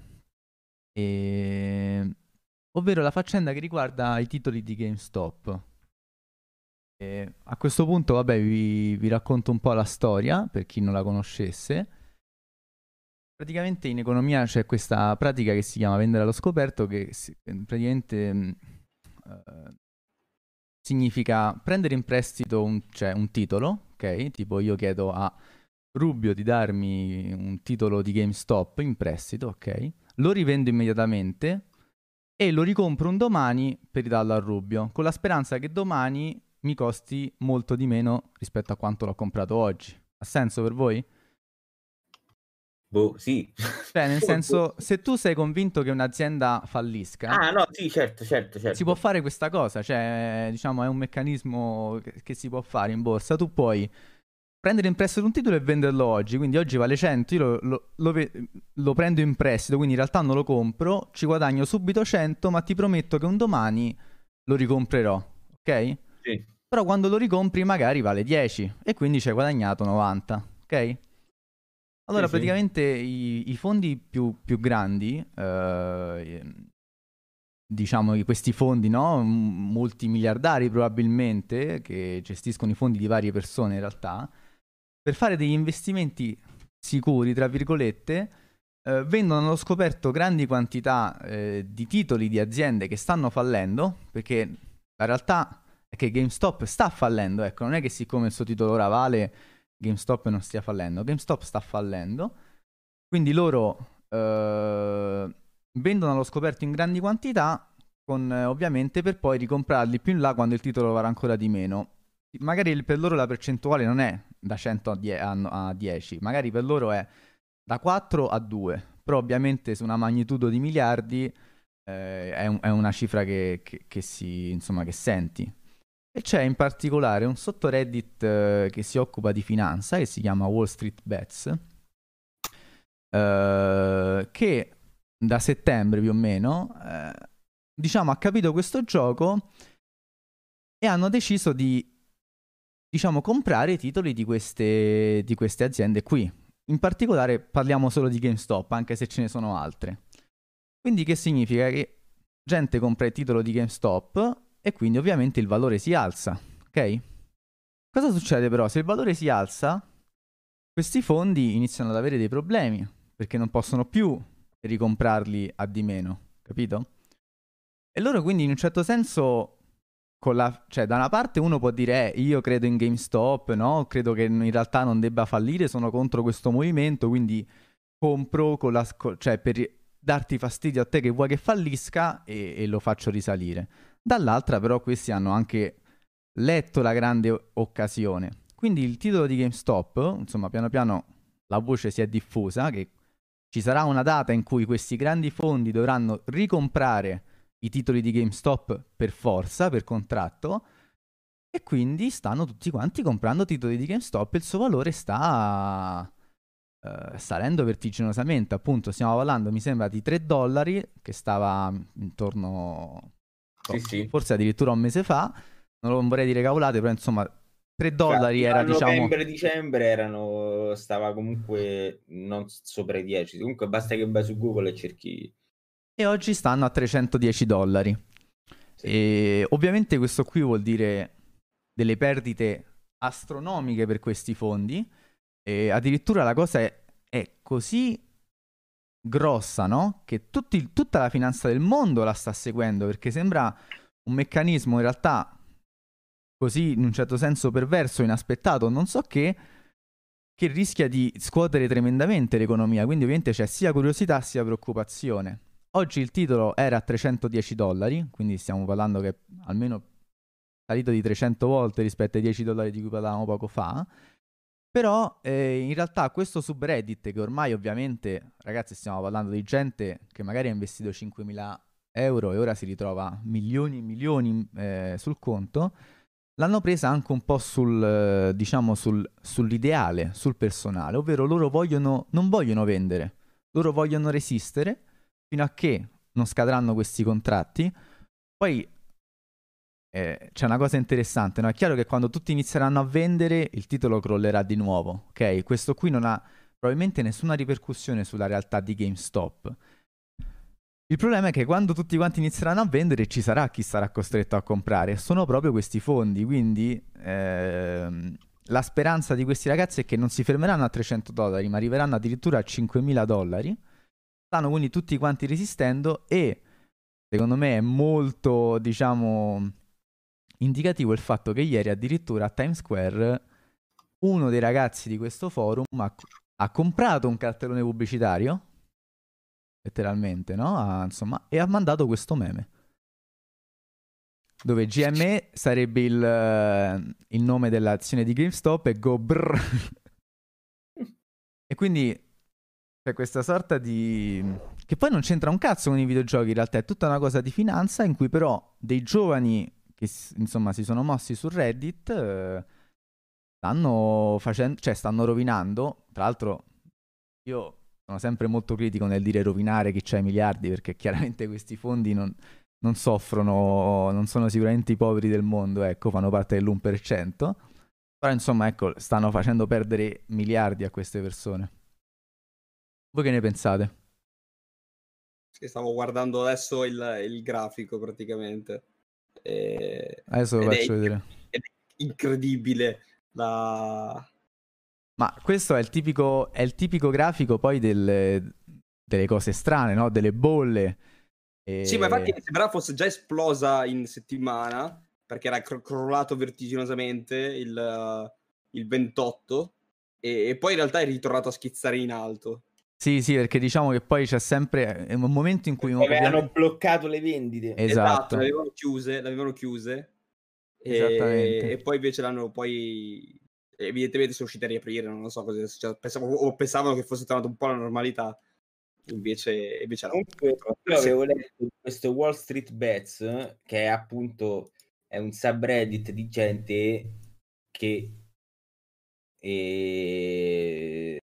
E... ovvero la faccenda che riguarda i titoli di GameStop. E a questo punto, vabbè, vi, vi racconto un po' la storia, per chi non la conoscesse. Praticamente in economia c'è questa pratica che si chiama vendere allo scoperto, che si- praticamente mh, eh, significa prendere in prestito un, cioè, un titolo, ok? Tipo io chiedo a Rubio di darmi un titolo di GameStop in prestito, ok? Lo rivendo immediatamente e lo ricompro un domani per ridarlo a Rubio, con la speranza che domani mi costi molto di meno rispetto a quanto l'ho comprato oggi. Ha senso per voi? Boh, sì. Cioè, nel senso, se tu sei convinto che un'azienda fallisca, Ah, no, sì, certo, certo, certo. si può fare questa cosa, cioè, diciamo, è un meccanismo che, che si può fare in borsa. Tu puoi prendere in prestito un titolo e venderlo oggi, quindi oggi vale cento, io lo, lo- lo ve- lo prendo in prestito, quindi in realtà non lo compro, ci guadagno subito cento, ma ti prometto che un domani lo ricomprerò, ok? Sì. Però quando lo ricompri magari vale dieci e quindi ci hai guadagnato novanta, ok? Allora, Sì, sì. praticamente i, i fondi più, più grandi, eh, diciamo di questi fondi, no? M- multimiliardari probabilmente, che gestiscono i fondi di varie persone in realtà, per fare degli investimenti sicuri, tra virgolette, eh, vendono allo scoperto grandi quantità eh, di titoli di aziende che stanno fallendo, perché la realtà è che GameStop sta fallendo, ecco, non è che siccome il suo titolo ora vale GameStop non stia fallendo, GameStop sta fallendo, quindi loro eh, vendono allo scoperto in grandi quantità, con, eh, ovviamente per poi ricomprarli più in là quando il titolo varrà ancora di meno. Magari il- per loro la percentuale non è da cento a die- a- a dieci, magari per loro è da quattro a due, però ovviamente su una magnitudo di miliardi eh, è, un- è una cifra che, che- che si, insomma, che senti. E c'è in particolare un sottoreddit eh, che si occupa di finanza, che si chiama Wall Street Bets, eh, che da settembre più o meno, eh, diciamo, ha capito questo gioco e hanno deciso di, diciamo, comprare i titoli di queste, di queste aziende qui. In particolare parliamo solo di GameStop, anche se ce ne sono altre. Quindi che significa? Che gente compra il titolo di GameStop e quindi ovviamente il valore si alza, ok? Cosa succede però? Se il valore si alza, questi fondi iniziano ad avere dei problemi, perché non possono più ricomprarli a di meno, capito? E loro quindi in un certo senso, con la, cioè da una parte uno può dire eh, io credo in GameStop, no? Credo che in realtà non debba fallire, sono contro questo movimento, quindi compro con la, sco- cioè per darti fastidio a te che vuoi che fallisca e, e lo faccio risalire. Dall'altra però questi hanno anche letto la grande o- occasione. Quindi il titolo di GameStop, insomma, piano piano la voce si è diffusa che ci sarà una data in cui questi grandi fondi dovranno ricomprare i titoli di GameStop per forza, per contratto, e quindi stanno tutti quanti comprando titoli di GameStop e il suo valore sta eh, salendo vertiginosamente. Appunto, stiamo parlando, mi sembra, di tre dollari, che stava intorno, Sì, sì. forse addirittura un mese fa. Non lo- non vorrei dire cavolate, però insomma, tre dollari Fino era, a diciamo... novembre-dicembre erano, stava comunque non sopra i dieci. Comunque basta che vai su Google e cerchi. E oggi stanno a trecentodieci dollari. Sì. E ovviamente questo qui vuol dire delle perdite astronomiche per questi fondi. E addirittura la cosa è, è così grossa, no? Che tutti- tutta la finanza del mondo la sta seguendo, perché sembra un meccanismo in realtà così, in un certo senso, perverso, inaspettato, non so che, che rischia di scuotere tremendamente l'economia. Quindi ovviamente c'è sia curiosità sia preoccupazione. Oggi il titolo era a trecentodieci dollari, quindi stiamo parlando che è almeno salito di trecento volte rispetto ai dieci dollari di cui parlavamo poco fa. Però eh, in realtà questo subreddit, che ormai ovviamente, ragazzi, stiamo parlando di gente che magari ha investito cinquemila euro e ora si ritrova milioni e milioni eh, sul conto, l'hanno presa anche un po' sul, eh, diciamo, sul, sull'ideale, sul personale, ovvero loro vogliono, non vogliono vendere, loro vogliono resistere fino a che non scadranno questi contratti. Poi eh, c'è una cosa interessante, no? È chiaro che quando tutti inizieranno a vendere il titolo crollerà di nuovo, ok? Questo qui non ha probabilmente nessuna ripercussione sulla realtà di GameStop. Il problema è che quando tutti quanti inizieranno a vendere ci sarà chi sarà costretto a comprare. Sono proprio questi fondi, quindi ehm, la speranza di questi ragazzi è che non si fermeranno a trecento dollari, ma arriveranno addirittura a cinquemila dollari. Stanno quindi tutti quanti resistendo e secondo me è molto, diciamo, indicativo il fatto che ieri addirittura a Times Square uno dei ragazzi di questo forum ha, ha comprato un cartellone pubblicitario, letteralmente, no? Ha, insomma, e ha mandato questo meme dove G M E sarebbe il, uh, il nome dell'azione di GameStop e go brrr. E quindi c'è questa sorta di... che poi non c'entra un cazzo con i videogiochi, in realtà è tutta una cosa di finanza in cui però dei giovani che insomma si sono mossi su Reddit eh, stanno facendo, cioè stanno rovinando. Tra l'altro io sono sempre molto critico nel dire rovinare chi c'ha i miliardi, perché chiaramente questi fondi non, non soffrono, non sono sicuramente i poveri del mondo, ecco, fanno parte dell'uno per cento. Però insomma, ecco, stanno facendo perdere miliardi a queste persone. Voi che ne pensate? Sì, stavo guardando adesso il, il grafico praticamente. E... Adesso lo ed faccio è, vedere. Ed è incredibile la... Ma questo è il tipico, è il tipico grafico poi del, delle cose strane, no? Delle bolle. E... Sì, ma infatti sembrava fosse già esplosa in settimana, perché era cr- crollato vertiginosamente il, uh, il ventotto, e, e poi in realtà è ritornato a schizzare in alto. Sì, sì, perché diciamo che poi c'è sempre è un momento in cui... Avevano ovviamente... bloccato le vendite. Esatto. Esatto, le avevano chiuse, le avevano chiuse. Esattamente. E, e poi invece l'hanno poi... evidentemente sono usciti a riaprire, non lo so cosa cioè, pensavo, o pensavano che fosse tornato un po' alla normalità. Invece, invece no. Comunque, io avevo letto questo Wall Street Bets, che è appunto è un subreddit di gente che e...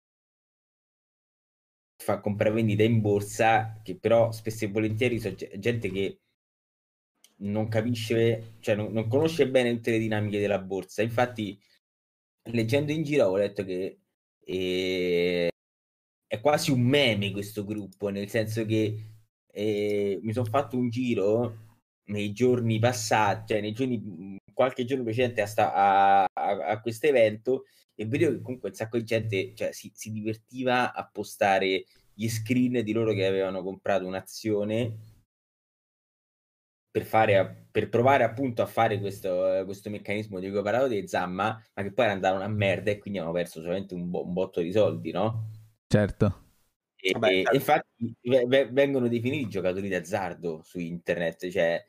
fa compravendita in borsa, che però spesso e volentieri sono gente che non capisce, cioè non, non conosce bene tutte le dinamiche della borsa. Infatti, leggendo in giro ho letto che eh, è quasi un meme questo gruppo, nel senso che eh, mi sono fatto un giro nei giorni passati, cioè nei giorni, qualche giorno precedente a, sta, a, a, a questo evento, e vedevo che comunque un sacco di gente, cioè, si, si divertiva a postare gli screen di loro che avevano comprato un'azione per fare per provare appunto a fare questo, questo meccanismo di cui ho parlato di Zamma, ma che poi era andato una merda e quindi hanno perso solamente un, bo- un botto di soldi, no? Certo. E, Vabbè, e certo. infatti v- v- vengono definiti giocatori d'azzardo su internet, cioè,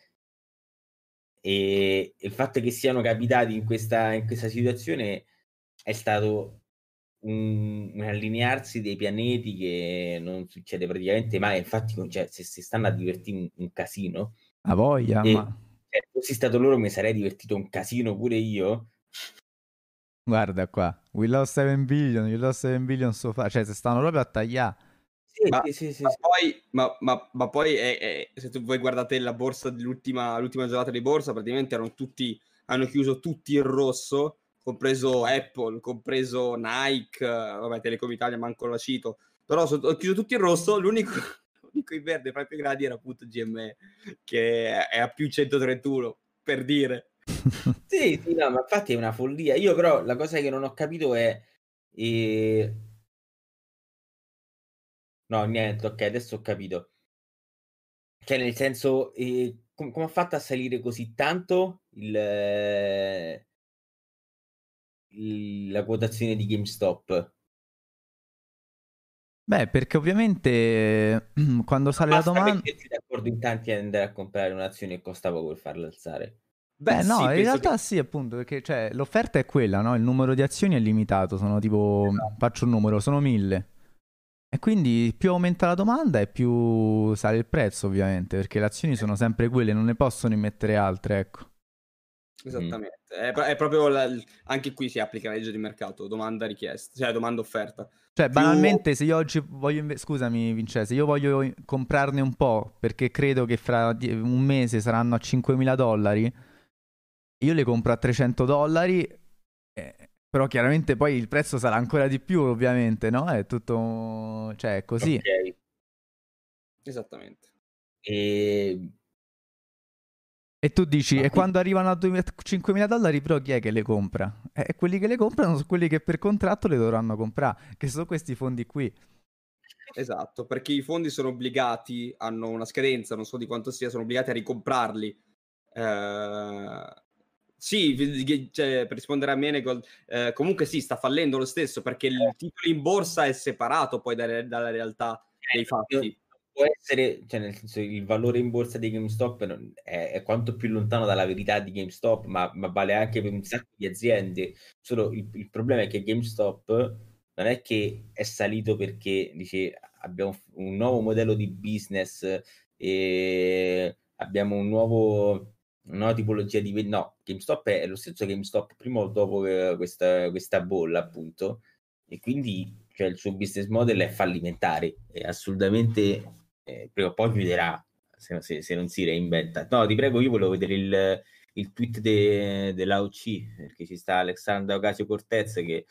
e il fatto che siano capitati in questa, in questa situazione è stato un, un allinearsi dei pianeti che non succede praticamente mai. Infatti, cioè, se si stanno a divertire un, un casino, A voglia, e ma... se fossi stato loro mi sarei divertito un casino pure io. Guarda qua, we lost seven billion, we lost seven billion so far. Cioè, se stanno proprio a tagliare. Sì, ma, sì, sì, sì, ma sì. poi, ma, ma, ma poi è, è, se tu voi guardate la borsa dell'ultima l'ultima giornata di borsa, praticamente erano tutti, hanno chiuso tutti in rosso, compreso Apple, compreso Nike, vabbè, Telecom Italia manco la cito, però sono, ho chiuso tutti in rosso, l'unico, l'unico in verde fra i più gradi era appunto G M E, che è a più centotrentuno, per dire. Sì, sì, no, ma infatti è una follia. Io però la cosa che non ho capito è eh... no, niente, ok, adesso ho capito. Cioè, nel senso, eh, com- come ha fatto a salire così tanto il, eh, il- la quotazione di GameStop? Beh, perché ovviamente quando sale la Basta domanda... mettersi d'accordo in tanti e andare a comprare un'azione che costa poco per farla alzare. Beh, Beh, sì, no, in penso realtà che... sì, appunto, perché cioè, l'offerta è quella, no? Il numero di azioni è limitato, sono tipo, faccio un numero, sono mille. E quindi più aumenta la domanda e più sale il prezzo, ovviamente, perché le azioni sono sempre quelle, non ne possono immettere altre, ecco. Esattamente, mm. è, è proprio la, anche qui si applica la legge di mercato, domanda richiesta, cioè domanda offerta. Cioè, Più... banalmente, se io oggi voglio, inve- scusami Vincenzo, se io voglio comprarne un po' perché credo che fra die- un mese saranno a cinquemila dollari, io le compro a trecento dollari, eh, però chiaramente poi il prezzo sarà ancora di più, ovviamente, no? È tutto, cioè, è così. Ok. Esattamente. E... E tu dici, Ma e qui- quando arrivano a cinquemila dollari, però chi è che le compra? E eh, quelli che le comprano sono quelli che per contratto le dovranno comprare, che sono questi fondi qui. Esatto, perché i fondi sono obbligati, hanno una scadenza, non so di quanto sia, sono obbligati a ricomprarli. Eh, sì, cioè, per rispondere a Menegold, eh, comunque sì, sta fallendo lo stesso, perché il titolo in borsa è separato poi da, dalla realtà dei fatti. Può essere, cioè nel senso, il valore in borsa di GameStop è, è quanto più lontano dalla verità di GameStop, ma, ma vale anche per un sacco di aziende. Solo il, il problema è che GameStop non è che è salito perché dice abbiamo un nuovo modello di business e abbiamo un nuovo, una nuova tipologia di... No, GameStop è lo stesso GameStop prima o dopo questa, questa bolla, appunto, e quindi cioè, il suo business model è fallimentare, è assolutamente... Eh, prima o poi chiuderà se, se, se non si reinventa. No, ti prego, io volevo vedere il, il tweet de, dell'A O C, perché ci sta Alexandra Ocasio-Cortez che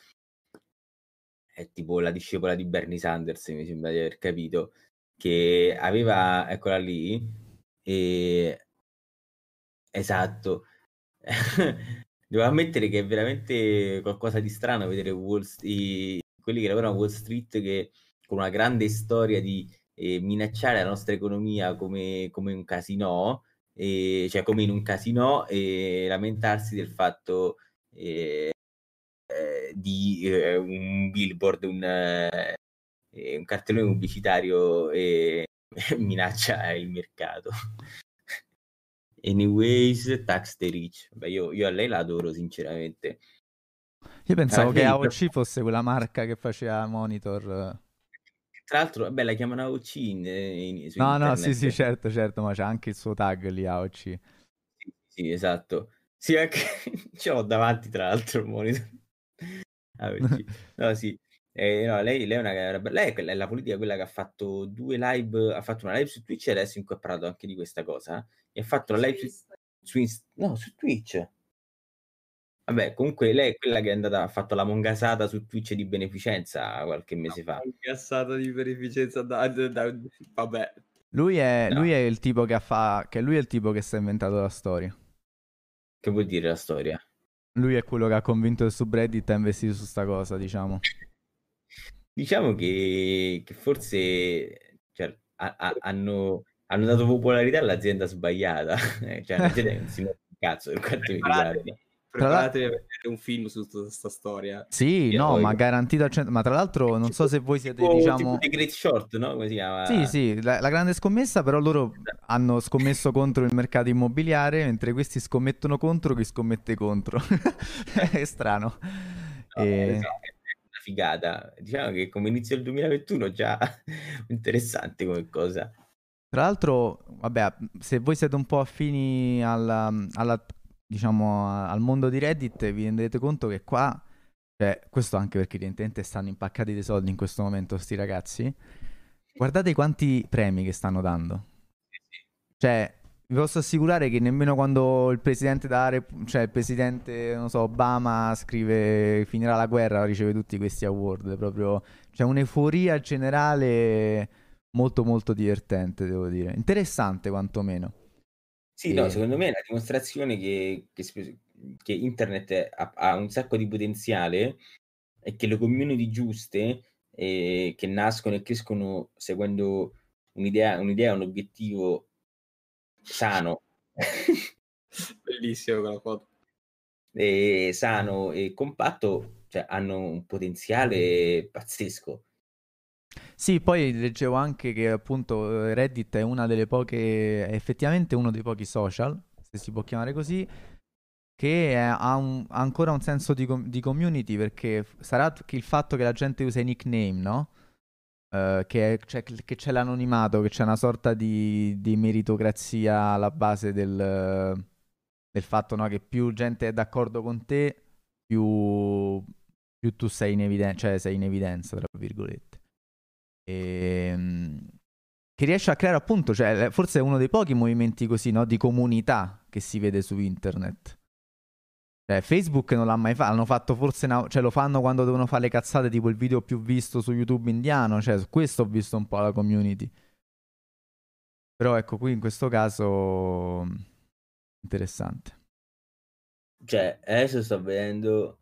è tipo la discepola di Bernie Sanders, mi sembra di aver capito, che aveva, eccola lì, e... esatto. Devo ammettere che è veramente qualcosa di strano vedere Wall Street, quelli che lavorano a Wall Street che con una grande storia di eh, minacciare la nostra economia come, come un casino, e, cioè come in un casino, e lamentarsi del fatto eh, eh, di eh, un billboard, un, eh, un cartellone pubblicitario e minaccia il mercato. Anyways, tax the rich. Beh, io, io a lei la adoro sinceramente. Io pensavo Ah, che lei, A O C fosse quella marca che faceva monitor. tra l'altro, vabbè, la chiamano A O C in, in, su No, no, sì, internet. sì, certo, certo, ma c'è anche il suo tag lì, A O C. Sì, sì, esatto. Sì, anche ce l'ho davanti, tra l'altro, il monitor. A O C. No, sì. Eh, no, lei, lei, è una, lei è, quella, è la politica, quella che ha fatto due live, ha fatto una live su Twitch e adesso in cui ha parlato anche di questa cosa. E ha fatto la live su, su Inst- no, su Twitch. Vabbè, comunque lei è quella che è andata, ha fatto la mongasata su Twitch di beneficenza qualche mese fa. Mongasata di beneficenza da, da, da, vabbè. Lui è, No. lui è il tipo che ha fa, che lui è il tipo che si è inventato la storia. Che vuol dire la storia? Lui è quello che ha convinto il subreddit a investire su sta cosa, diciamo. Diciamo che, che forse cioè, a, a, hanno, hanno dato popolarità all'azienda sbagliata. Cioè, l'azienda non si muove un cazzo per quanto mi riguarda. Preparatevi a vedere un film su tutta questa storia. Sì, Io no, voglio. ma garantito al cento. Ma tra l'altro non so se voi siete, tipo, diciamo... tipo The Great Short, no? Come si chiama? Sì, sì, la, la grande scommessa, però loro hanno scommesso contro il mercato immobiliare, mentre questi scommettono contro chi scommette contro. È strano. No, E... esatto, è una figata. Diciamo che come inizio del duemilaventuno già interessante come cosa. Tra l'altro, vabbè, se voi siete un po' affini alla, alla, diciamo, al mondo di Reddit, vi rendete conto che qua, cioè, questo anche perché evidentemente stanno impaccati dei soldi in questo momento sti ragazzi, guardate quanti premi che stanno dando. Cioè, vi posso assicurare che nemmeno quando il presidente da Rep- cioè il presidente, non so, Obama scrive finirà la guerra, riceve tutti questi award, proprio c'è un'euforia generale molto molto divertente, devo dire. Interessante quantomeno. Sì, E... no, secondo me è la dimostrazione che, che, che internet ha, ha un sacco di potenziale e che le community giuste eh, che nascono e crescono seguendo un'idea, un'idea, un obiettivo sano, Bellissimo quella foto. e sano e compatto, cioè hanno un potenziale pazzesco. Sì, poi leggevo anche che appunto Reddit è una delle poche, è effettivamente uno dei pochi social, se si può chiamare così, che è- ha, un- ha ancora un senso di, com- di community, perché f- sarà che il fatto che la gente usa i nickname, no? Eh, che, è- c'è, che c'è l'anonimato, che c'è una sorta di, di meritocrazia alla base del, del fatto, no, che più gente è d'accordo con te, più, più tu sei in evidenza, cioè sei in evidenza, tra virgolette. E, che riesce a creare appunto, cioè forse è uno dei pochi movimenti così, no, di comunità che si vede su internet. Cioè Facebook non l'ha mai fatto, hanno fatto forse, una, cioè lo fanno quando devono fare le cazzate, tipo il video più visto su YouTube indiano, cioè su questo ho visto un po' la community. Però ecco, qui in questo caso interessante. Cioè, adesso sto vedendo...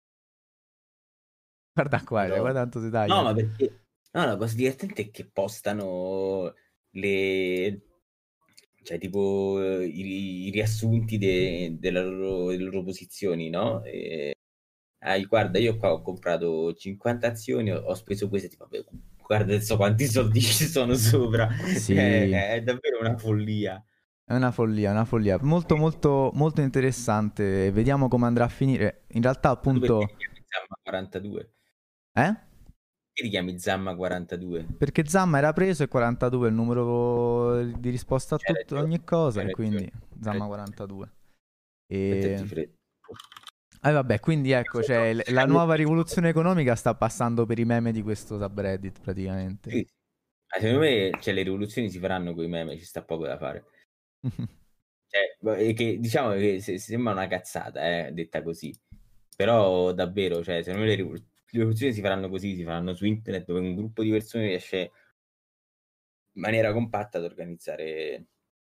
Guarda qua, no, guarda quanto si taglia. no, ma perché... No, la cosa divertente è che postano le... cioè tipo eh, i, i riassunti de, della loro, delle loro posizioni, no? E, ah, guarda, io qua ho comprato cinquanta azioni, ho, ho speso queste, tipo, vabbè, guarda adesso quanti soldi ci sono sopra. Sì. È, è davvero una follia. È una follia, una follia. Molto, molto, molto interessante. Vediamo come andrà a finire. In realtà, appunto... Perché ti chiami Zamma quarantadue? Eh? Perché ti chiami Zamma quarantadue? Perché Zamma era preso e quarantadue è il numero di risposta a C'hai tutto, ragione, ogni cosa, c'hai e quindi ragione. Zamma quarantadue. Metterti E... freddo. Ah, vabbè, quindi ecco, cioè, l- la nuova rivoluzione economica sta passando per i meme di questo subreddit, praticamente. Sì. Ah, secondo me, cioè, le rivoluzioni si faranno con i meme, ci sta poco da fare. Cioè, è che, diciamo che se, sembra una cazzata, eh, detta così. Però davvero, cioè, secondo me le, rivol- le rivoluzioni si faranno così, si faranno su internet, dove un gruppo di persone riesce in maniera compatta ad organizzare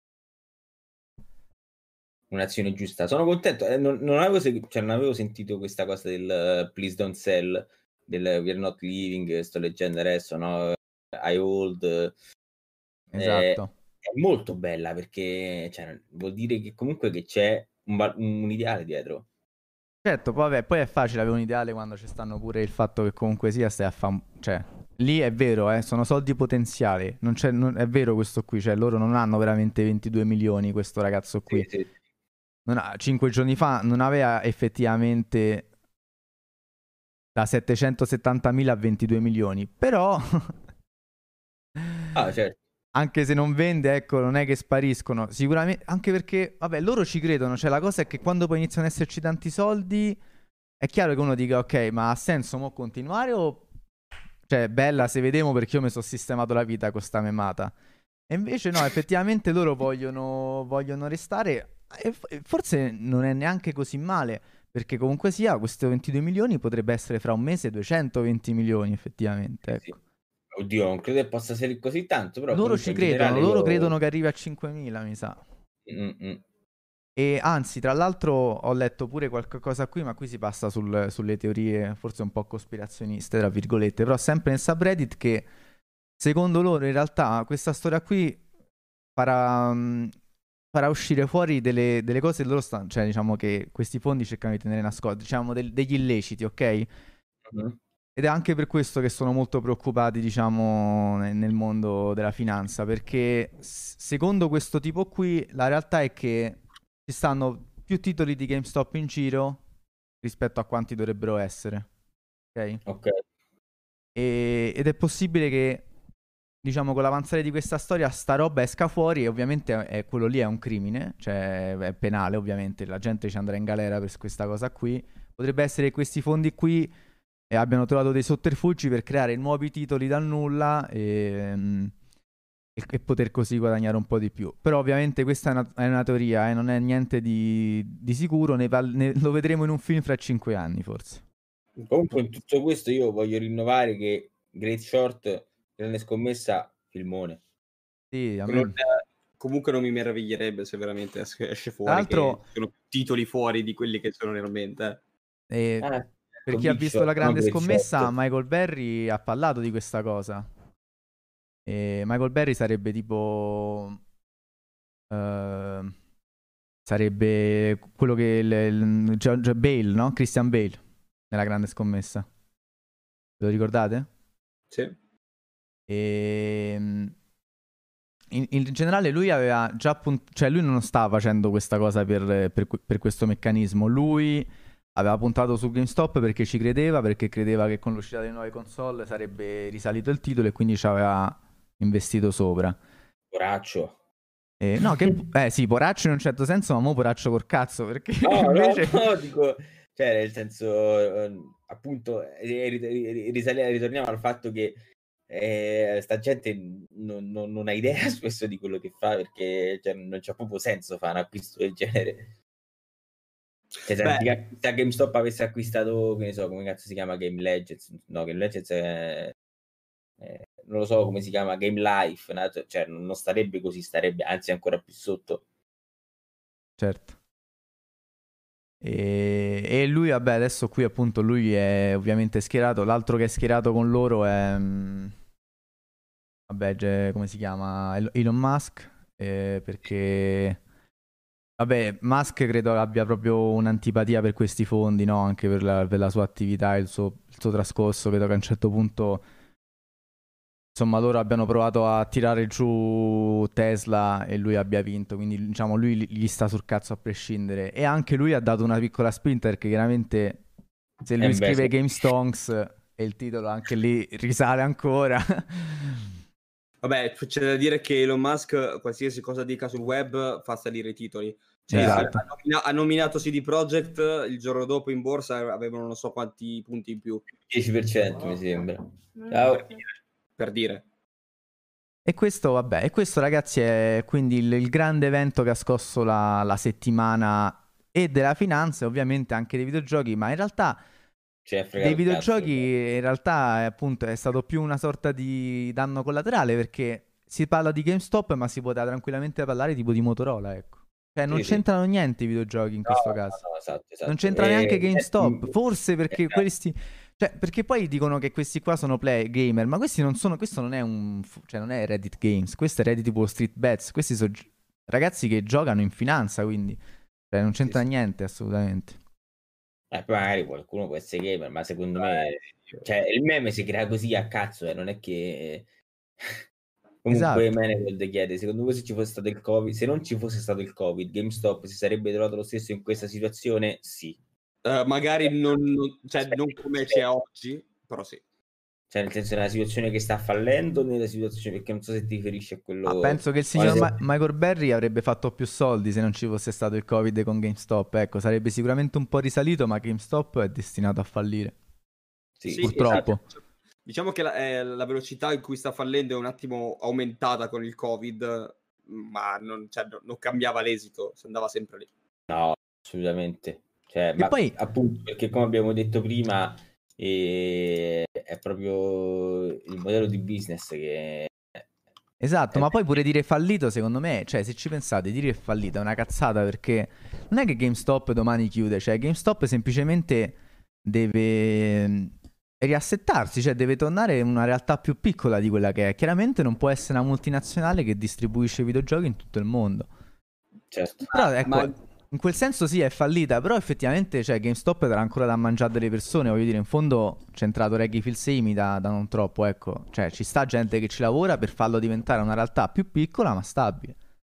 un'azione giusta. Sono contento, eh, non, non avevo segu- cioè, non avevo sentito questa cosa del uh, please don't sell, del we're not living, sto leggendo adesso, no? I hold. Eh, Esatto. è molto bella perché cioè, vuol dire che comunque che c'è un, va- un ideale dietro. Certo, poi, vabbè, poi è facile avere un ideale quando ci stanno pure il fatto che comunque sia stai a fare... Cioè, lì è vero, eh, sono soldi potenziali. Non c'è, non- è vero questo qui, cioè loro non hanno veramente ventidue milioni, questo ragazzo qui. Sì, sì. Non ha, cinque giorni fa non aveva effettivamente da settecentosettantamila a ventidue milioni, però... Ah, certo. Anche se non vende, ecco, non è che spariscono. Sicuramente, anche perché, vabbè, loro ci credono. Cioè, la cosa è che quando poi iniziano ad esserci tanti soldi, è chiaro che uno dica, ok, ma ha senso mo continuare o... Cioè, bella se vediamo perché io mi sono sistemato la vita con sta memata. E invece no, effettivamente loro vogliono, vogliono restare. E forse non è neanche così male, perché comunque sia, questi ventidue milioni potrebbe essere fra un mese duecentoventi milioni, effettivamente, ecco. Sì. Oddio, non credo che possa essere così tanto, però Loro comunque ci in credono, generale loro io... credono che arrivi a cinquemila, mi sa. Mm-mm. E anzi, tra l'altro ho letto pure qualche cosa qui, ma qui si passa sul- sulle teorie forse un po' cospirazioniste, tra virgolette, però sempre nel subreddit che secondo loro in realtà questa storia qui farà, mm, farà uscire fuori delle, delle cose che loro stanno, cioè diciamo che questi fondi cercano di tenere nascosti, diciamo del- degli illeciti, ok? Mm-hmm. Ed è anche per questo che sono molto preoccupati, diciamo, ne- nel mondo della finanza, perché s- secondo questo tipo qui la realtà è che ci stanno più titoli di GameStop in giro rispetto a quanti dovrebbero essere, ok? Ok. E- ed è possibile che, diciamo, con l'avanzare di questa storia sta roba esca fuori e ovviamente è, quello lì è un crimine, cioè è penale ovviamente, la gente ci andrà in galera per questa cosa qui. Potrebbe essere che questi fondi qui e abbiano trovato dei sotterfugi per creare nuovi titoli dal nulla e, mm, e- e poter così guadagnare un po' di più. Però ovviamente questa è una, è una teoria, eh, non è niente di, di sicuro, ne val- ne- lo vedremo in un film fra cinque anni forse. Comunque in tutto questo io voglio rinnovare che Great Short, grande scommessa, filmone. Sì, a Non- me... comunque non mi meraviglierebbe se veramente es- esce Tra fuori che l'altro, ci sono titoli fuori di quelli che sono realmente. eh, Ah, per ecco, chi ha Big visto Short, la no grande Great scommessa, Short. Michael Berry ha parlato di questa cosa. E Michael Berry sarebbe tipo... eh, sarebbe quello che... Il, il- Gio- Gio- Bale, no? Christian Bale, nella grande scommessa. Ve lo ricordate? Sì. E... In, in generale lui aveva già appunt- cioè lui non stava facendo questa cosa per, per, per questo meccanismo. Lui aveva puntato su GameStop perché ci credeva, perché credeva che con l'uscita delle nuove console sarebbe risalito il titolo e quindi ci aveva investito sopra. Poraccio. Eh, no, che eh sì, poraccio in un certo senso, ma mo poraccio col cazzo, perché No, invece... no, no, dico, cioè nel senso, eh, appunto, eh, ri- risali- ritorniamo al fatto che eh, sta gente non, non- non ha idea spesso di quello che fa, perché cioè, non c'ha proprio senso fare un acquisto del genere. Cioè, se Beh. antica- se GameStop avesse acquistato, che ne so, come cazzo si chiama, Game Legends, no, Game Legends è... eh, non lo so come si chiama, Game Life, no? Cioè non non starebbe così, starebbe anzi ancora più sotto. Certo. E, e lui, vabbè, adesso qui appunto lui è ovviamente schierato. L'altro che è schierato con loro è... mm, vabbè, c'è- come si chiama? El- Elon Musk, eh, perché... Vabbè, Musk credo abbia proprio un'antipatia per questi fondi, no? Anche per la, per la sua attività, il suo, il suo trascorso. Credo che a un certo punto, insomma, loro abbiano provato a tirare giù Tesla e lui abbia vinto. Quindi, diciamo, lui gli- gli sta sul cazzo a prescindere. E anche lui ha dato una piccola spinta perché chiaramente se lui Eh beh, scrive sì. GameStonks e il titolo anche lì risale ancora. Vabbè, c'è da dire che Elon Musk, qualsiasi cosa dica sul web, fa salire i titoli. Cioè, Esatto. ha, nomina- ha nominato C D Projekt, il giorno dopo in borsa avevano non so quanti punti in più, dieci per cento mi sembra. Ciao. per dire. E questo, vabbè, e questo ragazzi è quindi il, il grande evento che ha scosso la, la settimana e della finanza e ovviamente anche dei videogiochi, ma in realtà Cioè, frega dei il videogiochi cazzo. in realtà è, appunto è stato più una sorta di danno collaterale perché si parla di GameStop ma si poteva tranquillamente parlare tipo di Motorola, ecco. Cioè non Sì, sì. c'entrano niente i videogiochi in No, questo no, caso. no, esatto, esatto. Non c'entra E- neanche GameStop, eh, forse perché esatto. questi... Cioè, perché poi dicono che questi qua sono play gamer, ma questi non sono... Questo non è un... fu- cioè, non è Reddit Games, questo è Reddit Wall Street Bets. Questi sono gi- ragazzi che giocano in finanza, quindi... Cioè, non c'entra Sì, sì. niente, assolutamente. Eh, poi magari qualcuno può essere gamer, ma secondo me, cioè, il meme si crea così a cazzo, eh, non è che... Comunque, Esatto. Manifold chiede, secondo voi se ci fosse stato il Covid, se non ci fosse stato il Covid, GameStop si sarebbe trovato lo stesso in questa situazione? Sì. Eh, magari non, non- cioè, non come c'è oggi, però sì. Cioè, nel senso, nella situazione che sta fallendo, nella situazione, perché non so se ti riferisci a quello... Ma penso che il signor Ma- Michael Berry avrebbe fatto più soldi se non ci fosse stato il Covid con GameStop. Ecco, sarebbe sicuramente un po' risalito, ma GameStop è destinato a fallire. Sì, Sì, purtroppo. esatto. Diciamo che la, eh, la velocità in cui sta fallendo è un attimo aumentata con il Covid, ma non, cioè, no- non cambiava l'esito, si andava sempre lì. No, assolutamente. Cioè, E ma poi... appunto, perché come abbiamo detto prima, eh, è proprio il modello di business che... Esatto, è- ma poi pure dire fallito, secondo me, cioè se ci pensate, dire è fallito è una cazzata perché non è che GameStop domani chiude, cioè GameStop semplicemente deve mm, riassettarsi, cioè deve tornare in una realtà più piccola di quella che è. Chiaramente non può essere una multinazionale che distribuisce videogiochi in tutto il mondo. Certo. Però ecco, Ma in quel senso sì è fallita, però effettivamente cioè, GameStop darà ancora da mangiare delle persone, voglio dire, in fondo c'è entrato Reggie Fils-Aimee da, da non troppo, ecco, cioè ci sta gente che ci lavora per farlo diventare una realtà più piccola ma stabile.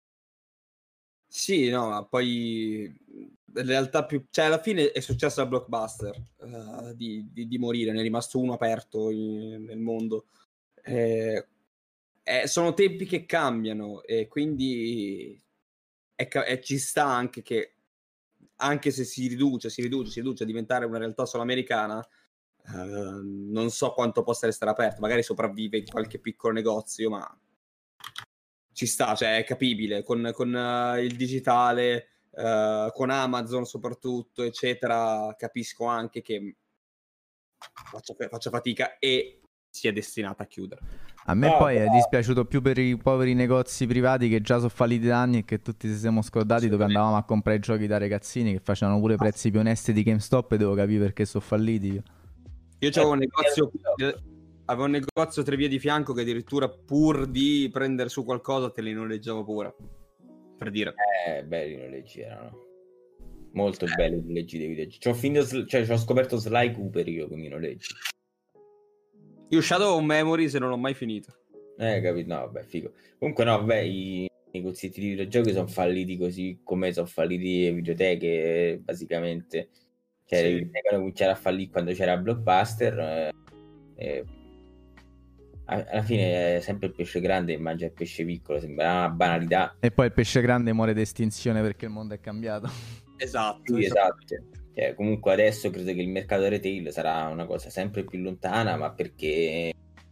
sì, no, ma poi in realtà più... Cioè, alla fine è successo a Blockbuster eh, di, di- di morire, ne è rimasto uno aperto in- nel mondo. Eh, eh, sono tempi che cambiano e quindi è ca- e ci sta anche che, anche se si riduce, si riduce, si riduce a diventare una realtà solo americana, eh, non so quanto possa restare aperto. Magari sopravvive in qualche piccolo negozio, ma ci sta, cioè è capibile. Con, con eh, il digitale, eh, con Amazon soprattutto, eccetera, capisco anche che faccia, faccia fatica e sia destinata a chiudere. A me No, poi è però- dispiaciuto più per i poveri negozi privati che già sono falliti da anni e che tutti ci siamo scordati dove andavamo a comprare i giochi da ragazzini che facevano pure prezzi più onesti di GameStop e devo capire perché sono falliti io. Io c'avevo un Eh, negozio, eh, avevo un negozio tre vie di fianco che addirittura pur di prendere su qualcosa te li noleggiavo pure. Per dire. Eh, belli i noleggi erano. Molto belli i noleggi dei videogiochi. C'ho, finito, cioè, c'ho scoperto Sly Cooper io con i noleggi. Io Shadow of Memories e non l'ho mai finito. Eh, capito? No, vabbè, figo. Comunque, no, vabbè, i negozietti di videogiochi sono falliti così come sono falliti le videoteche, basicamente. Cioè, Sì. le videoteche hanno cominciato a fallire quando c'era Blockbuster. Eh, eh, alla fine è sempre il pesce grande che mangia il pesce piccolo, sembra una banalità. E poi il pesce grande muore di estinzione perché il mondo è cambiato. Esatto, sì, esatto. Cioè, comunque adesso credo che il mercato retail sarà una cosa sempre più lontana, ma perché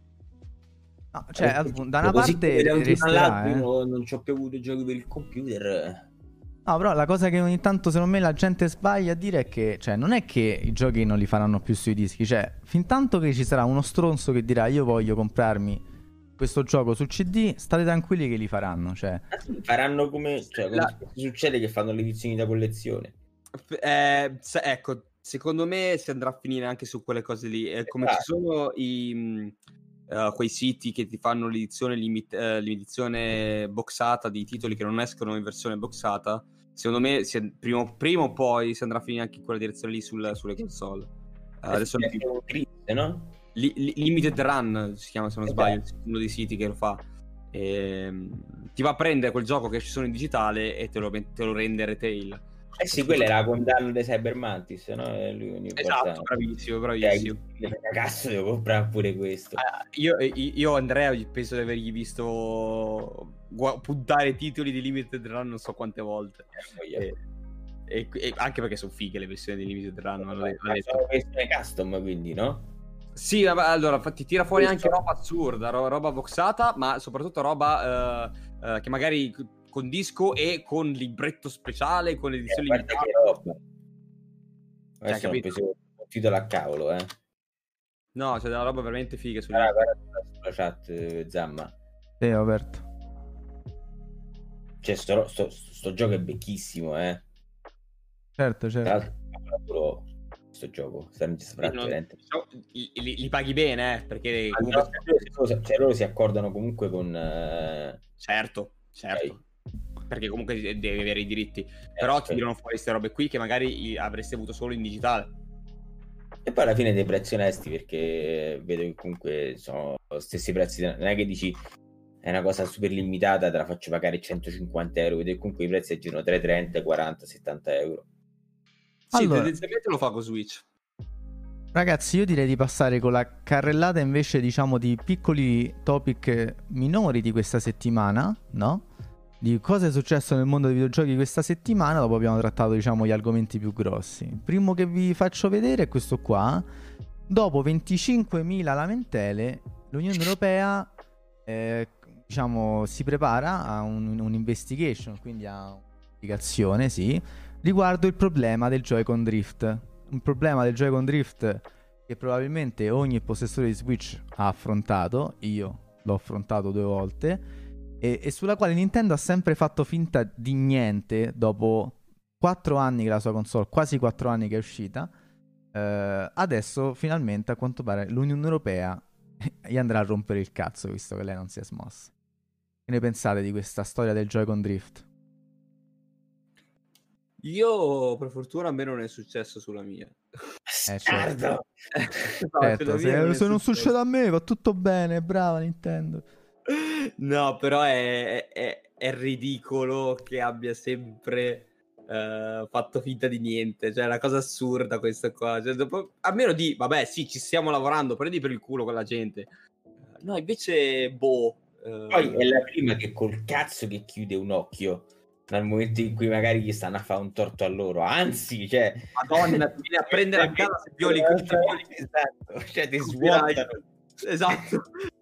no, cioè perché, da una parte da un resterà, eh. non, non ci ho più avuto giochi per il computer. No, però la cosa che ogni tanto secondo me la gente sbaglia a dire è che, cioè, non è che i giochi non li faranno più sui dischi, cioè, fin tanto che ci sarà uno stronzo che dirà io voglio comprarmi questo gioco sul C D, state tranquilli che li faranno, cioè. Faranno come, cioè, come la... succede che fanno le edizioni da collezione. Eh, se, ecco, secondo me si andrà a finire anche su quelle cose lì, eh, come esatto. Ci sono i... Uh, quei siti che ti fanno l'edizione, limit- uh, l'edizione boxata di titoli che non escono in versione boxata. Secondo me si è, prima, prima o poi si andrà a finire anche in quella direzione lì sul, sulle console. Uh, adesso è più... triste, no? Li, li, Limited Run si chiama, se non sbaglio, esatto. Uno dei siti che lo fa. E, ti va a prendere quel gioco che ci sono in digitale e te lo, te lo rende retail. Eh sì, quella era la condanna dei Cybermantis, no? È lui esatto, bravissimo, bravissimo. Cioè, cazzo, devo comprare pure questo. Uh, io, io Andrea penso di avergli visto gu- puntare titoli di Limited Run non so quante volte. Eh, e, e, e anche perché sono fighe le versioni di Limited Run. No, no, sono versioni custom, quindi, no? Sì, allora ti tira fuori questo... anche roba assurda, ro- roba boxata, ma soprattutto roba uh, uh, che magari... con disco e con libretto speciale, con edizioni eh, limitate. Che roba. Adesso ho preso un titolo a cavolo, eh. No, c'è della roba veramente figa su ah, sulla chat, Zamma. Sì, ho aperto. Cioè, sto, sto, sto gioco è becchissimo, eh. Certo, certo. Tra sto gioco, stanno non, li, li, li paghi bene, eh, perché comunque... no, cioè, loro si accordano comunque con... Uh... Certo, certo. Okay. Perché comunque devi avere i diritti, eh, però ti tirano fuori queste robe qui che magari avresti avuto solo in digitale. E poi alla fine dei prezzi onesti, perché vedo che comunque sono stessi prezzi, non è che dici è una cosa super limitata, te la faccio pagare centocinquanta euro, vedo che comunque i prezzi girano tra i trenta, quaranta, settanta euro. Sì, allora, tendenzialmente lo fa con Switch. Ragazzi, io direi di passare con la carrellata invece, diciamo, di piccoli topic minori di questa settimana, no? Di cosa è successo nel mondo dei videogiochi questa settimana. Dopo abbiamo trattato, diciamo, gli argomenti più grossi. Il primo che vi faccio vedere è questo qua. Dopo venticinquemila lamentele, l'Unione Europea eh, diciamo si prepara a un, un investigation, quindi a un'investigazione, sì, riguardo il problema del Joy-Con Drift. Un problema del Joy-Con Drift che probabilmente ogni possessore di Switch ha affrontato. Io l'ho affrontato due volte. E, e sulla quale Nintendo ha sempre fatto finta di niente dopo quattro anni che la sua console, quasi quattro anni che è uscita. Eh, adesso finalmente a quanto pare l'Unione Europea gli andrà a rompere il cazzo, visto che lei non si è smossa. Che ne pensate di questa storia del Joy-Con Drift? Io per fortuna a me non è successo sulla mia. Eh, certo. no, certo, se, non, se non succede a me va tutto bene, brava Nintendo. No, però è, è, è ridicolo che abbia sempre uh, fatto finta di niente. Cioè, è una cosa assurda questa qua. Cioè, dopo, almeno di, vabbè, sì, ci stiamo lavorando, prendi per il culo con la gente. No, invece, boh. Uh... Poi è la prima che col cazzo che chiude un occhio nel momento in cui magari gli stanno a fare un torto a loro. Anzi, cioè... Madonna, ti vieni a prendere a casa se violi questi violi. Esatto, cioè ti svuotano. Esatto.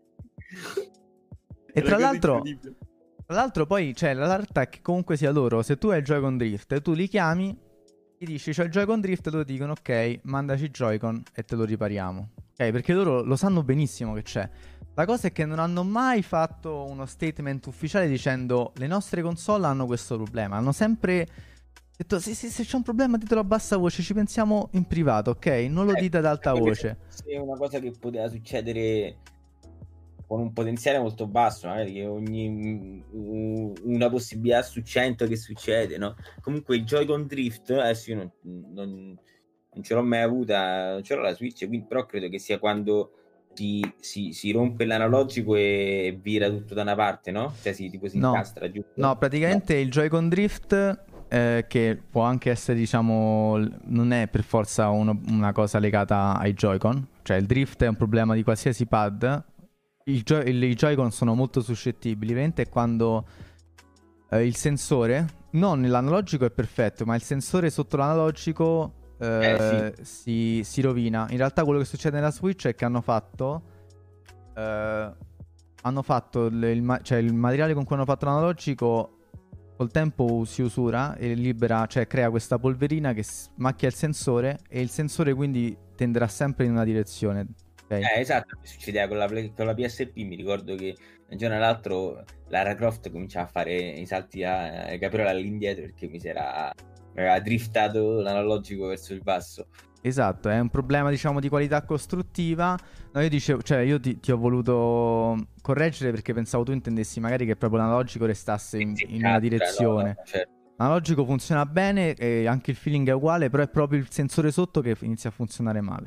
E tra l'altro, tra l'altro poi c'è la realtà è che comunque sia loro, se tu hai il Joy-Con Drift, tu li chiami, gli dici c'è il Joy-Con Drift, loro ti dicono ok, mandaci il Joy-Con e te lo ripariamo. Ok, perché loro lo sanno benissimo che c'è. La cosa è che non hanno mai fatto uno statement ufficiale dicendo le nostre console hanno questo problema. Hanno sempre detto sì, sì, se c'è un problema ditelo a bassa voce, ci pensiamo in privato, ok? Non lo eh, dite ad alta voce. È una cosa che poteva succedere con un potenziale molto basso, magari che ogni una possibilità su cento che succede, no? Comunque il Joy-Con Drift adesso io non, non, non ce l'ho mai avuta, non ce l'ho la Switch, quindi però credo che sia quando si, si, si rompe l'analogico e vira tutto da una parte, no? Cioè si tipo si no. incastra, giusto? No, praticamente no. Il Joy-Con Drift eh, che può anche essere, diciamo, non è per forza uno, una cosa legata ai Joy-Con, cioè il drift è un problema di qualsiasi pad i, Joy- il- i Joy-Con sono molto suscettibili. Ovviamente quando eh, il sensore, non l'analogico è perfetto, ma il sensore sotto l'analogico eh, Eh, si, si rovina. In realtà quello che succede nella Switch è che hanno fatto eh, hanno fatto il, il ma- cioè il materiale con cui hanno fatto l'analogico col tempo si usura e libera, cioè crea questa polverina che s- macchia il sensore, e il sensore quindi tenderà sempre in una direzione. Ok? Eh, esatto, mi succedeva con la, Play- con la P S P, mi ricordo che un giorno all'altro Lara Croft cominciava a fare i salti a, a capriola all'indietro perché mi si era mi aveva driftato l'analogico verso il basso. Esatto, è un problema, diciamo, di qualità costruttiva. No, io dicevo, cioè io ti, ti ho voluto correggere perché pensavo tu intendessi magari che proprio l'analogico restasse in, Sì, in una cioè, direzione. no, no, certo. L'analogico funziona bene e anche il feeling è uguale, però è proprio il sensore sotto che inizia a funzionare male.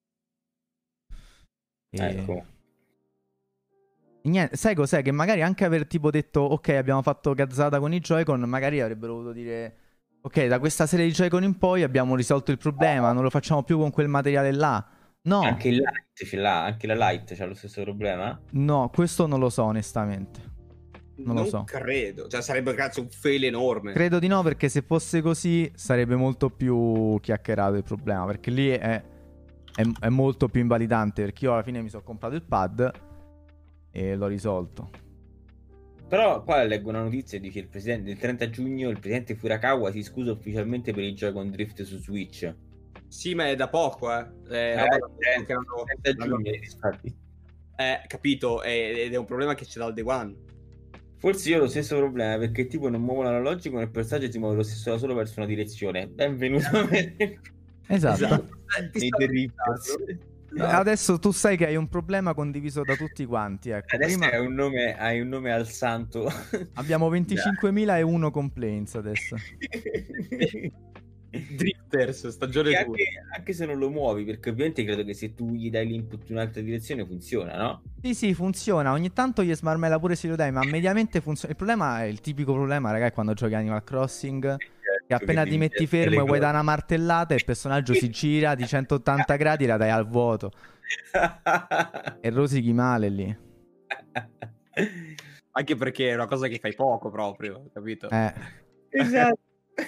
E... Ecco. e niente, sai cos'è? Che magari anche aver tipo detto ok, abbiamo fatto gazzata con i Joy-Con, magari avrebbero voluto dire ok, da questa serie di Joy-Con in poi abbiamo risolto il problema, non lo facciamo più con quel materiale là. No, Anche il Lite ce l'ha, anche la Lite c'ha lo stesso problema? no, questo non lo so onestamente. Non lo so. credo, cioè sarebbe cazzo un fail enorme. Credo di no, perché se fosse così sarebbe molto più chiacchierato il problema, perché lì è, è, è molto più invalidante, perché io alla fine mi sono comprato il pad e l'ho risolto. Però qua leggo una notizia e dice il presidente, il trenta giugno il presidente Furukawa si scusa ufficialmente per i Joy-Con Drift su Switch. Sì, ma è da poco, eh. È Eh, roba da poco trenta che hanno- trenta hanno- giugno, infatti. Eh, capito, è- ed è un problema che c'è dal day one. Forse io ho lo stesso problema perché tipo non muovo l'analogico ma il personaggio si muove lo stesso da solo verso una direzione. Benvenuto Esatto. Ti nei sto Drifters. Eh, Adesso tu sai che hai un problema condiviso da tutti quanti. Ecco, Adesso prima hai un nome, hai un nome al santo. abbiamo venticinquemilauno complaints adesso. Drifters, stagione Perché due. anche, anche se non lo muovi, perché ovviamente credo che se tu gli dai l'input in un'altra direzione funziona, no? Sì, sì, funziona. Ogni tanto gli smarmella pure se lo dai, ma mediamente funziona. Il problema è il tipico problema, ragazzi, quando giochi Animal Crossing. Che appena ti metti fermo e vuoi dare una martellata, il personaggio si gira di centottanta gradi e la dai al vuoto. E rosichi male lì. Anche perché è una cosa che fai poco proprio, capito? Eh. Esatto.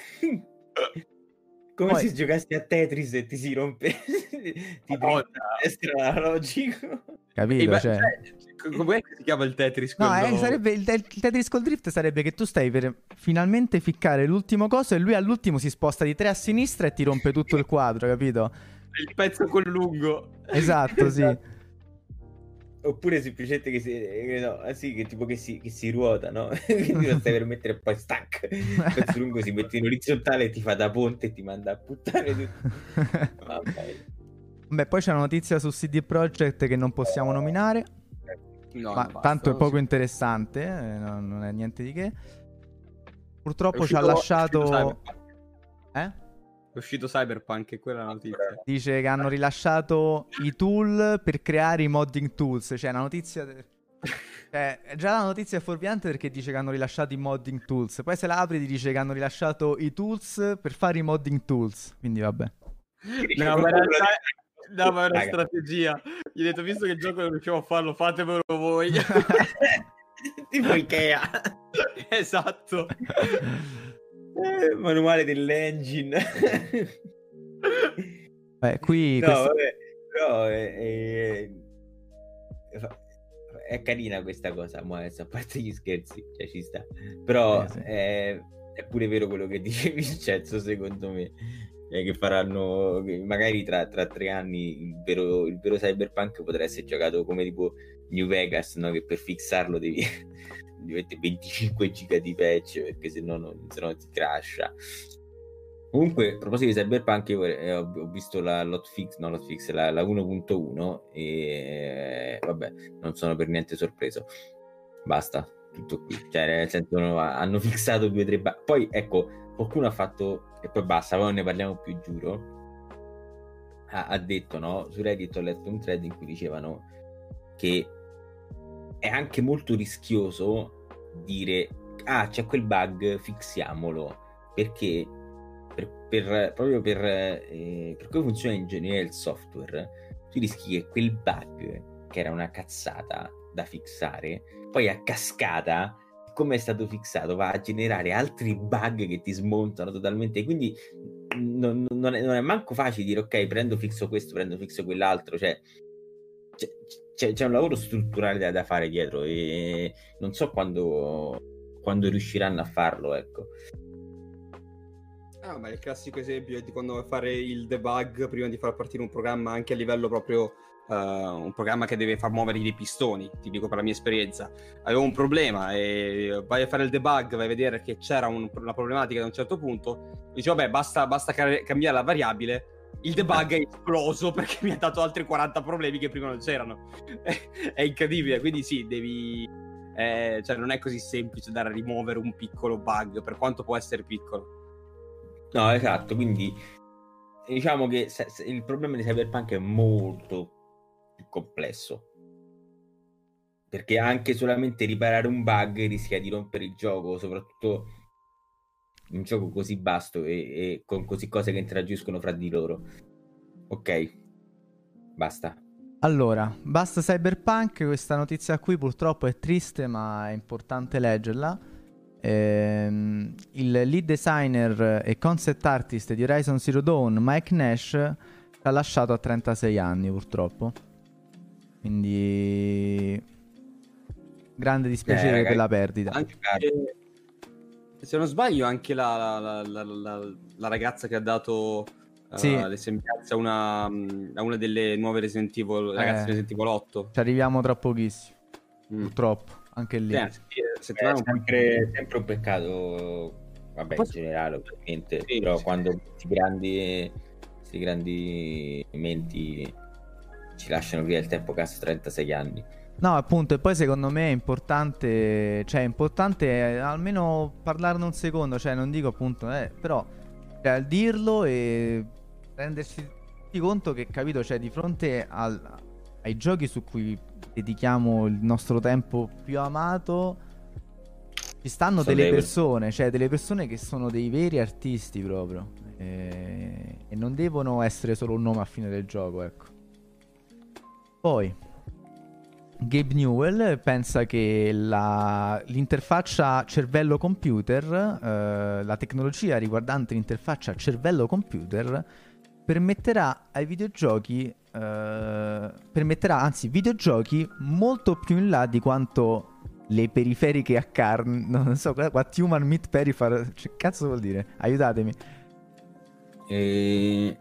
Come Poi- se giocassi a Tetris e ti si rompe ti Madonna. destra l'analogico. Capito? E Cioè... beh, com'è che si chiama il Tetris? No, quello- eh, sarebbe il, il Tetris col drift sarebbe che tu stai per finalmente ficcare l'ultimo coso e lui all'ultimo si sposta di tre a sinistra e ti rompe tutto il quadro, capito? il pezzo col lungo. Esatto, sì. Oppure semplicemente che si, che no, ah, sì, che tipo che si, che si ruota, no? Quindi lo stai per mettere e poi stack. Il pezzo lungo si mette in orizzontale e ti fa da ponte e ti manda a puttane tutto. Mamma mia. Beh, poi c'è una notizia su C D Projekt che non possiamo nominare, No, ma no, basta, tanto è non poco si- interessante, eh, non, non è niente di che. Purtroppo È ci ha uscito- è lasciato... uscito Cyberpunk. Eh? È uscito Cyberpunk, è quella la notizia. Dice che hanno rilasciato i tool per creare i modding tools. Cioè, una notizia. de- Cioè, già la notizia è fuorviante perché dice che hanno rilasciato i modding tools. Poi se la apri ti dice che hanno rilasciato i tools per fare i modding tools. Quindi vabbè. No, ma in realtà no, ma è una Raga. strategia. Gli ho detto, visto che il gioco non riusciamo a farlo, fatemelo voi. Tipo Ikea. Esatto. Eh, manuale dell'engine. Beh, qui. No, questo- vabbè, però è, è, è carina questa cosa, ma adesso, a parte gli scherzi, cioè ci sta. Però Eh, sì. è, è pure vero quello che dicevi, Vincenzo, secondo me, è che faranno, che magari tra, tra tre anni il vero, il vero Cyberpunk potrà essere giocato come tipo New Vegas, no? Che per fixarlo devi diventi venticinque giga di patch, perché se no non, se no ti crasha. Comunque, a proposito di Cyberpunk, io eh, ho, ho visto la l'hotfix, no l'hotfix, la, la uno punto uno e vabbè, non sono per niente sorpreso. Basta, tutto qui. Cioè, nel senso, no, hanno fissato due o tre ba- poi, ecco, qualcuno ha fatto, e poi basta, poi non ne parliamo più, giuro, ha, ha detto, no, su Reddit ho letto un thread in cui dicevano che è anche molto rischioso dire, ah, c'è quel bug, fixiamolo, perché per, per, proprio per, eh, per come funziona in genere il software, tu rischi che quel bug, che era una cazzata, da fissare, poi a cascata, come è stato fissato, va a generare altri bug che ti smontano totalmente, quindi non, non, è, non è manco facile dire ok, prendo fixo questo, prendo fixo quell'altro, cioè c'è, c'è, c'è un lavoro strutturale da, da fare dietro e non so quando, quando riusciranno a farlo, ecco. Ah, ma il classico esempio è di quando vuoi fare il debug prima di far partire un programma, anche a livello proprio uh, un programma che deve far muovere dei pistoni, ti dico per la mia esperienza. Avevo un problema e vai a fare il debug, vai a vedere che c'era un, una problematica da un certo punto, dici vabbè basta, basta car- cambiare la variabile, il debug è esploso perché mi ha dato altri quaranta problemi che prima non c'erano. È incredibile, quindi sì, devi... Eh, cioè non è così semplice da rimuovere un piccolo bug, per quanto può essere piccolo. No, esatto, quindi diciamo che se, se il problema di Cyberpunk è molto più complesso, perché anche solamente riparare un bug rischia di rompere il gioco, soprattutto un gioco così vasto e, e con così cose che interagiscono fra di loro. Ok, basta. Allora, basta Cyberpunk, questa notizia qui purtroppo è triste ma è importante leggerla. Ehm, il lead designer e concept artist di Horizon Zero Dawn, Mike Nash, l'ha lasciato a trentasei anni purtroppo. Quindi grande dispiacere eh, per la perdita. Anche, se non sbaglio anche la, la, la, la, la ragazza che ha dato sì. uh, le sembianze a una, a una delle nuove Resident Evil, ragazze eh, Resident Evil otto. Ci arriviamo tra pochissimo, mm. purtroppo. Anche lì eh, sì, è sempre, sempre un peccato, vabbè, in generale ovviamente, sì, però sì, quando questi grandi questi grandi menti ci lasciano via il tempo, cazzo, trentasei anni. No, appunto, e poi secondo me è importante, cioè è importante eh, almeno parlarne un secondo, cioè non dico appunto, eh, però cioè, dirlo e rendersi conto che, capito, cioè di fronte al, ai giochi su cui dedichiamo il nostro tempo più amato ci stanno sono delle persone, cioè delle persone che sono dei veri artisti proprio e, e non devono essere solo un nome a fine del gioco, ecco. Poi Gabe Newell pensa che la, l'interfaccia cervello-computer, eh, la tecnologia riguardante l'interfaccia cervello-computer permetterà ai videogiochi Uh, permetterà anzi videogiochi molto più in là di quanto le periferiche a carne, non so, what human meat peripher, che cazzo vuol dire? Aiutatemi. E...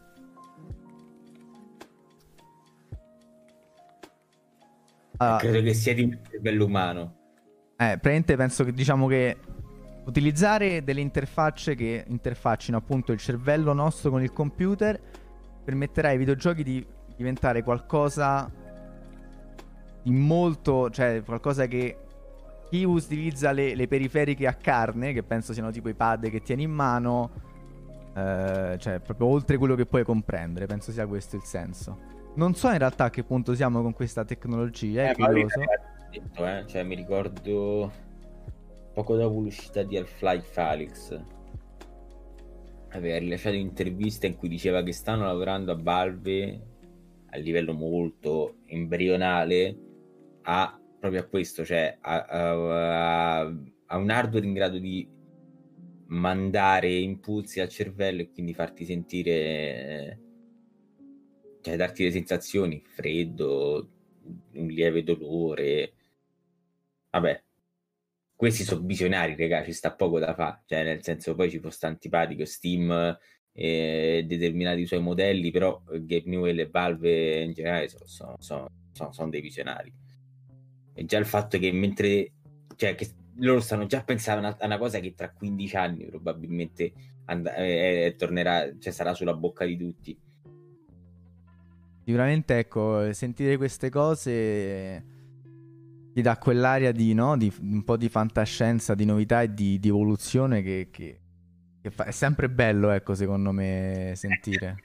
Uh, credo che sia di un cervello umano. Eh, praticamente penso che diciamo che utilizzare delle interfacce che interfaccino appunto il cervello nostro con il computer permetterà ai videogiochi di diventare qualcosa di molto, cioè qualcosa che chi utilizza le, le periferiche a carne, che penso siano tipo i pad che tieni in mano, eh, cioè proprio oltre quello che puoi comprendere, penso sia questo il senso. Non so in realtà a che punto siamo con questa tecnologia, è eh, curioso. Detto, eh? Cioè mi ricordo poco dopo l'uscita di Half-Life Alyx aveva rilasciato un'intervista in cui diceva che stanno lavorando a Valve a livello molto embrionale a proprio a questo, cioè a, a, a un hardware in grado di mandare impulsi al cervello e quindi farti sentire, cioè darti le sensazioni, freddo, un lieve dolore. Vabbè, questi sono visionari, raga, ci sta poco da fare, cioè nel senso poi ci può stare antipatico Steam e determinati suoi modelli, però Gabe Newell e Valve in generale sono, sono, sono, sono, sono dei visionari. E già il fatto che mentre, cioè che loro stanno già pensando a una cosa che tra quindici anni probabilmente and- eh, tornerà, cioè sarà sulla bocca di tutti. Sicuramente, ecco, sentire queste cose ti dà quell'aria di, no? Di un po' di fantascienza, di novità e di, di evoluzione che, che, che fa, è sempre bello, ecco, secondo me, sentire.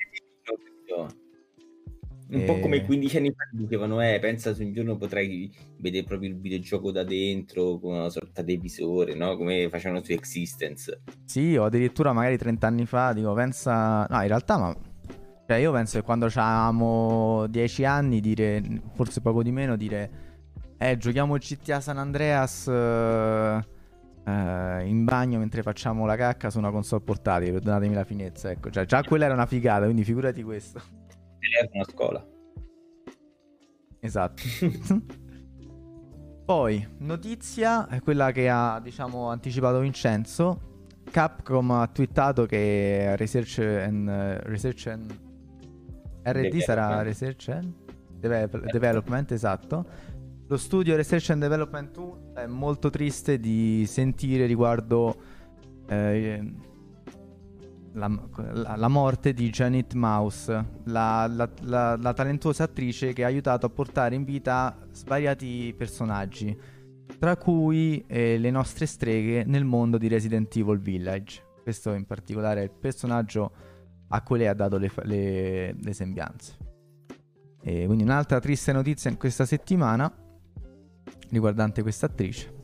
Un e... po' come quindici anni fa dicevano, eh, pensa se un giorno potrai vedere proprio il videogioco da dentro con una sorta di visore, no? Come facevano su Existence. Sì, o addirittura magari trenta anni fa, dico, pensa... No, in realtà, ma... Cioè, io penso che quando avevamo dieci anni, dire, forse poco di meno, dire... Eh, giochiamo G T A San Andreas eh, eh, in bagno mentre facciamo la cacca su una console portatile, perdonatemi la finezza, ecco. Già, già quella era una figata, quindi figurati questo. Telefono a scuola. Esatto. Poi, notizia, è quella che ha, diciamo, anticipato Vincenzo. Capcom ha twittato che Research and, uh, Research and R D sarà Research and Develop- Development, esatto. Lo studio Research and Development due è molto triste di sentire riguardo eh, la, la, la morte di Janet Mouse, la, la, la, la talentuosa attrice che ha aiutato a portare in vita svariati personaggi, tra cui eh, le nostre streghe nel mondo di Resident Evil Village. Questo in particolare è il personaggio a cui lei ha dato le, le, le sembianze. E quindi un'altra triste notizia in questa settimana riguardante questa attrice.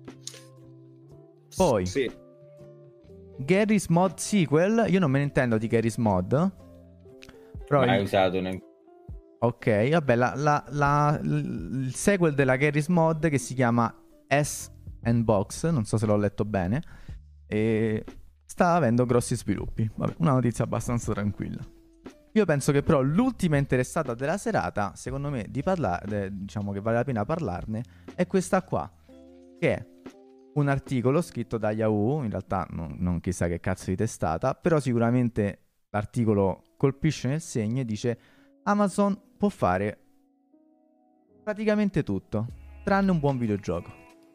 Poi sì. Garry's Mod sequel. Io non me ne intendo di Garry's Mod, però mai il... usato neanche. Ok, vabbè, la, la, la, l- il sequel della Garry's Mod che si chiama S and Box, non so se l'ho letto bene, e sta avendo grossi sviluppi. Vabbè, una notizia abbastanza tranquilla. Io penso che però l'ultima interessata della serata, secondo me, di parlare, diciamo che vale la pena parlarne, è questa qua, che è un articolo scritto da Yahoo, in realtà non, non chissà che cazzo di testata, però sicuramente l'articolo colpisce nel segno e dice: Amazon può fare praticamente tutto, tranne un buon videogioco.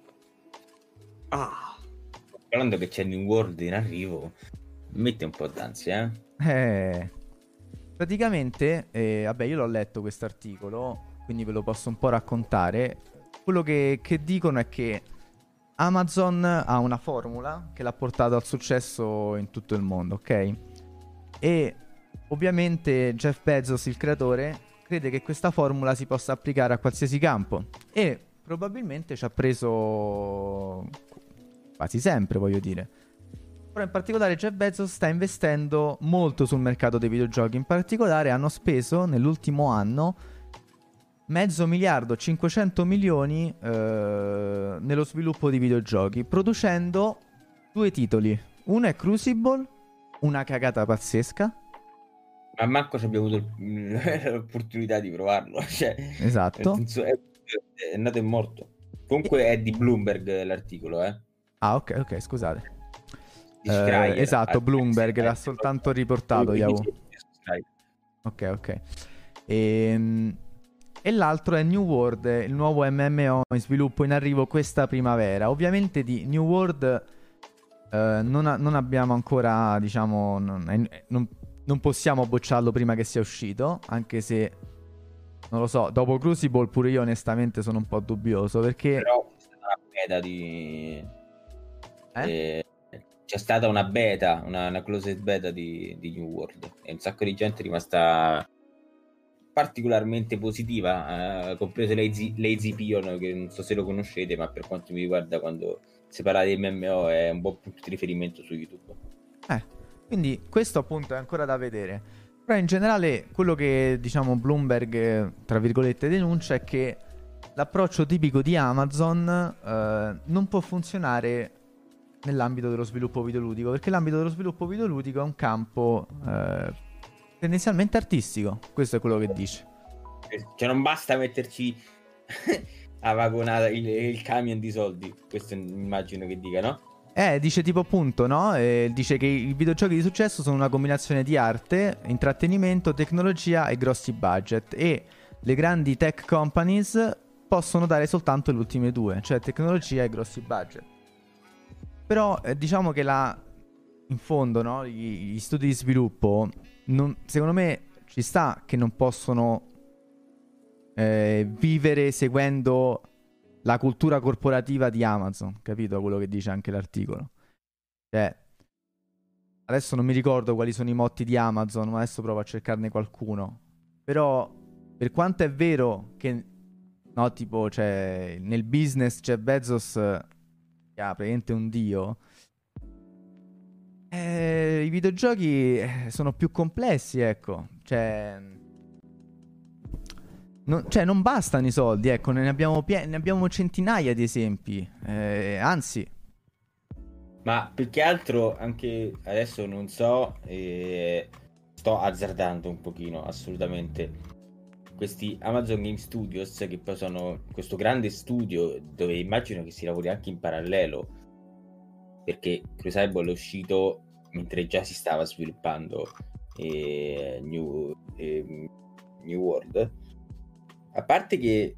Ah, parlando che c'è New World in arrivo, mette un po' d'ansia, eh? Eh, praticamente, eh, vabbè, io l'ho letto questo articolo, quindi ve lo posso un po' raccontare. Quello che, che dicono è che Amazon ha una formula che l'ha portato al successo in tutto il mondo, ok? E ovviamente Jeff Bezos, il creatore, crede che questa formula si possa applicare a qualsiasi campo e probabilmente ci ha preso quasi sempre, voglio dire. Però in particolare Jeff Bezos sta investendo molto sul mercato dei videogiochi. In particolare hanno speso nell'ultimo anno mezzo miliardo, cinquecento milioni eh, nello sviluppo di videogiochi, producendo due titoli. Uno è Crucible, una cagata pazzesca. Ma manco ci abbiamo avuto l'opportunità di provarlo. Cioè, esatto. Senso, è, è nato e morto. Comunque è di Bloomberg l'articolo, eh. Ah, ok, ok, scusate. Di Schreier, eh, esatto, ah, Bloomberg eh, l'ha soltanto riportato Yahoo. Ok, ok. E, e l'altro è New World, il nuovo M M O in sviluppo in arrivo questa primavera. Ovviamente di New World eh, non, ha, non abbiamo ancora, diciamo, non, non, non possiamo bocciarlo prima che sia uscito, anche se, non lo so, dopo Crucible pure io onestamente sono un po' dubbioso, perché... Però c'è stata una beta di... Eh? Eh, c'è stata una beta, una, una closed beta di, di New World e un sacco di gente è rimasta particolarmente positiva, eh, compreso Lazy, Lazy Pion, che non so se lo conoscete, ma per quanto mi riguarda, quando si parla di M M O è un buon punto di riferimento su YouTube. Eh, quindi questo appunto è ancora da vedere. Però in generale quello che, diciamo, Bloomberg, tra virgolette, denuncia è che l'approccio tipico di Amazon eh, non può funzionare nell'ambito dello sviluppo videoludico, perché l'ambito dello sviluppo videoludico è un campo eh, tendenzialmente artistico. Questo è quello che dice. Cioè non basta metterci a vagonare il, il camion di soldi, questo immagino che dica, no? Eh, dice tipo appunto, no? Eh, dice che i videogiochi di successo sono una combinazione di arte, intrattenimento, tecnologia e grossi budget, e le grandi tech companies possono dare soltanto le ultime due, cioè tecnologia e grossi budget. Però eh, diciamo che la, in fondo, no, gli, gli studi di sviluppo, non, secondo me ci sta che non possono eh, vivere seguendo la cultura corporativa di Amazon, capito quello che dice anche l'articolo? Cioè, adesso non mi ricordo quali sono i motti di Amazon, ma adesso provo a cercarne qualcuno. Però, per quanto è vero che, no, tipo, cioè, nel business c'è Bezos, che ha praticamente un dio, eh, i videogiochi sono più complessi, ecco. Cioè, non, cioè non bastano i soldi, ecco, ne abbiamo, pie- ne abbiamo centinaia di esempi, eh, anzi. Ma più che altro, anche adesso non so, eh, sto azzardando un pochino, assolutamente. Questi Amazon Game Studios, che poi sono questo grande studio dove immagino che si lavori anche in parallelo, perché Crucible è uscito mentre già si stava sviluppando eh, New, eh, New World. A parte che,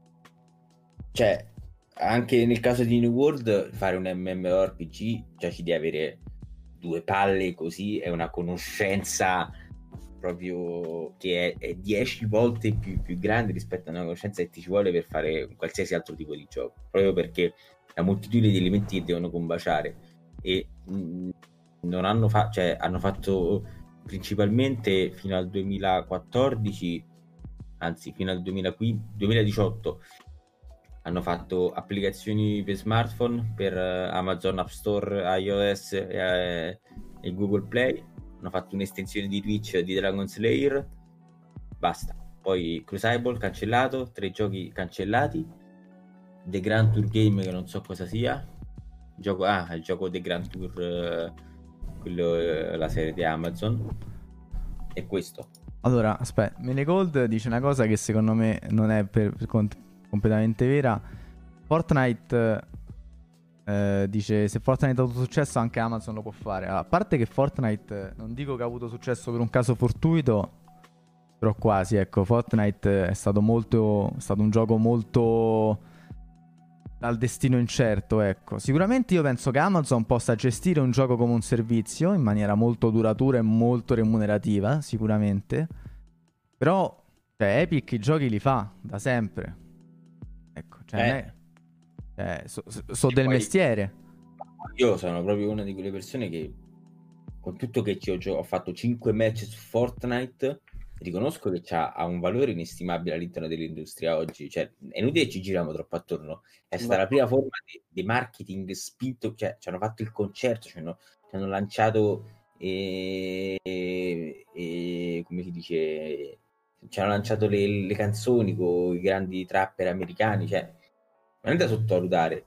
cioè, anche nel caso di New World, fare un MMORPG già ci devi avere due palle, così è una conoscenza proprio che è, è dieci volte più, più grande rispetto a una conoscenza che ti ci vuole per fare un qualsiasi altro tipo di gioco, proprio perché la moltitudine di elementi che devono combaciare e mh, non hanno, fa- cioè, hanno fatto principalmente fino al duemilaquattordici, anzi fino al duemilaquindici, duemiladiciotto hanno fatto applicazioni per smartphone per uh, Amazon App Store, iOS e, uh, e Google Play. Hanno fatto un'estensione di Twitch di Dragon Slayer, basta. Poi Crucible cancellato, tre giochi cancellati, The Grand Tour Game che non so cosa sia, gioco, ah, il gioco The Grand Tour, uh, quello, uh, la serie di Amazon, e questo. Allora, aspetta, Menegold dice una cosa che secondo me non è per, per cont- completamente vera. Fortnite eh, dice se Fortnite ha avuto successo anche Amazon lo può fare. Allora, a parte che Fortnite non dico che ha avuto successo per un caso fortuito, però quasi, ecco. Fortnite è stato molto è stato un gioco molto dal destino incerto, ecco. Sicuramente io penso che Amazon possa gestire un gioco come un servizio in maniera molto duratura e molto remunerativa, sicuramente. Però, cioè, Epic i giochi li fa da sempre. Ecco, cioè, Eh. non è- cioè, so, so- so del poi- mestiere. Io sono proprio una di quelle persone che, con tutto che ci ho, gio- ho fatto cinque match su Fortnite, riconosco che c'ha, ha un valore inestimabile all'interno dell'industria oggi. Cioè, è inutile che ci giriamo troppo attorno. È stata la prima forma di, di marketing spinto, cioè ci hanno fatto il concerto, ci hanno, ci hanno lanciato e, e come si dice, ci hanno lanciato le, le canzoni con i grandi trapper americani, cioè non è da sottovalutare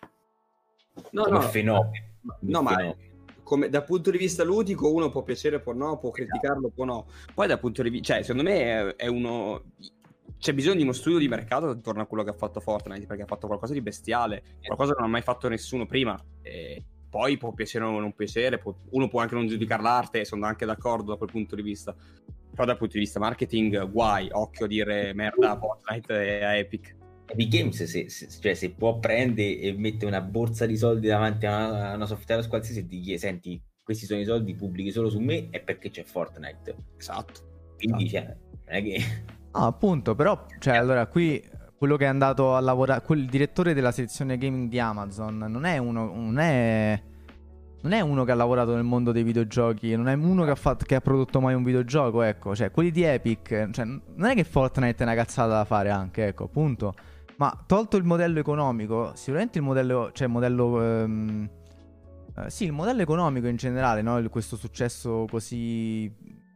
No, come no, fenomeno. come no, ma fenomeno. come, dal punto di vista ludico uno può piacere, può no, può criticarlo, può no. Poi dal punto di vista, cioè, secondo me è, è uno... C'è bisogno di uno studio di mercato intorno a quello che ha fatto Fortnite, perché ha fatto qualcosa di bestiale, qualcosa che non ha mai fatto nessuno prima. E poi può piacere o non piacere, può- uno può anche non giudicare l'arte, sono anche d'accordo da quel punto di vista. Però dal punto di vista marketing, guai, occhio a dire merda a Fortnite e a Epic. Epic Games, se, se, cioè, se può prendere e mette una borsa di soldi davanti a una, a una software qualsiasi e ti chiede, senti, questi sono i soldi pubblichi solo su me, è perché c'è Fortnite. Esatto. Quindi, esatto. cioè, non è che... No, appunto, però, cioè, allora, qui quello che è andato a lavorare, quel direttore della sezione gaming di Amazon non è uno, non è, non è uno che ha lavorato nel mondo dei videogiochi, non è uno che ha, fatto, che ha prodotto mai un videogioco, ecco. Cioè, quelli di Epic, cioè, non è che Fortnite è una cazzata da fare anche, ecco, appunto. Ma tolto il modello economico, sicuramente il modello, cioè il modello, ehm, eh, sì, il modello economico in generale, no? Il- Questo successo così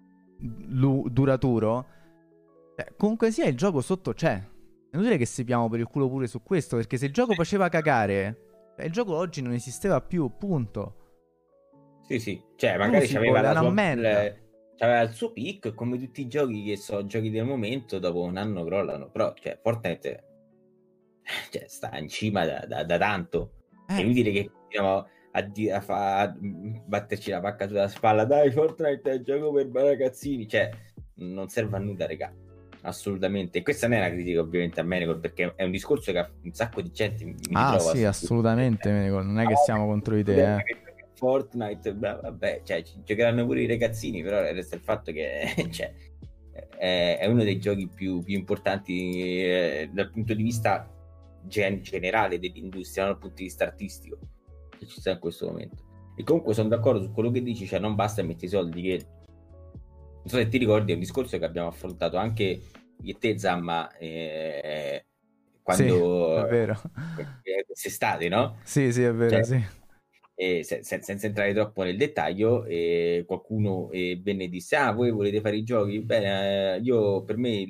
lu- duraturo, eh, comunque sia il gioco sotto c'è. È inutile che sipiamo per il culo pure su questo, perché se il gioco faceva cagare, eh, il gioco oggi non esisteva più, punto. Sì, sì, cioè, magari Musical, c'aveva è la una sua... merda. il- c'aveva il suo peak, come tutti i giochi che sono giochi del momento, dopo un anno crollano. Però, cioè, Fortnite... cioè, sta in cima da, da, da tanto. Eh. È inutile che continuiamo a, di- a, fa- a batterci la pacca sulla spalla. Dai, Fortnite è il gioco per ragazzini. Cioè, non serve a nulla, regà. Assolutamente. E questa non è una critica, ovviamente, a Menecol, perché è un discorso che un sacco di gente mi, mi Ah ritrova. sì, su- assolutamente, Menecol, non è che siamo contro di te, eh. Fortnite, beh, vabbè, cioè, ci giocheranno pure i ragazzini, però resta il fatto che cioè, è, è uno dei giochi più, più importanti eh, dal punto di vista gen- generale dell'industria, non dal punto di vista artistico che ci sta in questo momento. E comunque sono d'accordo su quello che dici, cioè non basta mettere i soldi, che non so se ti ricordi, è un discorso che abbiamo affrontato anche io e te, Zamma, eh, quando Sì, è vero. eh, quest'estate, no? Sì, sì, è vero, Cioè, sì. e se, se, senza entrare troppo nel dettaglio, eh, qualcuno eh, venne e disse: ah, voi volete fare i giochi? Bene, eh, io per me il,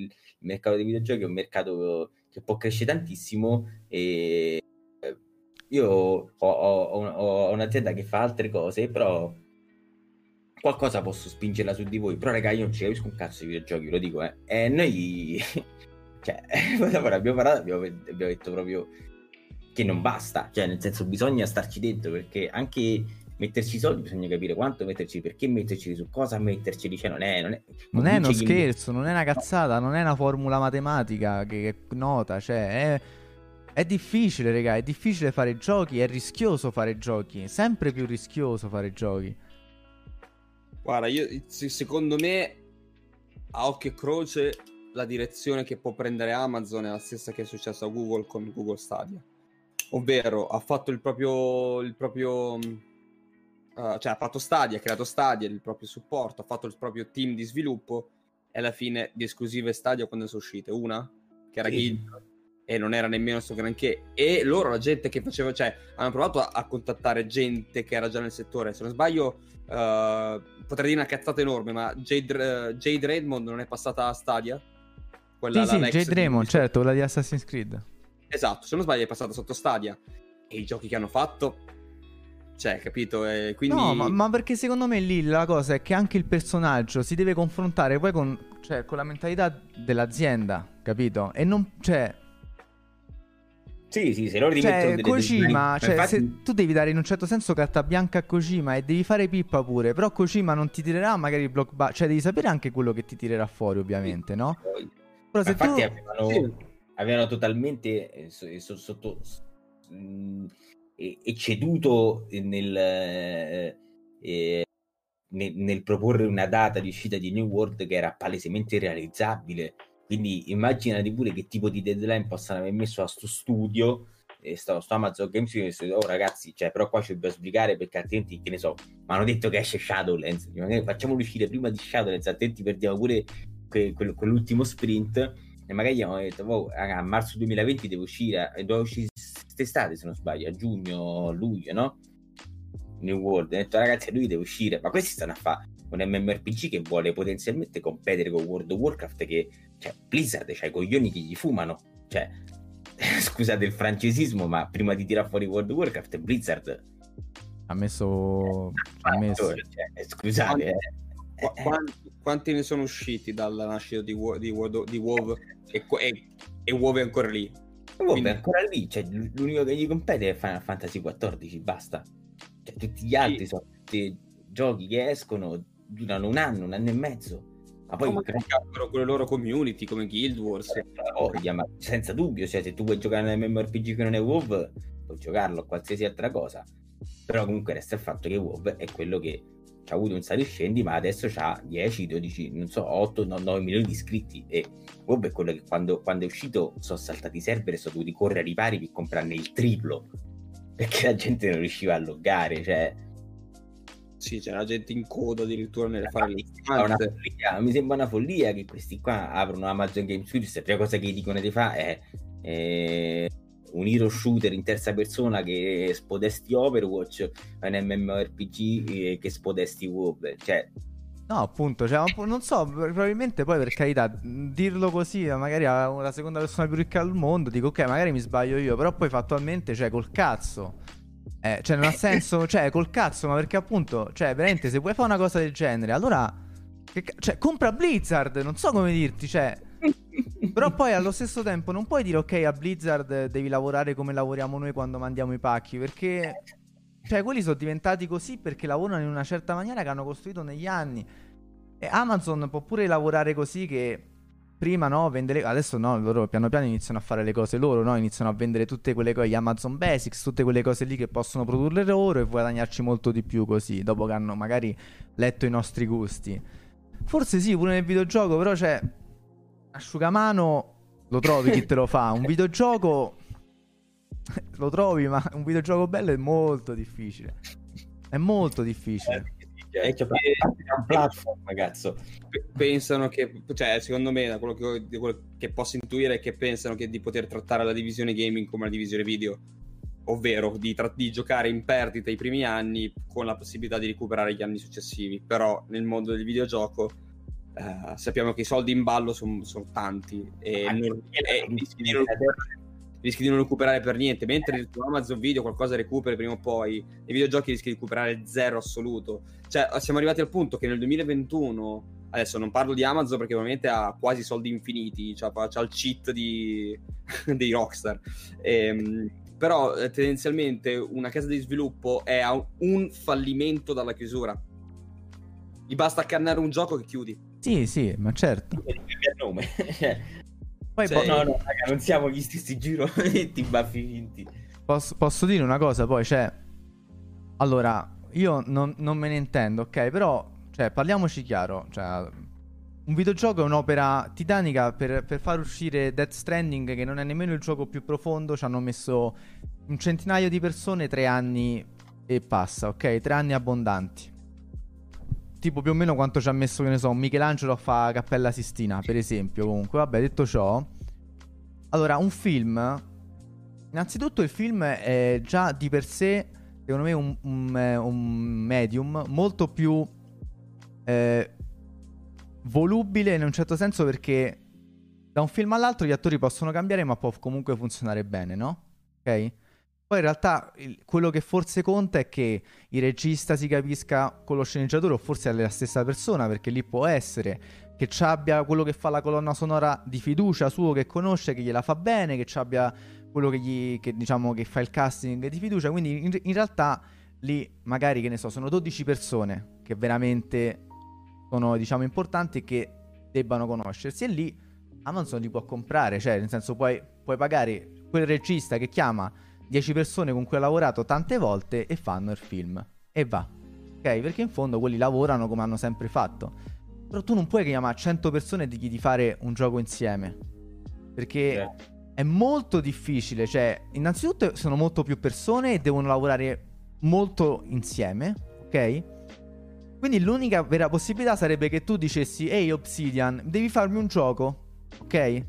il mercato dei videogiochi è un mercato che può crescere tantissimo e io ho, ho, ho, ho un'azienda che fa altre cose, però qualcosa posso spingerla su di voi. Però raga, io non ci capisco un cazzo di videogiochi, ve lo dico, eh. E noi cioè poi dopo abbiamo parlato, abbiamo, abbiamo detto proprio che non basta, cioè nel senso bisogna starci dentro, perché anche metterci i soldi bisogna capire quanto metterci, perché metterci, su cosa metterci, cioè non è non è, non è uno chi... scherzo, non è una cazzata, non è una formula matematica che è nota, cioè è, è difficile, raga, è difficile fare giochi, è rischioso fare giochi, sempre più rischioso fare giochi. Guarda, io secondo me a occhio e croce la direzione che può prendere Amazon è la stessa che è successa a Google con Google Stadia, ovvero ha fatto il proprio il proprio uh, cioè ha fatto Stadia, ha creato Stadia, il proprio supporto, ha fatto il proprio team di sviluppo e alla fine di esclusive Stadia quando sono uscite una che era sì. Guild e non era nemmeno sto granché, e loro la gente che faceva, cioè hanno provato a, a contattare gente che era già nel settore, se non sbaglio uh, potrei dire una cazzata enorme, ma Jade, uh, Jade Raymond non è passata a Stadia? Quella, sì la, sì, Jade Raymond, certo, quella di Assassin's Creed. Esatto, se non sbaglio è passata sotto Stadia, e i giochi che hanno fatto, cioè, capito? E quindi... No, ma, ma perché secondo me lì la cosa è che anche il personaggio si deve confrontare poi con, cioè, con la mentalità dell'azienda, capito? E non, cioè... Sì, sì, se loro ti cioè, mettono delle Kojima, cioè, infatti... se tu devi dare in un certo senso carta bianca a Kojima e devi fare pippa pure, però Kojima non ti tirerà magari il blockbuster, cioè devi sapere anche quello che ti tirerà fuori, ovviamente, no? Però se infatti tu... avevano, sì. avevano totalmente eh, so, sotto mh, ecceduto nel, eh, eh, nel, nel proporre una data di uscita di New World che era palesemente irrealizzabile. Quindi immaginati pure che tipo di deadline possano aver messo a sto studio e sto, sto Amazon Games Studio e detto, oh ragazzi, cioè però qua ci dobbiamo sbrigare perché altrimenti, che ne so, mi hanno detto che esce Shadowlands, facciamolo uscire prima di Shadowlands, altrimenti perdiamo pure que, que, quell'ultimo sprint. E magari gli hanno detto, oh, raga, a marzo duemilaventi deve uscire, e doveva uscire quest'estate se non sbaglio, a giugno, luglio, no? New World. E ho detto, ragazzi, lui deve uscire, ma questi stanno a fare un MMORPG che vuole potenzialmente competere con World of Warcraft, che, cioè, Blizzard c'ha i coglioni che gli fumano, cioè, scusate il francesismo, ma prima di tirare fuori World of Warcraft Blizzard ha messo, ha messo. Cioè, scusate Qu- eh. quanti, quanti ne sono usciti dalla nascita di, Wo- di, World, di WoW e, e, e WoW è ancora lì, WoW quindi... è ancora lì, cioè, l'unico che gli compete è Final Fantasy quattordici, basta, cioè, tutti gli altri sì. sono tutti giochi che escono, durano un anno, un anno e mezzo, ma poi no, ma con le loro community come Guild Wars, eh, oh, ma senza dubbio, cioè, se tu vuoi giocare un MMORPG che non è WoW puoi giocarlo a qualsiasi altra cosa, però comunque resta il fatto che WoW è quello che ha avuto un saliscendi, ma adesso c'ha dieci, dodici, non so, otto, nove milioni di iscritti, e WoW è quello che quando, quando è uscito sono saltati i server e sono dovuti correre ai ripari per comprarne il triplo perché la gente non riusciva a loggare, cioè sì, c'è la gente in coda addirittura nelle fare le istanze. Mi sembra una follia che questi qua aprono Amazon Game Studios e la prima cosa che gli dicono di fare è, è un hero shooter in terza persona che spodesti Overwatch, un MMORPG che spodesti WoW, cioè no, appunto, cioè, non so, probabilmente poi, per carità, dirlo così, magari a la seconda persona più ricca al mondo, dico ok, magari mi sbaglio io, però poi fattualmente, cioè, col cazzo, eh, cioè, non ha senso, cioè, col cazzo, ma perché appunto, cioè, veramente, se vuoi fare una cosa del genere, allora, che, cioè, compra Blizzard, non so come dirti, cioè, però poi allo stesso tempo non puoi dire ok, a Blizzard devi lavorare come lavoriamo noi quando mandiamo i pacchi, perché... cioè, quelli sono diventati così perché lavorano in una certa maniera che hanno costruito negli anni. E Amazon può pure lavorare così, che prima, no, vendere... adesso no, loro piano piano iniziano a fare le cose loro, no? Iniziano a vendere tutte quelle cose, gli Amazon Basics, tutte quelle cose lì che possono produrre loro e guadagnarci molto di più così, dopo che hanno magari letto i nostri gusti. Forse sì, pure nel videogioco, però c'è... asciugamano lo trovi chi te lo fa. Un videogioco... lo trovi, ma un videogioco bello è molto difficile. È molto difficile. È che è un platform, ragazzo. Pensano che, cioè, secondo me, da quello che, di quello che posso intuire, è che pensano che di poter trattare la divisione gaming come la divisione video, ovvero di, tra- di giocare in perdita i primi anni con la possibilità di recuperare gli anni successivi. Però nel mondo del videogioco uh, sappiamo che i soldi in ballo sono son tanti e Ah, non, eh, e rischi, di non rischi di non recuperare per niente, mentre su Amazon Video qualcosa recuperi prima o poi, nei videogiochi rischi di recuperare zero assoluto. Cioè siamo arrivati al punto che nel duemilaventuno, adesso non parlo di Amazon perché ovviamente ha quasi soldi infiniti, cioè c'ha il cheat di dei Rockstar, ehm, però eh, tendenzialmente una casa di sviluppo è a un fallimento dalla chiusura. Gli basta accannare un gioco che chiudi. Sì, sì, ma certo. Il nome. Poi Cioè, po- no, no, raga, non siamo gli stessi gironetti baffi finti. posso, posso dire una cosa poi, cioè... Allora, io non, non me ne intendo, ok? Però, cioè, parliamoci chiaro, cioè... Un videogioco è un'opera titanica per, per far uscire Death Stranding, che non è nemmeno il gioco più profondo. Ci hanno messo un centinaio di persone, tre anni e passa, ok? Tre anni abbondanti. Tipo più o meno quanto ci ha messo, che ne so, Michelangelo a fa Cappella Sistina, per esempio. Comunque, vabbè, detto ciò, allora, un film, innanzitutto il film è già di per sé, secondo me, un, un, un medium molto più eh, volubile in un certo senso, perché da un film all'altro gli attori possono cambiare, ma può comunque funzionare bene, no? Ok? Poi in realtà il, quello che forse conta è che il regista si capisca con lo sceneggiatore, o forse è la stessa persona, perché lì può essere che ci abbia quello che fa la colonna sonora di fiducia suo, che conosce, che gliela fa bene, che ci abbia quello che, gli, che diciamo che fa il casting di fiducia. Quindi in, in realtà lì magari, che ne so, sono dodici persone che veramente sono, diciamo, importanti e che debbano conoscersi, e lì Amazon li può comprare, cioè nel senso puoi, puoi pagare quel regista che chiama dieci persone con cui ha lavorato tante volte e fanno il film e va, ok? Perché in fondo quelli lavorano come hanno sempre fatto. Però tu non puoi chiamare cento persone e dirgli di fare un gioco insieme, perché Certo. è molto difficile. Cioè, innanzitutto sono molto più persone e devono lavorare molto insieme, ok? Quindi l'unica vera possibilità sarebbe che tu dicessi: ehi Obsidian, devi farmi un gioco, ok?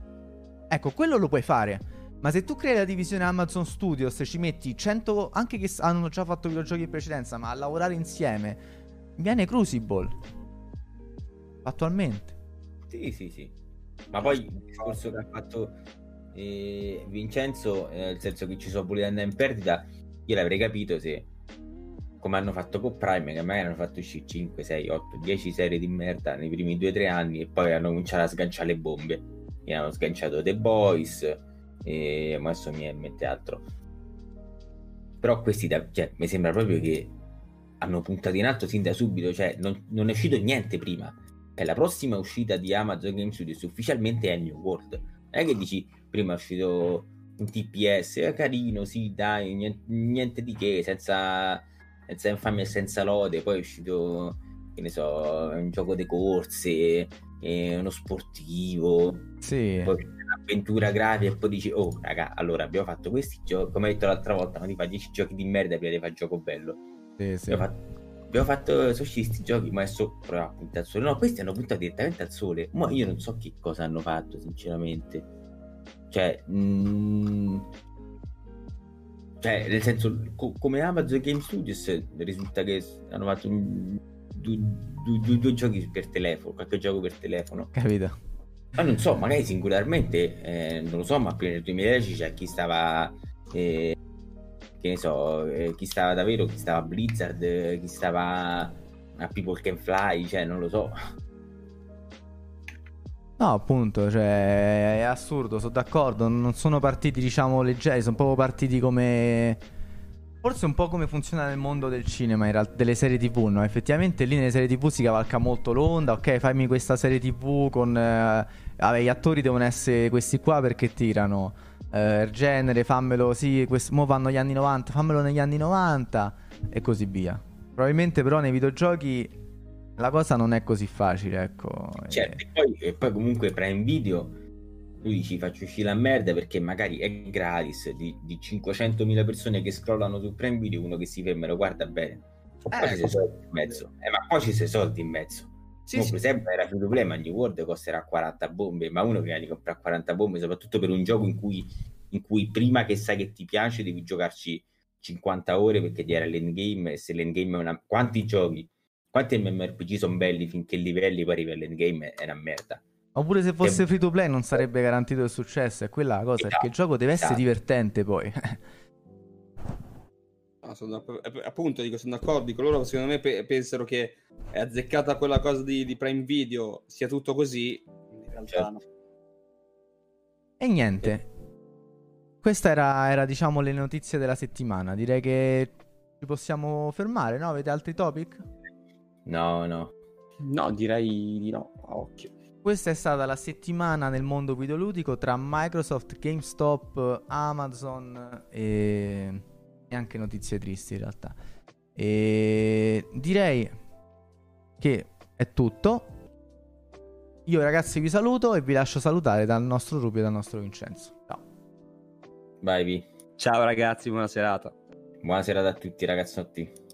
Ecco, quello lo puoi fare. Ma se tu crei la divisione Amazon Studios e ci metti cento, anche che hanno già fatto videogiochi in precedenza, ma a lavorare insieme, viene Crucible attualmente. Sì, sì, sì. Ma poi il discorso che ha fatto eh, Vincenzo, eh, nel senso che ci sono voluti andare in perdita, io l'avrei capito se, come hanno fatto con Prime, che magari hanno fatto uscire cinque, sei, otto, dieci serie di merda nei primi due tre anni e poi hanno cominciato a sganciare le bombe. E hanno sganciato The Boys e adesso mi è in mente altro. Però questi, da, cioè, mi sembra proprio che hanno puntato in alto sin da subito, cioè non, non è uscito niente prima. E la prossima uscita di Amazon Game Studios ufficialmente è New World. Non è che dici prima è uscito un T P S, è carino, sì, dai, niente, niente di che, senza, senza infamia e senza lode. Poi è uscito, che ne so, un gioco di corse, eh, uno sportivo, Sì. poi un'avventura grave, e poi dici: oh raga, allora abbiamo fatto questi giochi, come ho detto l'altra volta, ma ti fa dieci giochi di merda prima di fare il gioco bello. Sì, sì. Abbiamo fatto, abbiamo fatto sono usciti questi giochi, ma adesso proviamo a puntare al sole. No, questi hanno puntato direttamente al sole. Ma io non so che cosa hanno fatto, sinceramente. Cioè, mh, cioè nel senso, co- come Amazon Game Studios risulta che hanno fatto un, due, due, due giochi per telefono, qualche gioco per telefono. Capito? Ma non so, magari singolarmente, eh, non lo so, ma prima del duemiladieci c'è chi stava, eh, che ne so, eh, chi stava davvero, chi stava a Blizzard, eh, chi stava a People Can Fly, cioè non lo so. No, appunto, cioè è assurdo, sono d'accordo, non sono partiti, diciamo, leggeri, sono proprio partiti come... Forse un po' come funziona nel mondo del cinema, in realtà, delle serie tv, no? Effettivamente lì nelle serie tv si cavalca molto l'onda, ok, fammi questa serie tv con... Eh, vabbè, gli attori devono essere questi qua perché tirano, eh, il genere, fammelo, sì, quest- mo vanno gli anni novanta, fammelo negli anni novanta e così via. Probabilmente però nei videogiochi la cosa non è così facile, ecco. Certo, e poi, e poi comunque Prime Video, tu dici faccio uscire la merda perché magari è gratis, di, di cinquecentomila persone che scrollano su Prime Video, uno che si ferma e lo guarda bene. O poi Eh, ci sei soldi in mezzo. Eh, ma poi ci sei soldi in mezzo. Sì, Mo, sì. per esempio era free to play, ma New World costerà quaranta bombe, ma uno prima di comprare quaranta bombe, soprattutto per un gioco in cui, in cui prima che sai che ti piace devi giocarci cinquanta ore perché ti era l'endgame, e se l'endgame è una... Quanti giochi Quanti MMORPG sono belli finché livelli, poi arrivi all'endgame è una merda. Oppure se fosse Che... free to play non sarebbe garantito il successo, è quella la cosa, esatto, perché il gioco deve essere esatto. divertente poi. No, sono, appunto, dico, sono d'accordo, dico, loro secondo me pe- pensano che è azzeccata quella cosa di, di Prime Video, sia tutto così, in realtà certo. no. E niente, questa era, era diciamo le notizie della settimana, direi che ci possiamo fermare, no? Avete altri topic? No, no. No, direi di no, a occhio. Questa è stata la settimana nel mondo videoludico tra Microsoft, GameStop, Amazon e, e anche notizie tristi in realtà. E direi che è tutto. Io ragazzi vi saluto e vi lascio salutare dal nostro Rubio e dal nostro Vincenzo. Ciao. Vai, Vi. Ciao ragazzi, buona serata. Buona serata a tutti, ragazzotti.